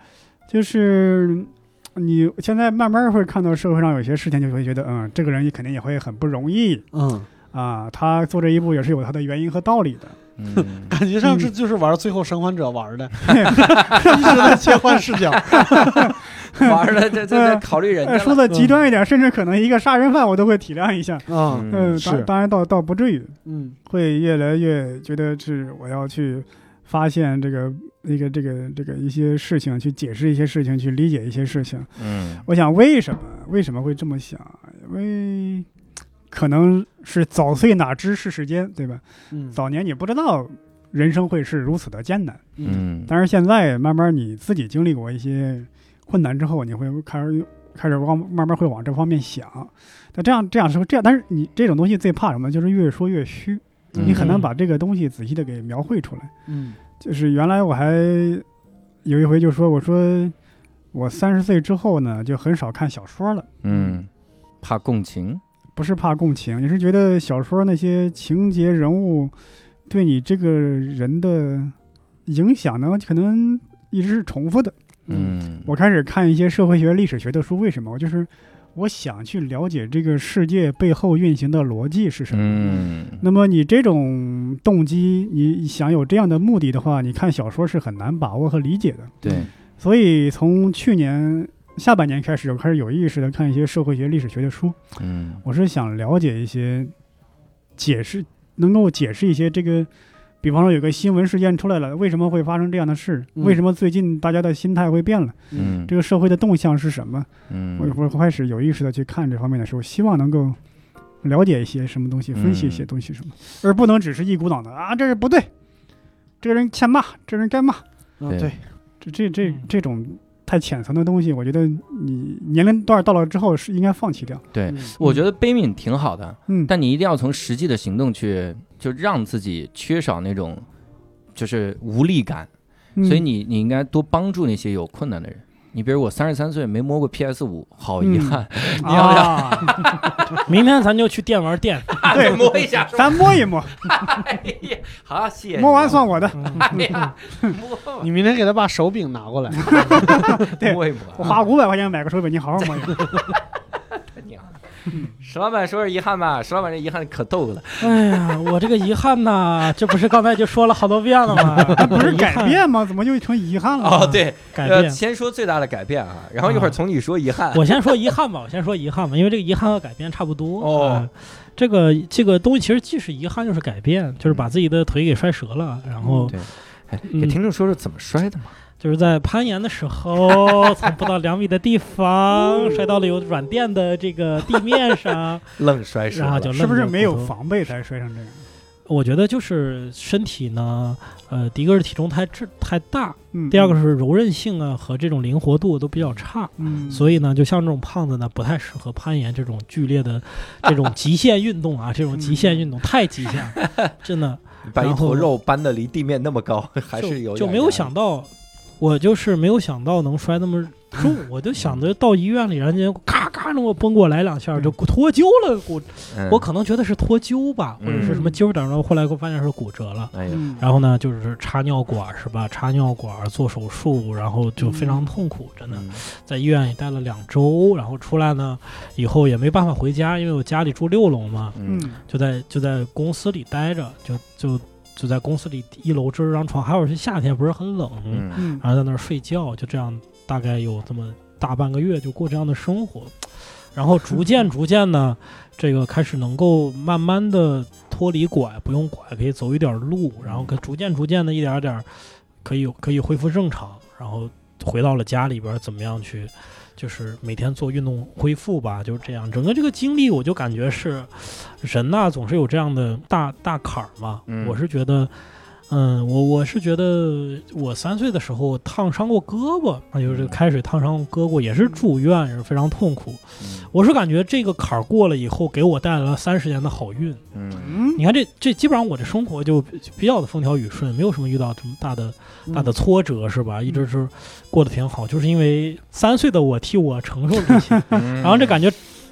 就是你现在慢慢会看到社会上有些事情，就会觉得，嗯，这个人肯定也会很不容易， 嗯啊，他做这一步也是有他的原因和道理的。 嗯，感觉上是就是玩《最后生还者》玩的，一直在切换视角， 玩的这这这考虑人家。 说的极端一点，甚至可能一个杀人犯我都会体谅一下。 嗯嗯，当当然倒倒不至于， 嗯， 会越来越觉得是我要去发现这个一个这个这个一些事情，去解释一些事情，去理解一些事情。 嗯， 我想为什么为什么会这么想？因为可能是早岁哪知世事艰，对吧？ 嗯， 早年你不知道人生会是如此的艰难。 嗯， 但是现在慢慢你自己经历过一些困难之后，你会开始开始往慢慢会往这方面想。那这样这样是这样，但是你这种东西最怕什么？就是越说越虚，你很难把这个东西仔细的给描绘出来。 嗯， 就是原来我还有一回就说，我说我三十岁之后呢，就很少看小说了。 嗯，怕共情。 不是怕共情，你是觉得小说那些情节人物对你这个人的影响呢，可能一直是重复的。 嗯， 我开始看一些社会学、历史学的书，为什么？我就是我想去了解这个世界背后运行的逻辑是什么。 嗯， 那么你这种动机，你想有这样的目的的话，你看小说是很难把握和理解的。 对， 所以从去年下半年开始，我开始有意识的看一些社会学、历史学的书。 嗯， 我是想了解一些解释，能够解释一些这个，比方说有个新闻事件出来了，为什么会发生这样的事？ 嗯、 为什么最近大家的心态会变了？ 嗯， 这个社会的动向是什么？ 嗯， 我我开始有意识的去看这方面的时候，希望能够了解一些什么东西，分析一些东西什么，嗯、而不能只是一股脑的啊，这是不对，这个人欠骂，这人该骂。 嗯，对， 这这这这种太浅层的东西，我觉得你年龄段到了之后是应该放弃掉。 对，我觉得悲悯挺好的， 嗯， 但你一定要从实际的行动去，就让自己缺少那种就是无力感， 嗯、 所以你你应该多帮助那些有困难的人。你比如我三十三岁没摸过 P S 五，好遗憾。 嗯、 你要不要？ 啊、明天咱就去电玩店， 对， 摸一下， 咱摸一摸。 哎呀，好，谢谢。 摸完算我的。 哎呀，摸。 你明天给他把手柄拿过来， 对， 摸一摸。 我花五百块钱买个手柄，你好好摸一摸。 太娘了。石老板说是遗憾吧？石老板这遗憾可逗了。 哎呀，我这个遗憾呐，这不是刚才就说了好多遍了吗？ 不是改变吗？怎么就成遗憾了？ 哦，对， 改变。 呃、先说最大的改变啊，然后一会儿从你说遗憾。 我先说遗憾吧，我先说遗憾吧，因为这个遗憾和改变差不多。 哦， 呃、这个这个东西其实既是遗憾又是改变，就是把自己的腿给摔折了，然后、 嗯、对，哎，给听众说说怎么摔的嘛。 就是在攀岩的时候，从不到两米的地方摔到了有软垫的这个地面上， 愣摔折了， 然后就愣是不是没有防备才摔成这样？ 我觉得就是身体呢，呃，第一个是体重太质太大， 嗯， 第二个是柔韧性啊和这种灵活度都比较差， 嗯， 所以呢，就像这种胖子呢，不太适合攀岩这种剧烈的这种极限运动啊，这种极限运动太极限，真的， 把一坨肉搬得离地面那么高，还是有就没有想到。我就是没有想到能摔那么重，我就想着到医院里，人家咔咔让我崩过来两下，就脱臼了骨， 嗯、 我可能觉得是脱臼吧， 嗯、 或者是什么揪点，然后后来给我发现是骨折了。 哎呀， 然后呢，就是插尿管是吧？插尿管做手术，然后就非常痛苦，真的， 嗯、 在医院也待了两周，然后出来呢，以后也没办法回家，因为我家里住六楼嘛， 嗯， 就在就在公司里待着，就就。就在公司里一楼支着张床，还有是夏天不是很冷， 嗯， 然后在那儿睡觉，就这样大概有这么大半个月就过这样的生活，然后逐渐逐渐呢，这个开始能够慢慢的脱离拐，不用拐可以走一点路，然后逐渐逐渐的一点点可以可以恢复正常，然后回到了家里边怎么样去。就是每天做运动恢复吧，就是这样。整个这个经历，我就感觉是，人呐、啊、总是有这样的大大坎儿嘛。 嗯、 我是觉得，嗯，我我是觉得我三岁的时候烫伤过胳膊，那就是开水烫伤过胳膊，也是住院，也是非常痛苦。 嗯、 我是感觉这个坎儿过了以后，给我带来了三十年的好运。 嗯， 你看这这基本上我这生活就比较的风调雨顺，没有什么遇到这么大的大的挫折，是吧？一直是过得挺好，就是因为三岁的我替我承受这些，然后这感觉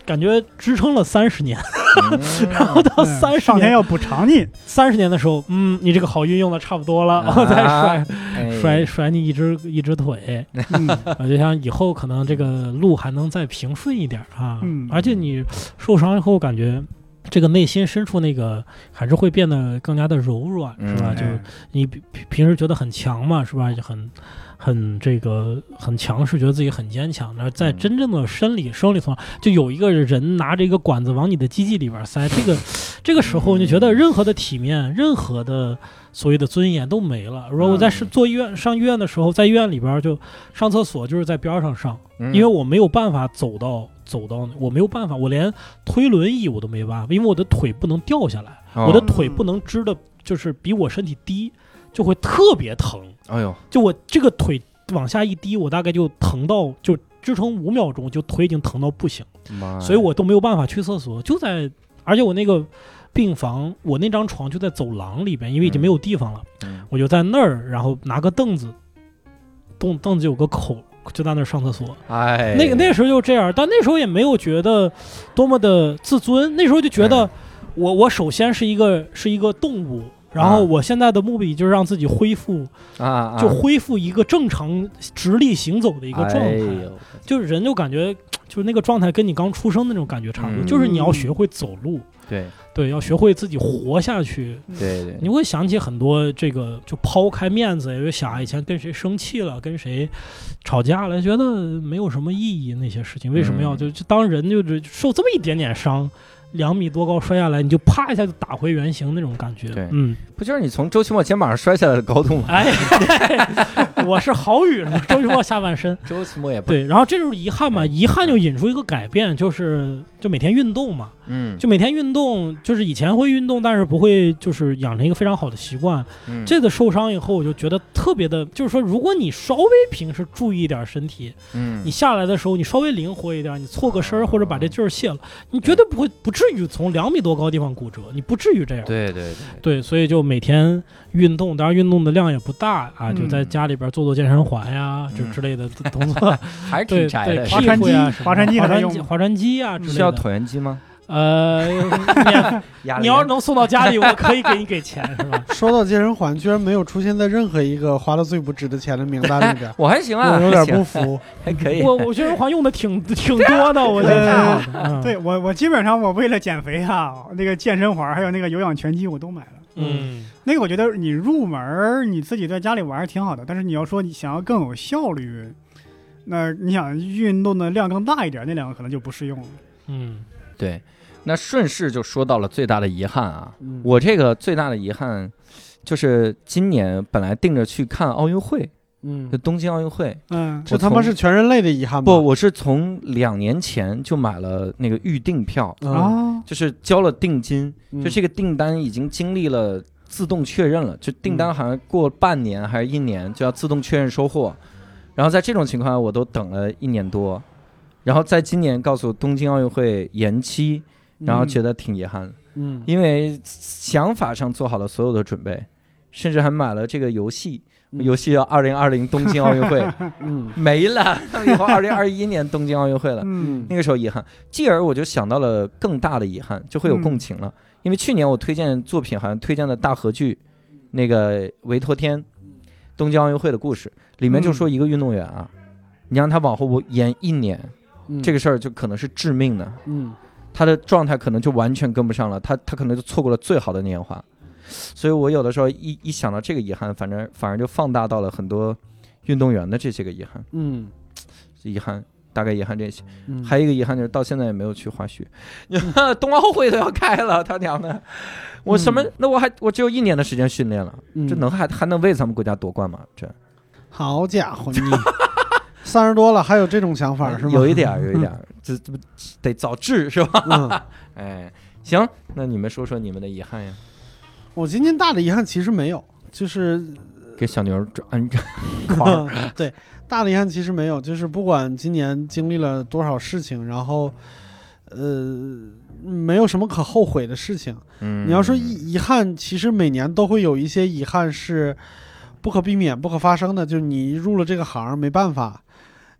感觉支撑了三十年，嗯、然后到三十年上天要补偿你， 三十年的时候，嗯，你这个好运用的差不多了，啊、我再甩、哎、甩甩你一只一只腿，嗯，我就想以后可能这个路还能再平顺一点啊，嗯，而且你受伤以后感觉。这个内心深处那个还是会变得更加的柔软，是吧？嗯、就你平时觉得很强嘛，是吧？很很这个很强势，觉得自己很坚强。那在真正的生理生理层，就有一个人拿着一个管子往你的鸡鸡里边塞，这个这个时候你觉得任何的体面，任何的所谓的尊严都没了。如果我在是做医院上医院的时候，在医院里边就上厕所就是在边上上，因为我没有办法走到。走到我没有办法，我连推轮椅我都没办法，因为我的腿不能掉下来，哦、我的腿不能支的，就是比我身体低，就会特别疼。 哎呦， 就我这个腿往下一低，我大概就疼到就支撑五秒钟，就腿已经疼到不行，所以我都没有办法去厕所。就在，而且我那个病房，我那张床就在走廊里边，因为已经没有地方了，嗯、我就在那儿，然后拿个凳子，凳凳子有个口。就在那儿上厕所， 哎， 那个那时候就这样，但那时候也没有觉得多么的自尊，那时候就觉得我我首先是一个是一个动物，然后我现在的目的就是让自己恢复啊，就恢复一个正常直立行走的一个状态，哎、就是人就感觉就是那个状态跟你刚出生那种感觉差不多，嗯、就是你要学会走路， 对。 对，要学会自己活下去。 对对， 你会想起很多这个，就抛开面子，也就想以前跟谁生气了，跟谁吵架了，觉得没有什么意义那些事情，为什么要就就当人就是受这么一点点伤，两米多高摔下来，你就啪一下就打回原形那种感觉。 对， 嗯， 不就是你从周奇墨肩膀上摔下来的高度吗？ 哎，我是好雨，周奇墨下半身， 周奇墨也不对。然后这就是遗憾嘛，遗憾就引出一个改变，就是就每天运动嘛。 嗯， 就每天运动，就是以前会运动，但是不会就是养成一个非常好的习惯。嗯，这次受伤以后，我就觉得特别的，就是说，如果你稍微平时注意一点身体，嗯，你下来的时候你稍微灵活一点，你错个身或者把这劲儿卸了，你绝对不会不至于从两米多高地方骨折，你不至于这样。 对对对对，所以就每天运动，当然运动的量也不大啊，就在家里边做做健身环呀，就之类的动作， 还是挺宅的。 划船机啊，划船机划船机，划船机啊， 需要椭圆机吗？ 呃，你, 你要是能送到家里，我可以给你给钱，是吧？ 说到健身环，居然没有出现在任何一个花的最不值的钱的名单里边， 我还行啊， 我有点不服， 还可以。 我我健身环用的挺挺多的，我觉得。 嗯、对我我基本上我为了减肥啊，那个健身环还有那个有氧拳击我都买了。 嗯， 那个我觉得你入门你自己在家里玩挺好的，但是你要说你想要更有效率，那你想运动的量更大一点，那两个可能就不适用了。 嗯， 对。那顺势就说到了最大的遗憾啊，嗯、我这个最大的遗憾就是今年本来定着去看奥运会，嗯，就东京奥运会， 嗯，这他妈是全人类的遗憾吧？ 不，我是从两年前就买了那个预订票啊，嗯、就是交了定金，嗯、就这个订单已经经历了自动确认了，就订单好像过半年还是一年就要自动确认收货，然后在这种情况下我都等了一年多，然后在今年告诉东京奥运会延期。然后觉得挺遗憾的，嗯，因为想法上做好了所有的准备，甚至还买了这个游戏，嗯、游戏要二零二零东京奥运会，嗯，没了，以后二零二一年东京奥运会了，嗯，那个时候遗憾，继而我就想到了更大的遗憾，就会有共情了，嗯、因为去年我推荐作品好像推荐的大河剧，那个维托天，东京奥运会的故事，里面就说一个运动员啊，嗯、你让他往后延一年，嗯、这个事儿就可能是致命的，嗯。他的状态可能就完全跟不上了，他他可能就错过了最好的年华，所以我有的时候一一想到这个遗憾，反正反而就放大到了很多运动员的这些个遗憾，嗯，遗憾大概遗憾这些，嗯、还有一个遗憾就是到现在也没有去滑雪，嗯、冬奥会都要开了，他娘的，我什么？嗯、那我还我只有一年的时间训练了，嗯、这能还还能为咱们国家夺冠吗？这好家伙你！三十多了还有这种想法是吗？ 有一点，有一点，这这得早治是吧？嗯、哎，行，那你们说说你们的遗憾呀。 我今天大的遗憾其实没有，就是给小牛安框。 对，大的遗憾其实没有，就是不管今年经历了多少事情，然后呃，没有什么可后悔的事情。嗯，你要说遗遗憾，其实每年都会有一些遗憾是不可避免、不可发生的，就是你入了这个行没办法。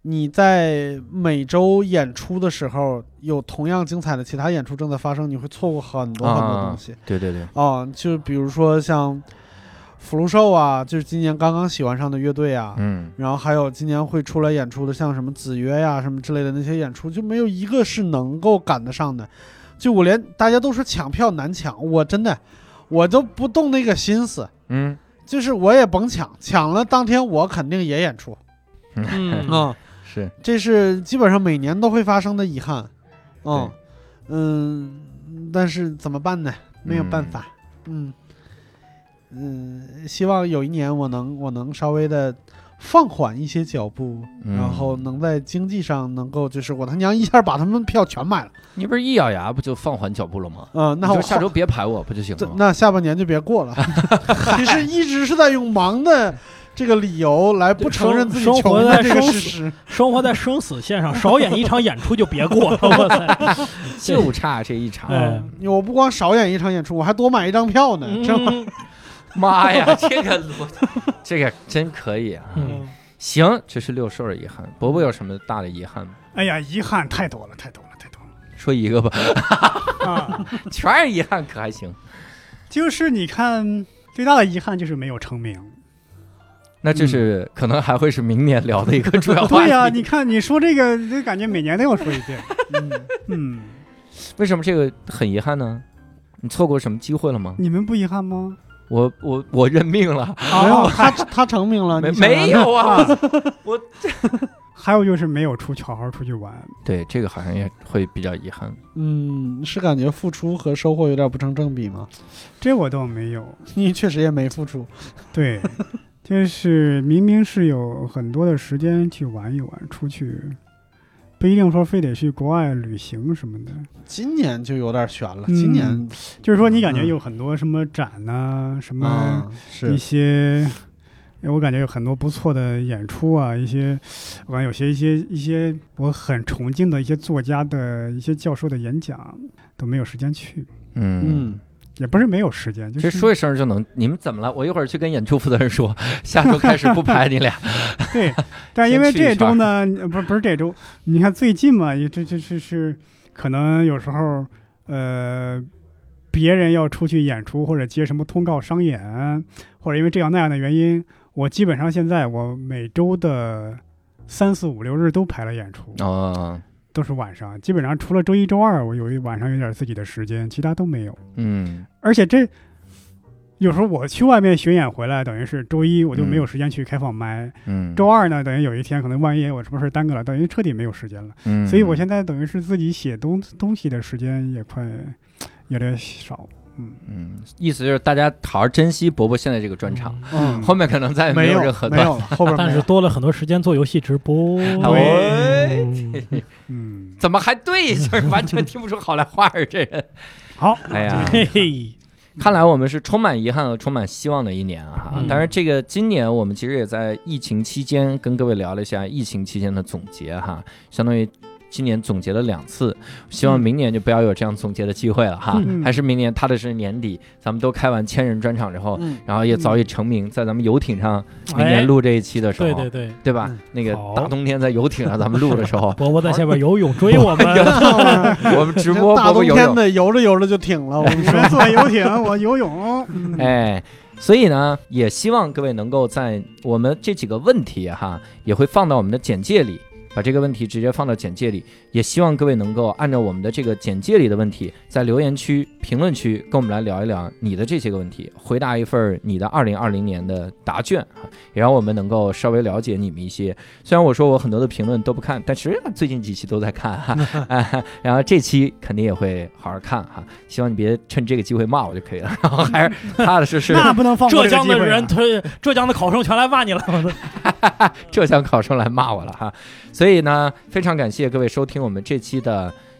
你在每周演出的时候有同样精彩的其他演出正在发生，你会错过很多很多东西。啊、 对对对， 哦、啊，就比如说像福禄寿啊，就是今年刚刚喜欢上的乐队啊， 嗯， 然后还有今年会出来演出的，像什么子曰呀、什么之类的那些演出，就没有一个是能够赶得上的。就我连大家都说抢票难抢，我真的我都不动那个心思， 嗯， 就是我也甭抢，抢了当天我肯定也演出。 嗯啊， 是， 这是基本上每年都会发生的遗憾。嗯嗯，但是怎么办呢？没有办法。嗯嗯，希望有一年我能我能稍微的放缓一些脚步， 嗯、 然后能在经济上能够，就是我他娘一下把他们票全买了。 你不是一咬牙不就放缓脚步了吗？ 嗯、呃，那我下周别排我不就行了吗？ 那下半年就别过了。其实一直是在用忙的这个理由来不承认自己穷的这个事实， 生活在生死线上，少演一场演出就别过了。我操， 就差这一场。 哎，我不光少演一场演出，我还多买一张票呢，知道吗？ 妈呀，这个这个真可以啊！ 嗯， 行，这是六兽的遗憾。伯伯有什么大的遗憾吗？ 哎呀，遗憾太多了，太多了，太多了。 说一个吧。 啊， 全是遗憾，可还行？ 就是你看，最大的遗憾就是没有成名。 那这是、嗯、可能还会是明年聊的一个主要话题。 对呀、啊，你看你说这个，就感觉每年都要说一遍。嗯嗯， 为什么这个很遗憾呢？你错过什么机会了吗？ 你们不遗憾吗？ 我我我认命了。 啊，他他成名了， 没没有啊？我还有就是没有出好好出去玩。 对，这个好像也会比较遗憾。 嗯，是感觉付出和收获有点不成正比吗？ 这我倒没有， 你确实也没付出。 对。就是明明是有很多的时间去玩一玩，出去不一定说非得去国外旅行什么的。 今年就有点悬了，嗯、今年就是说你感觉有很多什么展呐、啊，什么一些，嗯、我感觉有很多不错的演出啊，一些我感觉有些一些一些我很崇敬的一些作家的一些教授的演讲都没有时间去。 嗯。 嗯， 也不是没有时间，就是其实说一声就能。你们怎么了？我一会儿去跟演出负责人说，下周开始不排你俩。 对，但因为这周呢，不是不是这周，你看最近嘛，也这这是是可能有时候呃，别人要出去演出或者接什么通告商演，或者因为这样那样的原因，我基本上现在我每周的三四五六日都排了演出。 哦。 都是晚上，基本上除了周一周二我有一晚上有点自己的时间，其他都没有。 嗯， 而且这有时候我去外面巡演回来，等于是周一我就没有时间去开放麦，嗯，周二呢等于有一天可能万一我什么事耽搁了，等于彻底没有时间了。嗯，所以我现在等于是自己写东东西的时间也快有点少。嗯嗯， 意思就是大家好好珍惜伯伯现在这个专场，嗯，后面可能再没有任何没有后边， 但是多了很多时间做游戏直播。 对，嗯，怎么还对一下，完全听不出好赖话儿，这人。 好， 哎呀， 嘿嘿， 看来我们是充满遗憾和充满希望的一年啊！ 嗯、 当然，这个今年我们其实也在疫情期间跟各位聊了一下疫情期间的总结哈，相当于。今年总结了两次，希望明年就不要有这样总结的机会了哈。嗯、还是明年踏踏实实年底，咱们都开完千人专场之后，嗯、然后也早已成名，在咱们游艇上明年录这一期的时候， 哎、对对对， 对吧？嗯、那个大冬天在游艇上咱们录的时候， 伯伯在下边游泳追我们， 我们直播大冬天的游着游着就停了。我们说坐游艇，我游泳， 哎。所以呢，也希望各位能够在我们这几个问题哈，也会放到我们的简介里。把这个问题直接放到简介里，也希望各位能够按照我们的这个简介里的问题，在留言区、评论区跟我们来聊一聊你的这些个问题，回答一份你的二零二零年的答卷，也让我们能够稍微了解你们一些。虽然我说我很多的评论都不看，但实际上最近几期都在看哈、啊，然后这期肯定也会好好看哈。希望你别趁这个机会骂我就可以了，然后还是踏踏实实。 那不能放过浙江的人推浙江的考生全来骂你了， 浙江考生来骂我了哈。所以呢，非常感谢各位收听我们这期的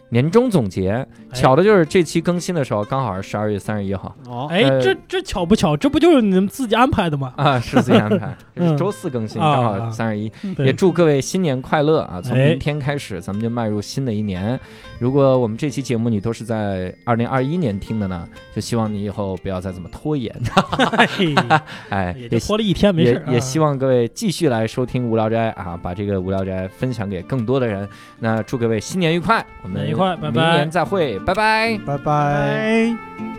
年终总结，巧的就是这期更新的时候刚好是十二月三十一号。 哦，哎，这这巧不巧？这不就是你们自己安排的吗？ 啊，是自己安排，是周四更新，刚好三十一。也祝各位新年快乐啊！从明天开始，咱们就迈入新的一年。如果我们这期节目你都是在二零二一年听的呢，就希望你以后不要再这么拖延。哎， 也拖了一天没事。 也也希望各位继续来收听无聊斋啊，把这个无聊斋分享给更多的人。那祝各位新年愉快，我们愉快，拜拜， 明年再会，拜拜， 拜拜。